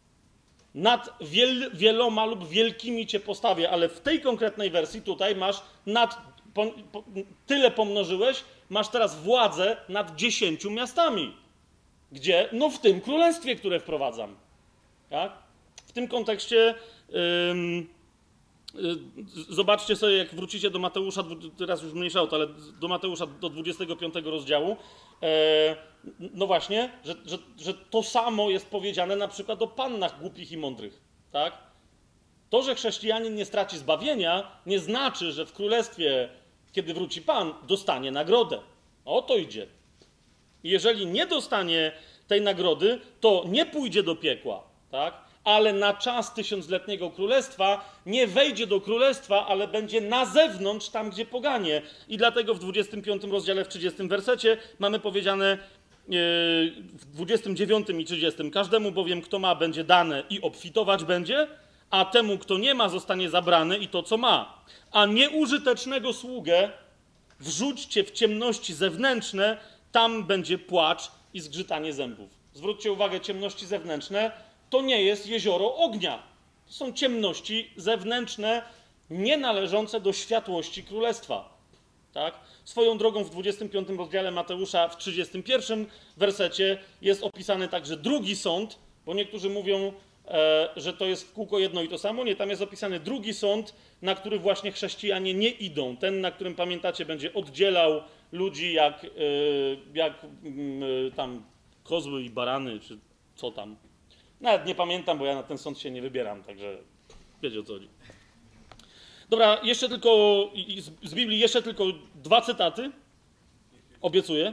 nad wiel, wieloma lub wielkimi cię postawię, ale w tej konkretnej wersji tutaj masz nad, po, po, tyle pomnożyłeś, masz teraz władzę nad dziesięciu miastami. Gdzie? No w tym królestwie, które wprowadzam. Tak? W tym kontekście ym, y, zobaczcie sobie, jak wrócicie do Mateusza, teraz już mniejsza o to, ale do Mateusza do dwudziestego piątego rozdziału, e, no właśnie, że, że, że to samo jest powiedziane na przykład o pannach głupich i mądrych. Tak? To, że chrześcijanin nie straci zbawienia, nie znaczy, że w królestwie, kiedy wróci Pan, dostanie nagrodę. O to idzie. I jeżeli nie dostanie tej nagrody, to nie pójdzie do piekła, tak? Ale na czas tysiącletniego królestwa nie wejdzie do królestwa, ale będzie na zewnątrz, tam gdzie poganie. I dlatego w dwudziestym piątym rozdziale, w trzydziestym wersecie mamy powiedziane yy, w dwudziestym dziewiątym i trzydziestym. Każdemu bowiem, kto ma, będzie dane i obfitować będzie, a temu, kto nie ma, zostanie zabrane i to, co ma. A nieużytecznego sługę wrzućcie w ciemności zewnętrzne, tam będzie płacz i zgrzytanie zębów. Zwróćcie uwagę, ciemności zewnętrzne to nie jest jezioro ognia. To są ciemności zewnętrzne, nie należące do światłości królestwa. Tak? Swoją drogą w dwudziestym piątym rozdziale Mateusza w trzydziestym pierwszym wersecie jest opisany także drugi sąd, bo niektórzy mówią, e, że to jest w kółko jedno i to samo. Nie, tam jest opisany drugi sąd, na który właśnie chrześcijanie nie idą. Ten, na którym, pamiętacie, będzie oddzielał ludzi jak, yy, jak yy, tam kozły i barany, czy co tam. Nawet nie pamiętam, bo ja na ten sąd się nie wybieram, także wiecie o co chodzi. Dobra, jeszcze tylko z Biblii jeszcze tylko dwa cytaty. Obiecuję.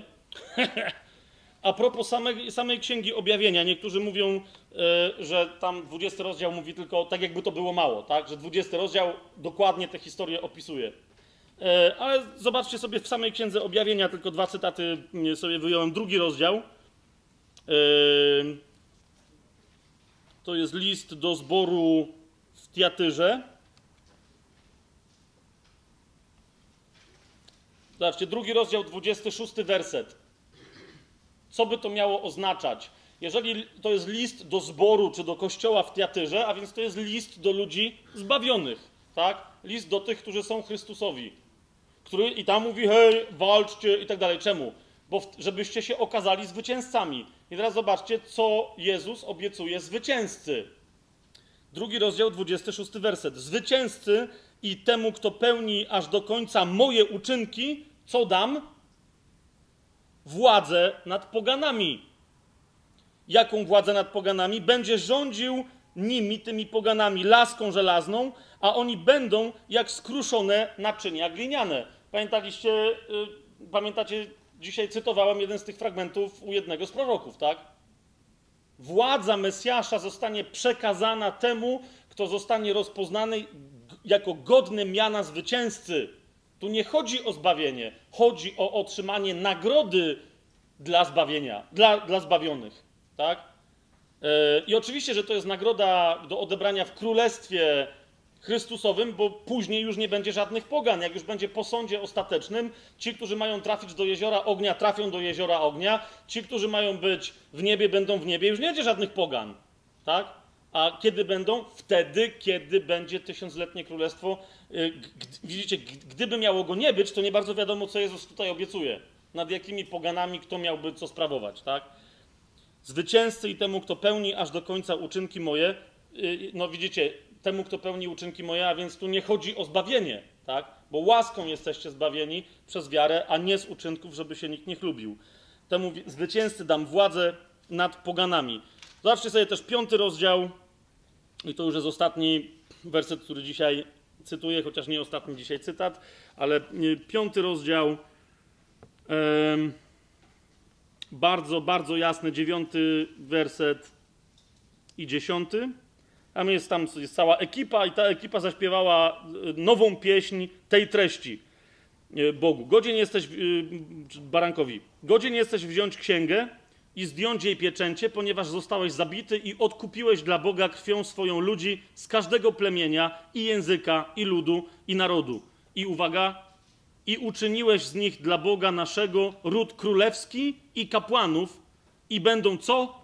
A propos samej, samej Księgi Objawienia. Niektórzy mówią, yy, że tam dwudziesty rozdział mówi tylko tak, jakby to było mało, tak? Że dwudziesty rozdział dokładnie tę historię opisuje. Ale zobaczcie sobie w samej Księdze Objawienia, tylko dwa cytaty sobie wyjąłem. Drugi rozdział. To jest list do zboru w Tiatyrze. Zobaczcie, drugi rozdział, dwudziesty szósty werset. Co by to miało oznaczać? jeżeli to jest list do zboru czy do kościoła w Tiatyrze, a więc to jest list do ludzi zbawionych, tak? List do tych, którzy są Chrystusowi. Który i tam mówi, hej, walczcie i tak dalej. Czemu? Bo w, żebyście się okazali zwycięzcami. I teraz zobaczcie, co Jezus obiecuje zwycięzcy. Drugi rozdział, dwudziesty szósty werset. Zwycięzcy i temu, kto pełni aż do końca moje uczynki, co dam? Władzę nad poganami. Jaką władzę nad poganami? Będzie rządził nimi, tymi poganami, laską żelazną, a oni będą jak skruszone naczynia gliniane. Pamiętaliście, yy, pamiętacie, dzisiaj cytowałem jeden z tych fragmentów u jednego z proroków, tak? Władza Mesjasza zostanie przekazana temu, kto zostanie rozpoznany jako godny miana zwycięzcy. Tu nie chodzi o zbawienie, chodzi o otrzymanie nagrody dla zbawienia, dla, dla zbawionych, tak? Yy, I oczywiście, że to jest nagroda do odebrania w Królestwie Chrystusowym, bo później już nie będzie żadnych pogan. Jak już będzie po sądzie ostatecznym, ci, którzy mają trafić do jeziora ognia, trafią do jeziora ognia. Ci, którzy mają być w niebie, będą w niebie. Już nie będzie żadnych pogan, tak? A kiedy będą? Wtedy, kiedy będzie tysiącletnie królestwo. Widzicie, gdyby miało go nie być, to nie bardzo wiadomo, co Jezus tutaj obiecuje. Nad jakimi poganami kto miałby co sprawować, tak? Zwycięzcy i temu, kto pełni aż do końca uczynki moje. No widzicie, temu, kto pełni uczynki moje, a więc tu nie chodzi o zbawienie, tak? Bo łaską jesteście zbawieni przez wiarę, a nie z uczynków, żeby się nikt nie chlubił. Temu zwycięzcy dam władzę nad poganami. Zobaczcie sobie też piąty rozdział, i to już jest ostatni werset, który dzisiaj cytuję, chociaż nie ostatni dzisiaj cytat, ale piąty rozdział, em, bardzo, bardzo jasny, dziewiąty werset i dziesiąty. Tam jest, tam jest cała ekipa i ta ekipa zaśpiewała nową pieśń tej treści Bogu. Godzien jesteś, barankowi, godzien jesteś wziąć księgę i zdjąć jej pieczęcie, ponieważ zostałeś zabity i odkupiłeś dla Boga krwią swoją ludzi z każdego plemienia i języka, i ludu, i narodu. I uwaga, i uczyniłeś z nich dla Boga naszego ród królewski i kapłanów i będą co?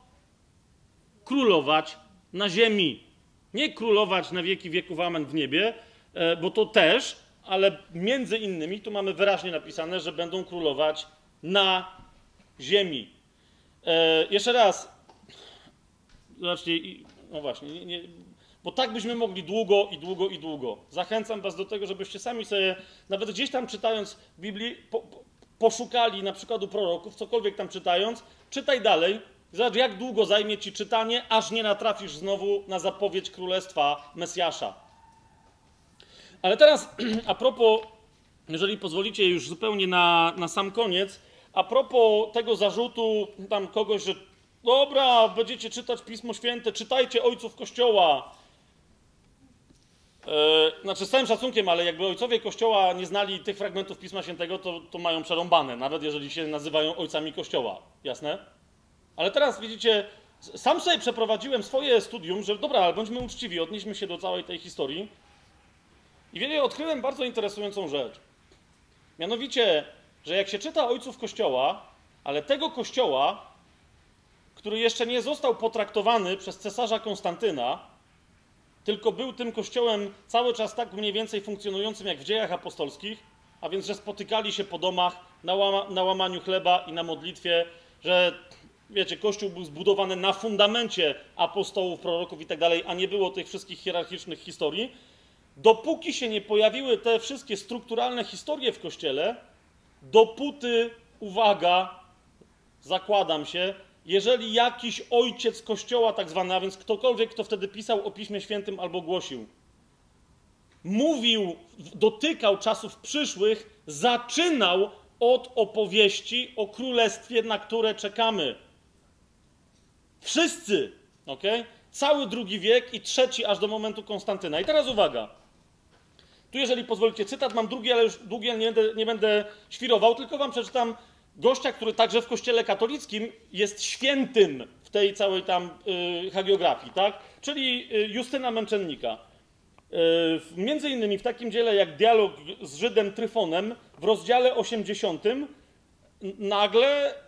Królować na ziemi. Nie królować na wieki wieków, amen, w niebie, bo to też, ale między innymi tu mamy wyraźnie napisane, że będą królować na ziemi. E, jeszcze raz, zobaczcie, no właśnie, nie, nie, bo tak byśmy mogli długo i długo i długo. Zachęcam was do tego, żebyście sami sobie, nawet gdzieś tam czytając Biblii, po, po, poszukali na przykład u proroków, cokolwiek tam czytając, czytaj dalej. Zobacz, jak długo zajmie ci czytanie, aż nie natrafisz znowu na zapowiedź Królestwa Mesjasza. Ale teraz, a propos, jeżeli pozwolicie już zupełnie na, na sam koniec, a propos tego zarzutu tam kogoś, że dobra, będziecie czytać Pismo Święte, czytajcie ojców Kościoła. Yy, znaczy z całym szacunkiem, ale jakby ojcowie Kościoła nie znali tych fragmentów Pisma Świętego, to, to mają przerąbane, nawet jeżeli się nazywają ojcami Kościoła. Jasne? Ale teraz widzicie, sam sobie przeprowadziłem swoje studium, że dobra, ale bądźmy uczciwi, odnieśmy się do całej tej historii. I wiecie, odkryłem bardzo interesującą rzecz. Mianowicie, że jak się czyta ojców Kościoła, ale tego Kościoła, który jeszcze nie został potraktowany przez cesarza Konstantyna, tylko był tym Kościołem cały czas tak mniej więcej funkcjonującym jak w dziejach apostolskich, a więc, że spotykali się po domach na, łama, na łamaniu chleba i na modlitwie, że wiecie, Kościół był zbudowany na fundamencie apostołów, proroków i tak dalej, a nie było tych wszystkich hierarchicznych historii. Dopóki się nie pojawiły te wszystkie strukturalne historie w Kościele, dopóty, uwaga, zakładam się, jeżeli jakiś ojciec Kościoła tak zwany, a więc ktokolwiek, kto wtedy pisał o Piśmie Świętym albo głosił, mówił, dotykał czasów przyszłych, zaczynał od opowieści o królestwie, na które czekamy. Wszyscy, ok? Cały drugi wiek i trzeci aż do momentu Konstantyna. I teraz uwaga. Tu, jeżeli pozwolicie, cytat mam drugi, ale już długi nie będę, nie będę świrował, tylko wam przeczytam gościa, który także w Kościele katolickim jest świętym w tej całej tam yy, hagiografii, tak? Czyli yy, Justyna Męczennika. Yy, między innymi w takim dziele jak Dialog z Żydem Tryfonem w rozdziale osiemdziesiątym nagle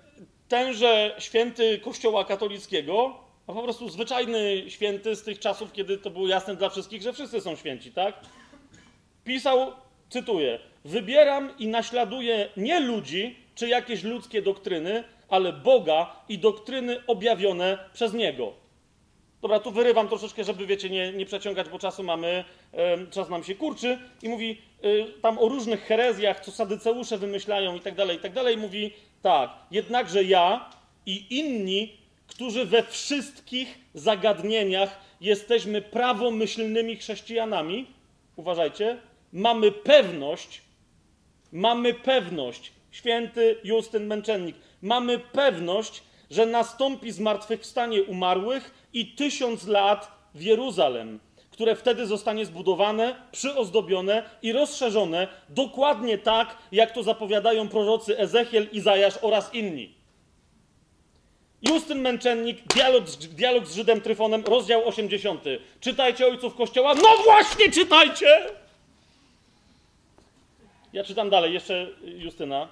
tenże święty Kościoła katolickiego, a po prostu zwyczajny święty z tych czasów, kiedy to było jasne dla wszystkich, że wszyscy są święci, tak? Pisał, cytuję, wybieram i naśladuję nie ludzi czy jakieś ludzkie doktryny, ale Boga i doktryny objawione przez Niego. Dobra, tu wyrywam troszeczkę, żeby, wiecie, nie, nie przeciągać, bo czasu mamy, e, czas nam się kurczy. I mówi e, tam o różnych herezjach, co sadyceusze wymyślają i tak dalej, i tak dalej. Mówi tak, jednakże ja i inni, którzy we wszystkich zagadnieniach jesteśmy prawomyślnymi chrześcijanami, uważajcie, mamy pewność, mamy pewność, święty Justyn Męczennik, mamy pewność, że nastąpi zmartwychwstanie umarłych i tysiąc lat w Jeruzalem, które wtedy zostanie zbudowane, przyozdobione i rozszerzone dokładnie tak, jak to zapowiadają prorocy Ezechiel, Izajasz oraz inni. Justyn Męczennik, dialog, dialog z Żydem Tryfonem, rozdział osiemdziesiąty. Czytajcie ojców Kościoła. No właśnie, czytajcie! Ja czytam dalej, jeszcze Justyna.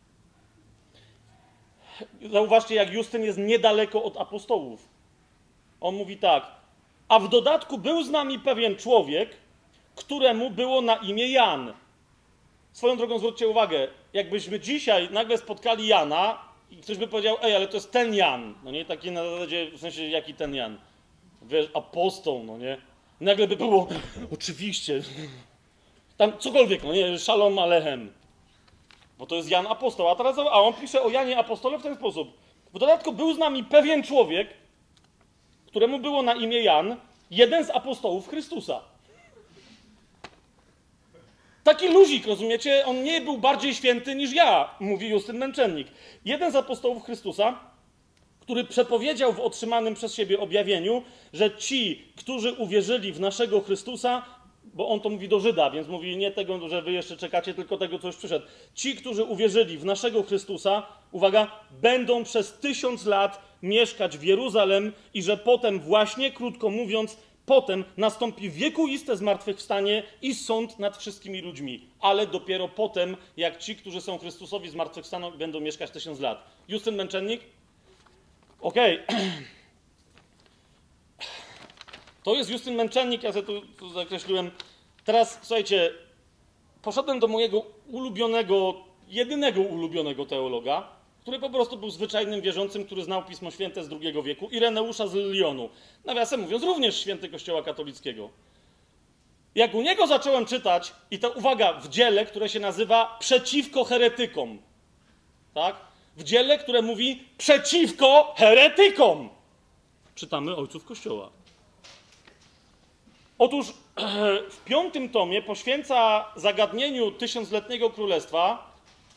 Zauważcie, jak Justyn jest niedaleko od apostołów. On mówi tak. A w dodatku był z nami pewien człowiek, któremu było na imię Jan. Swoją drogą zwróćcie uwagę, jakbyśmy dzisiaj nagle spotkali Jana i ktoś by powiedział, ej, ale to jest ten Jan. No nie, taki na zasadzie, w sensie, jaki ten Jan? Wiesz, apostoł, no nie? Nagle by było, oczywiście, tam cokolwiek, no nie, Shalom Alechem. Bo to jest Jan Apostoł, a teraz, a on pisze o Janie Apostole w ten sposób. W dodatku był z nami pewien człowiek, któremu było na imię Jan, jeden z apostołów Chrystusa. Taki luzik, rozumiecie? On nie był bardziej święty niż ja, mówi Justyn Męczennik. Jeden z apostołów Chrystusa, który przepowiedział w otrzymanym przez siebie objawieniu, że ci, którzy uwierzyli w naszego Chrystusa, bo on to mówi do Żyda, więc mówi nie tego, że wy jeszcze czekacie, tylko tego, co już przyszedł. Ci, którzy uwierzyli w naszego Chrystusa, uwaga, będą przez tysiąc lat mieszkać w Jeruzalem i że potem właśnie, krótko mówiąc, potem nastąpi wiekuiste zmartwychwstanie i sąd nad wszystkimi ludźmi. Ale dopiero potem, jak ci, którzy są Chrystusowi zmartwychwstaną, będą mieszkać tysiąc lat. Justyn Męczennik? Okej. Okay. To jest Justyn Męczennik, ja sobie tu, tu zakreśliłem. Teraz, słuchajcie, poszedłem do mojego ulubionego, jedynego ulubionego teologa, który po prostu był zwyczajnym wierzącym, który znał Pismo Święte z drugiego wieku, Ireneusza z Lyonu. Nawiasem mówiąc, również święty Kościoła katolickiego. Jak u niego zacząłem czytać, i to uwaga, w dziele, które się nazywa Przeciwko heretykom. Tak? W dziele, które mówi przeciwko heretykom. Czytamy ojców Kościoła. Otóż w piątym tomie poświęca zagadnieniu tysiącletniego królestwa,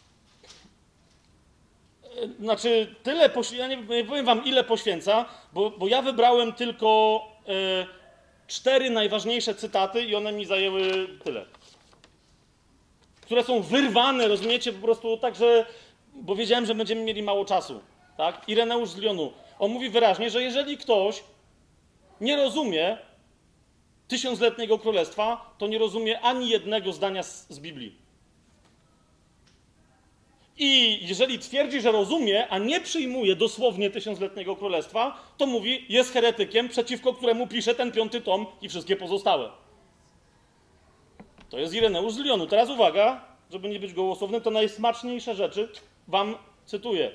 znaczy tyle, ja nie, nie powiem wam ile poświęca, bo, bo ja wybrałem tylko e, cztery najważniejsze cytaty i one mi zajęły tyle. Które są wyrwane, rozumiecie, po prostu tak, że, bo wiedziałem, że będziemy mieli mało czasu. Tak? Ireneusz z Lyonu. On mówi wyraźnie, że jeżeli ktoś nie rozumie tysiącletniego królestwa, to nie rozumie ani jednego zdania z, z Biblii. I jeżeli twierdzi, że rozumie, a nie przyjmuje dosłownie tysiącletniego królestwa, to mówi, jest heretykiem, przeciwko któremu pisze ten piąty tom i wszystkie pozostałe. To jest Ireneusz z Lyonu. Teraz uwaga, żeby nie być gołosłownym, to najsmaczniejsze rzeczy wam cytuję.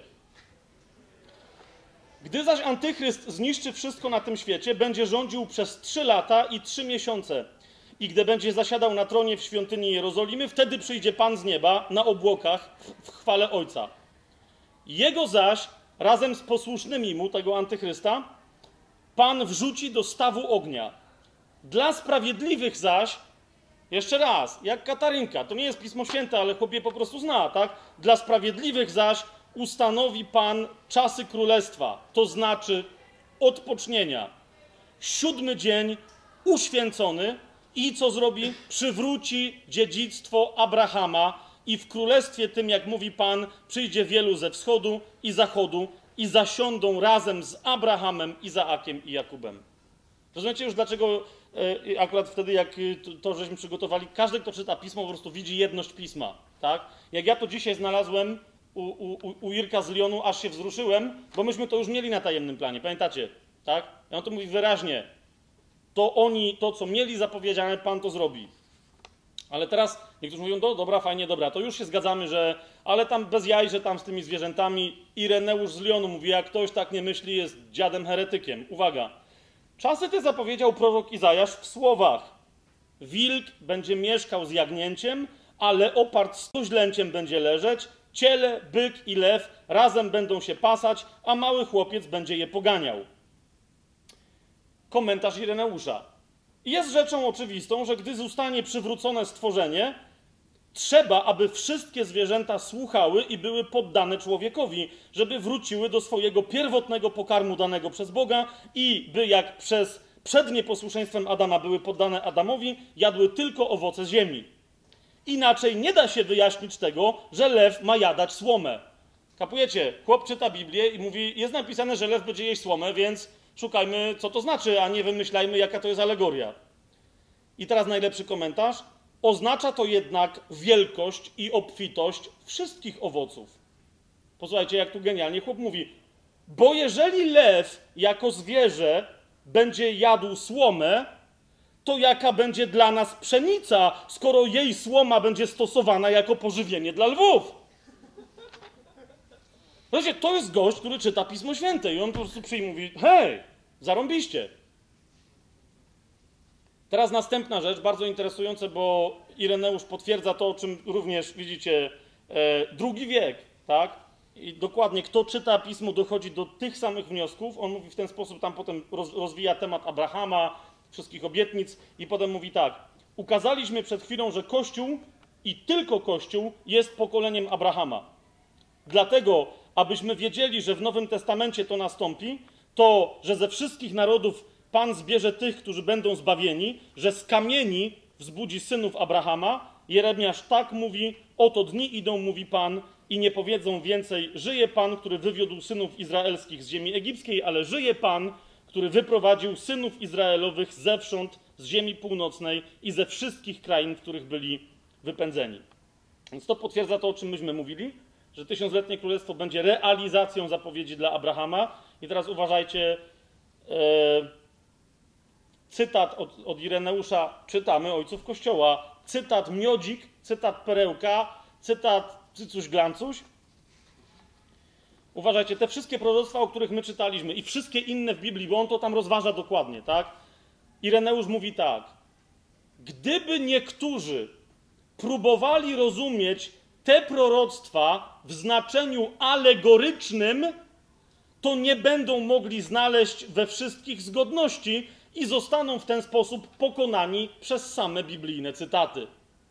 Gdy zaś Antychryst zniszczy wszystko na tym świecie, będzie rządził przez trzy lata i trzy miesiące. I gdy będzie zasiadał na tronie w świątyni Jerozolimy, wtedy przyjdzie Pan z nieba na obłokach w chwale Ojca. Jego zaś, razem z posłusznymi mu, tego Antychrysta, Pan wrzuci do stawu ognia. Dla sprawiedliwych zaś, jeszcze raz, jak Katarynka, to nie jest Pismo Święte, ale chłopie po prostu zna, tak? Dla sprawiedliwych zaś ustanowi Pan czasy królestwa, to znaczy odpocznienia. Siódmy dzień uświęcony i co zrobi? Przywróci dziedzictwo Abrahama i w królestwie tym, jak mówi Pan, przyjdzie wielu ze wschodu i zachodu i zasiądą razem z Abrahamem, Izaakiem i Jakubem. Rozumiecie już, dlaczego e, akurat wtedy, jak to, to żeśmy przygotowali, każdy, kto czyta Pismo, po prostu widzi jedność Pisma. Tak? Jak ja to dzisiaj znalazłem, u, u, u Irka z Lyonu, aż się wzruszyłem, bo myśmy to już mieli na tajemnym planie, pamiętacie? Tak? I on to mówi wyraźnie. To oni, to co mieli zapowiedziane, Pan to zrobi. Ale teraz niektórzy mówią, do, dobra, fajnie, dobra, to już się zgadzamy, że ale tam bez jaj, że tam z tymi zwierzętami. Ireneusz z Lyonu mówi, jak ktoś tak nie myśli, jest dziadem heretykiem. Uwaga. Czasy te zapowiedział prorok Izajasz w słowach. Wilk będzie mieszkał z jagnięciem, ale leopard z tuźlęciem będzie leżeć, ciele, byk i lew razem będą się pasać, a mały chłopiec będzie je poganiał. Komentarz Ireneusza. Jest rzeczą oczywistą, że gdy zostanie przywrócone stworzenie, trzeba, aby wszystkie zwierzęta słuchały i były poddane człowiekowi, żeby wróciły do swojego pierwotnego pokarmu danego przez Boga i by jak przez, przed nieposłuszeństwem Adama były poddane Adamowi, jadły tylko owoce ziemi. Inaczej nie da się wyjaśnić tego, że lew ma jadać słomę. Kapujecie? Chłop czyta Biblię i mówi, jest napisane, że lew będzie jeść słomę, więc szukajmy, co to znaczy, a nie wymyślajmy, jaka to jest alegoria. I teraz najlepszy komentarz. Oznacza to jednak wielkość i obfitość wszystkich owoców. Posłuchajcie, jak tu genialnie chłop mówi. Bo jeżeli lew jako zwierzę będzie jadł słomę, to jaka będzie dla nas pszenica, skoro jej słoma będzie stosowana jako pożywienie dla lwów? Słuchajcie, to jest gość, który czyta Pismo Święte i on po prostu przyjmie i mówi, hej, zarąbiście. Teraz następna rzecz, bardzo interesująca, bo Ireneusz potwierdza to, o czym również widzicie, e, drugi wiek, tak? I dokładnie, kto czyta Pismo, dochodzi do tych samych wniosków. On mówi w ten sposób, tam potem roz, rozwija temat Abrahama, wszystkich obietnic i potem mówi tak. Ukazaliśmy przed chwilą, że Kościół i tylko Kościół jest pokoleniem Abrahama. Dlatego, abyśmy wiedzieli, że w Nowym Testamencie to nastąpi, to, że ze wszystkich narodów Pan zbierze tych, którzy będą zbawieni, że z kamieni wzbudzi synów Abrahama. Jeremiasz tak mówi, oto dni idą, mówi Pan, i nie powiedzą więcej, żyje Pan, który wywiódł synów izraelskich z ziemi egipskiej, ale żyje Pan, który wyprowadził synów izraelowych zewsząd, z ziemi północnej i ze wszystkich krain, w których byli wypędzeni. Więc to potwierdza to, o czym myśmy mówili, że tysiącletnie królestwo będzie realizacją zapowiedzi dla Abrahama. I teraz uważajcie, e, cytat od, od Ireneusza czytamy, ojców Kościoła, cytat miodzik, cytat perełka, cytat cycuś glancuś. Uważajcie, te wszystkie proroctwa, o których my czytaliśmy i wszystkie inne w Biblii, bo on to tam rozważa dokładnie, tak? Ireneusz mówi tak. Gdyby niektórzy próbowali rozumieć te proroctwa w znaczeniu alegorycznym, to nie będą mogli znaleźć we wszystkich zgodności i zostaną w ten sposób pokonani przez same biblijne cytaty.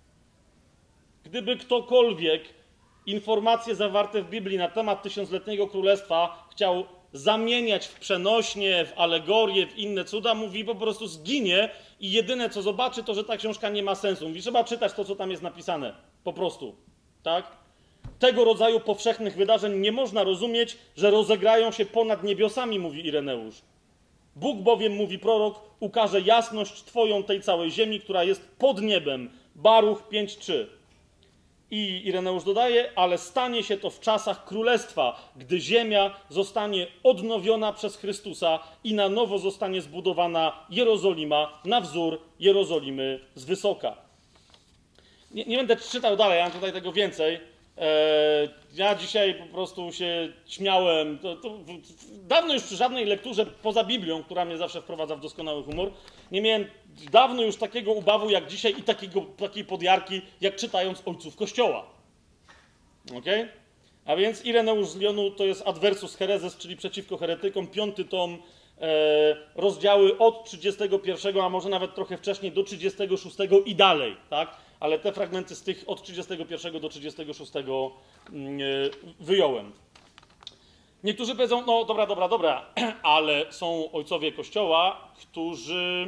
Gdyby ktokolwiek informacje zawarte w Biblii na temat tysiącletniego królestwa chciał zamieniać w przenośnie, w alegorię, w inne cuda, mówi po prostu zginie i jedyne co zobaczy to, że ta książka nie ma sensu. Mówi, trzeba czytać to, co tam jest napisane. Po prostu. Tak? Tego rodzaju powszechnych wydarzeń nie można rozumieć, że rozegrają się ponad niebiosami, mówi Ireneusz. Bóg bowiem, mówi prorok, ukaże jasność Twoją tej całej ziemi, która jest pod niebem. Baruch pięć trzy. I Ireneusz dodaje, ale stanie się to w czasach królestwa, gdy ziemia zostanie odnowiona przez Chrystusa i na nowo zostanie zbudowana Jerozolima na wzór Jerozolimy z wysoka. Nie, nie będę czytał dalej, ja mam tutaj tego więcej. Eee, ja dzisiaj po prostu się śmiałem. To, to, w, w, dawno już przy żadnej lekturze poza Biblią, która mnie zawsze wprowadza w doskonały humor, nie miałem dawno już takiego ubawu jak dzisiaj i takiego, takiej podjarki, jak czytając ojców Kościoła. Okay? A więc Ireneusz z Lyonu to jest Adversus Hereses, czyli przeciwko heretykom, piąty tom, e, rozdziały od trzydziestego pierwszego, a może nawet trochę wcześniej, do trzydziestego szóstego i dalej, tak? Ale te fragmenty z tych od trzydziestego pierwszego do trzydziestego szóstego wyjąłem. Niektórzy powiedzą, no dobra, dobra, dobra, ale są ojcowie Kościoła, którzy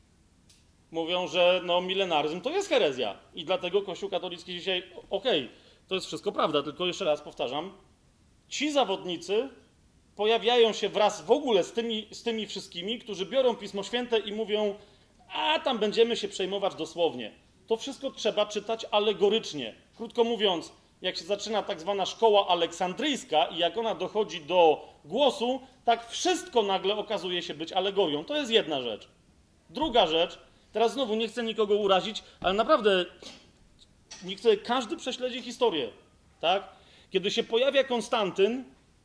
mówią, że no milenaryzm to jest herezja i dlatego Kościół katolicki dzisiaj, okej, okay, to jest wszystko prawda, tylko jeszcze raz powtarzam, ci zawodnicy pojawiają się wraz w ogóle z tymi, z tymi wszystkimi, którzy biorą Pismo Święte i mówią, a tam będziemy się przejmować dosłownie. To wszystko trzeba czytać alegorycznie. Krótko mówiąc, jak się zaczyna tak zwana szkoła aleksandryjska i jak ona dochodzi do głosu, tak wszystko nagle okazuje się być alegorią. To jest jedna rzecz. Druga rzecz, teraz znowu nie chcę nikogo urazić, ale naprawdę niech sobie każdy prześledzi historię, tak? Kiedy się pojawia Konstantyn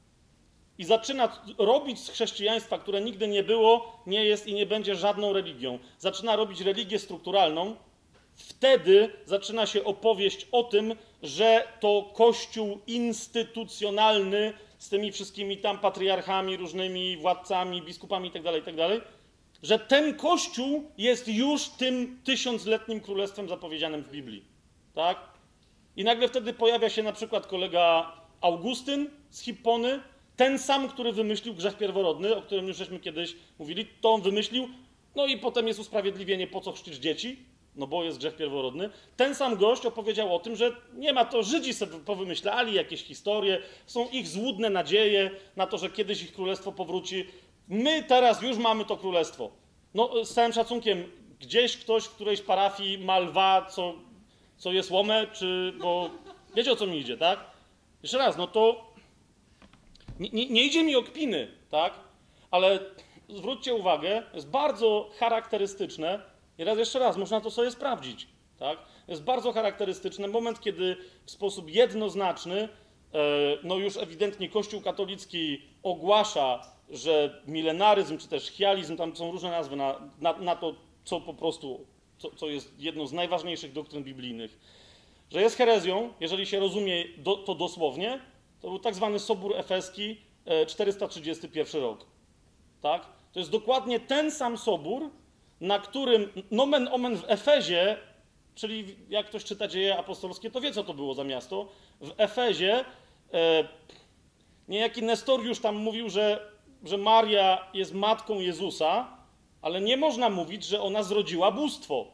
i zaczyna robić z chrześcijaństwa, które nigdy nie było, nie jest i nie będzie żadną religią, zaczyna robić religię strukturalną, wtedy zaczyna się opowieść o tym, że to kościół instytucjonalny z tymi wszystkimi tam patriarchami, różnymi władcami, biskupami itd., itd., że ten kościół jest już tym tysiącletnim królestwem zapowiedzianym w Biblii. Tak? I nagle wtedy pojawia się na przykład kolega Augustyn z Hippony, ten sam, który wymyślił grzech pierworodny, o którym już żeśmy kiedyś mówili, to on wymyślił, no i potem jest usprawiedliwienie, po co chrzcisz dzieci, no bo jest grzech pierworodny. Ten sam gość opowiedział o tym, że nie ma to, Żydzi sobie powymyślali jakieś historie, są ich złudne nadzieje na to, że kiedyś ich królestwo powróci. My teraz już mamy to królestwo. No z całym szacunkiem, gdzieś ktoś w którejś parafii ma lwa, co, co jest łomę, czy, bo wiecie o co mi idzie, tak? Jeszcze raz, no to nie, nie, nie idzie mi o kpiny, tak? Ale zwróćcie uwagę, jest bardzo charakterystyczne, i raz jeszcze raz, można to sobie sprawdzić, tak? Jest bardzo charakterystyczny moment, kiedy w sposób jednoznaczny, no już ewidentnie Kościół katolicki ogłasza, że milenaryzm, czy też chializm, tam są różne nazwy na, na, na to, co po prostu, co, co jest jedną z najważniejszych doktryn biblijnych, że jest herezją, jeżeli się rozumie do, to dosłownie, to był tak zwany Sobór Efeski, czterysta trzydziesty pierwszy rok, tak? To jest dokładnie ten sam sobór, na którym nomen omen w Efezie, czyli jak ktoś czyta dzieje apostolskie, to wie, co to było za miasto. W Efezie e, niejaki Nestoriusz tam mówił, że, że Maria jest matką Jezusa, ale nie można mówić, że ona zrodziła bóstwo.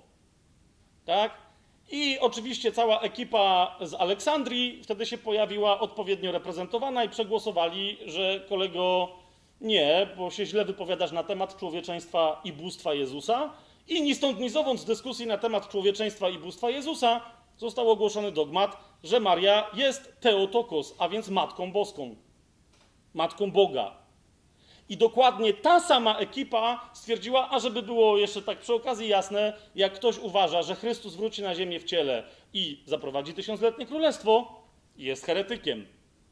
Tak? I oczywiście cała ekipa z Aleksandrii wtedy się pojawiła odpowiednio reprezentowana i przegłosowali, że kolego, nie, bo się źle wypowiadasz na temat człowieczeństwa i bóstwa Jezusa. I ni stąd, ni zowąd z dyskusji na temat człowieczeństwa i bóstwa Jezusa został ogłoszony dogmat, że Maria jest Theotokos, a więc Matką Boską. Matką Boga. I dokładnie ta sama ekipa stwierdziła, a żeby było jeszcze tak przy okazji jasne, jak ktoś uważa, że Chrystus wróci na ziemię w ciele i zaprowadzi tysiącletnie królestwo, jest heretykiem.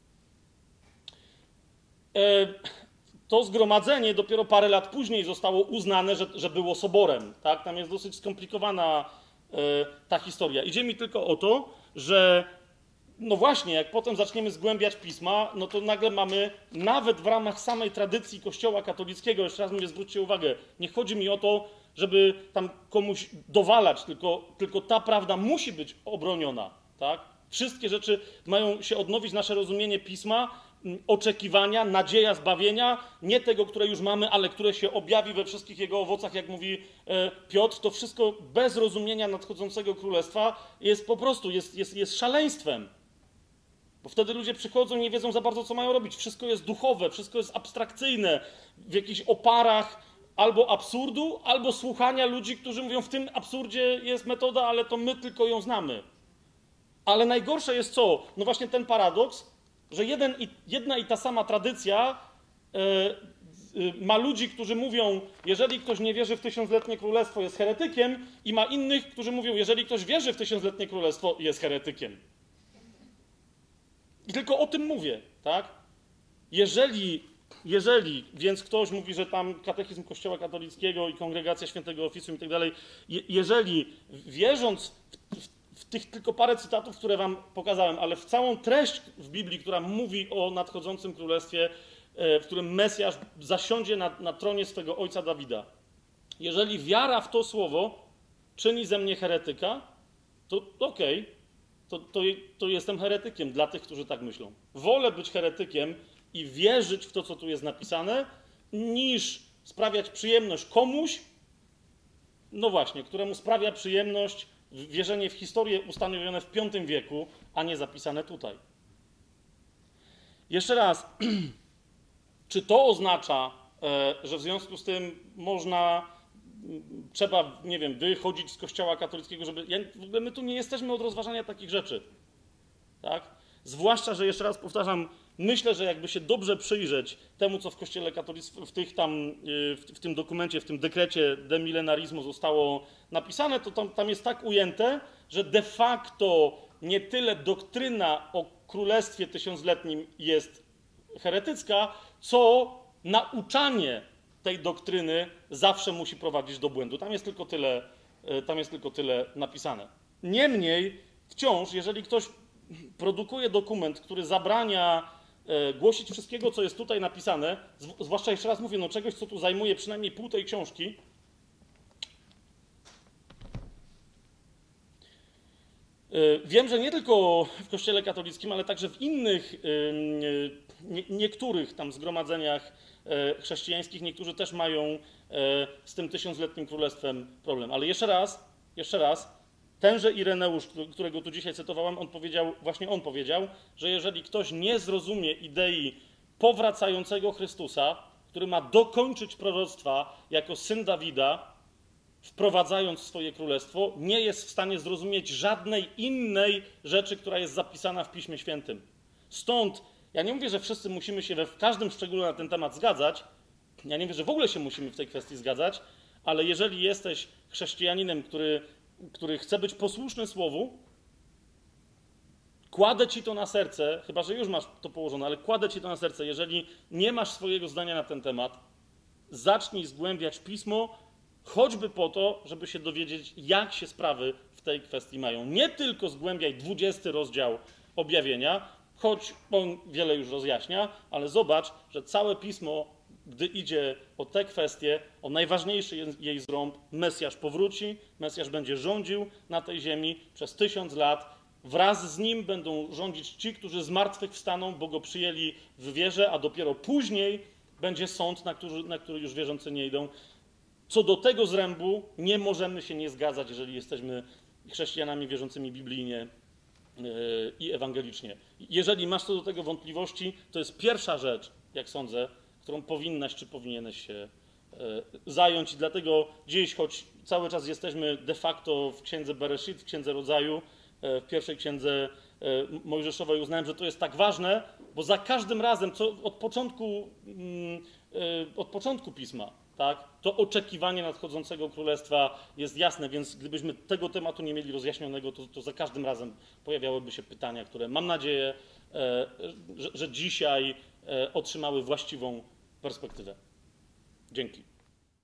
E To zgromadzenie dopiero parę lat później zostało uznane, że, że było soborem. Tak? Tam jest dosyć skomplikowana e, ta historia. Idzie mi tylko o to, że no właśnie, jak potem zaczniemy zgłębiać pisma, no to nagle mamy, nawet w ramach samej tradycji Kościoła katolickiego, jeszcze raz mówię, zwróćcie uwagę, nie chodzi mi o to, żeby tam komuś dowalać, tylko, tylko ta prawda musi być obroniona. Tak? Wszystkie rzeczy mają się odnowić, nasze rozumienie pisma, oczekiwania, nadzieja zbawienia, nie tego, które już mamy, ale które się objawi we wszystkich jego owocach, jak mówi Piotr, to wszystko bez rozumienia nadchodzącego królestwa jest po prostu, jest, jest, jest szaleństwem. Bo wtedy ludzie przychodzą i nie wiedzą za bardzo, co mają robić. Wszystko jest duchowe, wszystko jest abstrakcyjne, w jakichś oparach albo absurdu, albo słuchania ludzi, którzy mówią, w tym absurdzie jest metoda, ale to my tylko ją znamy. Ale najgorsze jest co? No właśnie ten paradoks, że jeden i, jedna i ta sama tradycja yy, yy, ma ludzi, którzy mówią, jeżeli ktoś nie wierzy w tysiącletnie królestwo, jest heretykiem, i ma innych, którzy mówią, jeżeli ktoś wierzy w tysiącletnie królestwo, jest heretykiem. I tylko o tym mówię, tak? Jeżeli, jeżeli więc ktoś mówi, że tam katechizm Kościoła katolickiego i kongregacja świętego oficjum i tak dalej, jeżeli wierząc w, w w tych tylko parę cytatów, które wam pokazałem, ale w całą treść w Biblii, która mówi o nadchodzącym królestwie, w którym Mesjasz zasiądzie na, na tronie swego ojca Dawida. Jeżeli wiara w to słowo czyni ze mnie heretyka, to okej, okay, to, to, to jestem heretykiem dla tych, którzy tak myślą. Wolę być heretykiem i wierzyć w to, co tu jest napisane, niż sprawiać przyjemność komuś, no właśnie, któremu sprawia przyjemność wierzenie w historie ustanowione w piątym wieku, a nie zapisane tutaj. Jeszcze raz, czy to oznacza, że w związku z tym można, trzeba, nie wiem, wychodzić z Kościoła katolickiego, żeby... Ja, w ogóle my tu nie jesteśmy od rozważania takich rzeczy. Tak? Zwłaszcza, że jeszcze raz powtarzam, myślę, że jakby się dobrze przyjrzeć temu, co w Kościele katolickim, w, tych tam, w, w tym dokumencie, w tym dekrecie de millenarismo zostało napisane, to tam, tam jest tak ujęte, że de facto nie tyle doktryna o królestwie tysiącletnim jest heretycka, co nauczanie tej doktryny zawsze musi prowadzić do błędu. Tam jest tylko tyle, tam jest tylko tyle napisane. Niemniej wciąż, jeżeli ktoś produkuje dokument, który zabrania e, głosić wszystkiego, co jest tutaj napisane, zwłaszcza jeszcze raz mówię, no czegoś, co tu zajmuje przynajmniej pół tej książki, e, wiem, że nie tylko w Kościele katolickim, ale także w innych, e, nie, niektórych tam zgromadzeniach e, chrześcijańskich, niektórzy też mają e, z tym tysiącletnim królestwem problem. Ale jeszcze raz, jeszcze raz, tenże Ireneusz, którego tu dzisiaj cytowałem, on powiedział, właśnie on powiedział, że jeżeli ktoś nie zrozumie idei powracającego Chrystusa, który ma dokończyć proroctwa jako syn Dawida, wprowadzając swoje królestwo, nie jest w stanie zrozumieć żadnej innej rzeczy, która jest zapisana w Piśmie Świętym. Stąd, ja nie mówię, że wszyscy musimy się we w każdym szczególe na ten temat zgadzać, ja nie mówię, że w ogóle się musimy w tej kwestii zgadzać, ale jeżeli jesteś chrześcijaninem, który który chce być posłuszny Słowu, kładę ci to na serce, chyba że już masz to położone, ale kładę ci to na serce, jeżeli nie masz swojego zdania na ten temat, zacznij zgłębiać Pismo, choćby po to, żeby się dowiedzieć, jak się sprawy w tej kwestii mają. Nie tylko zgłębiaj dwudziesty rozdział Objawienia, choć on wiele już rozjaśnia, ale zobacz, że całe Pismo, gdy idzie o te kwestie, o najważniejszy jej zrąb, Mesjasz powróci, Mesjasz będzie rządził na tej ziemi przez tysiąc lat. Wraz z nim będą rządzić ci, którzy z martwych wstaną, bo go przyjęli w wierze, a dopiero później będzie sąd, na który, na który już wierzący nie idą. Co do tego zrębu nie możemy się nie zgadzać, jeżeli jesteśmy chrześcijanami wierzącymi biblijnie yy, i ewangelicznie. Jeżeli masz co do tego wątpliwości, to jest pierwsza rzecz, jak sądzę, którą powinnaś czy powinieneś się e, zająć. I dlatego dziś, choć cały czas jesteśmy de facto w Księdze Bereshit, w Księdze Rodzaju, e, w pierwszej Księdze e, Mojżeszowej, uznałem, że to jest tak ważne, bo za każdym razem, co od początku, mm, e, od początku Pisma, tak, to oczekiwanie nadchodzącego królestwa jest jasne, więc gdybyśmy tego tematu nie mieli rozjaśnionego, to, to za każdym razem pojawiałyby się pytania, które mam nadzieję, e, że, że dzisiaj e, otrzymały właściwą perspektywę. Dzięki.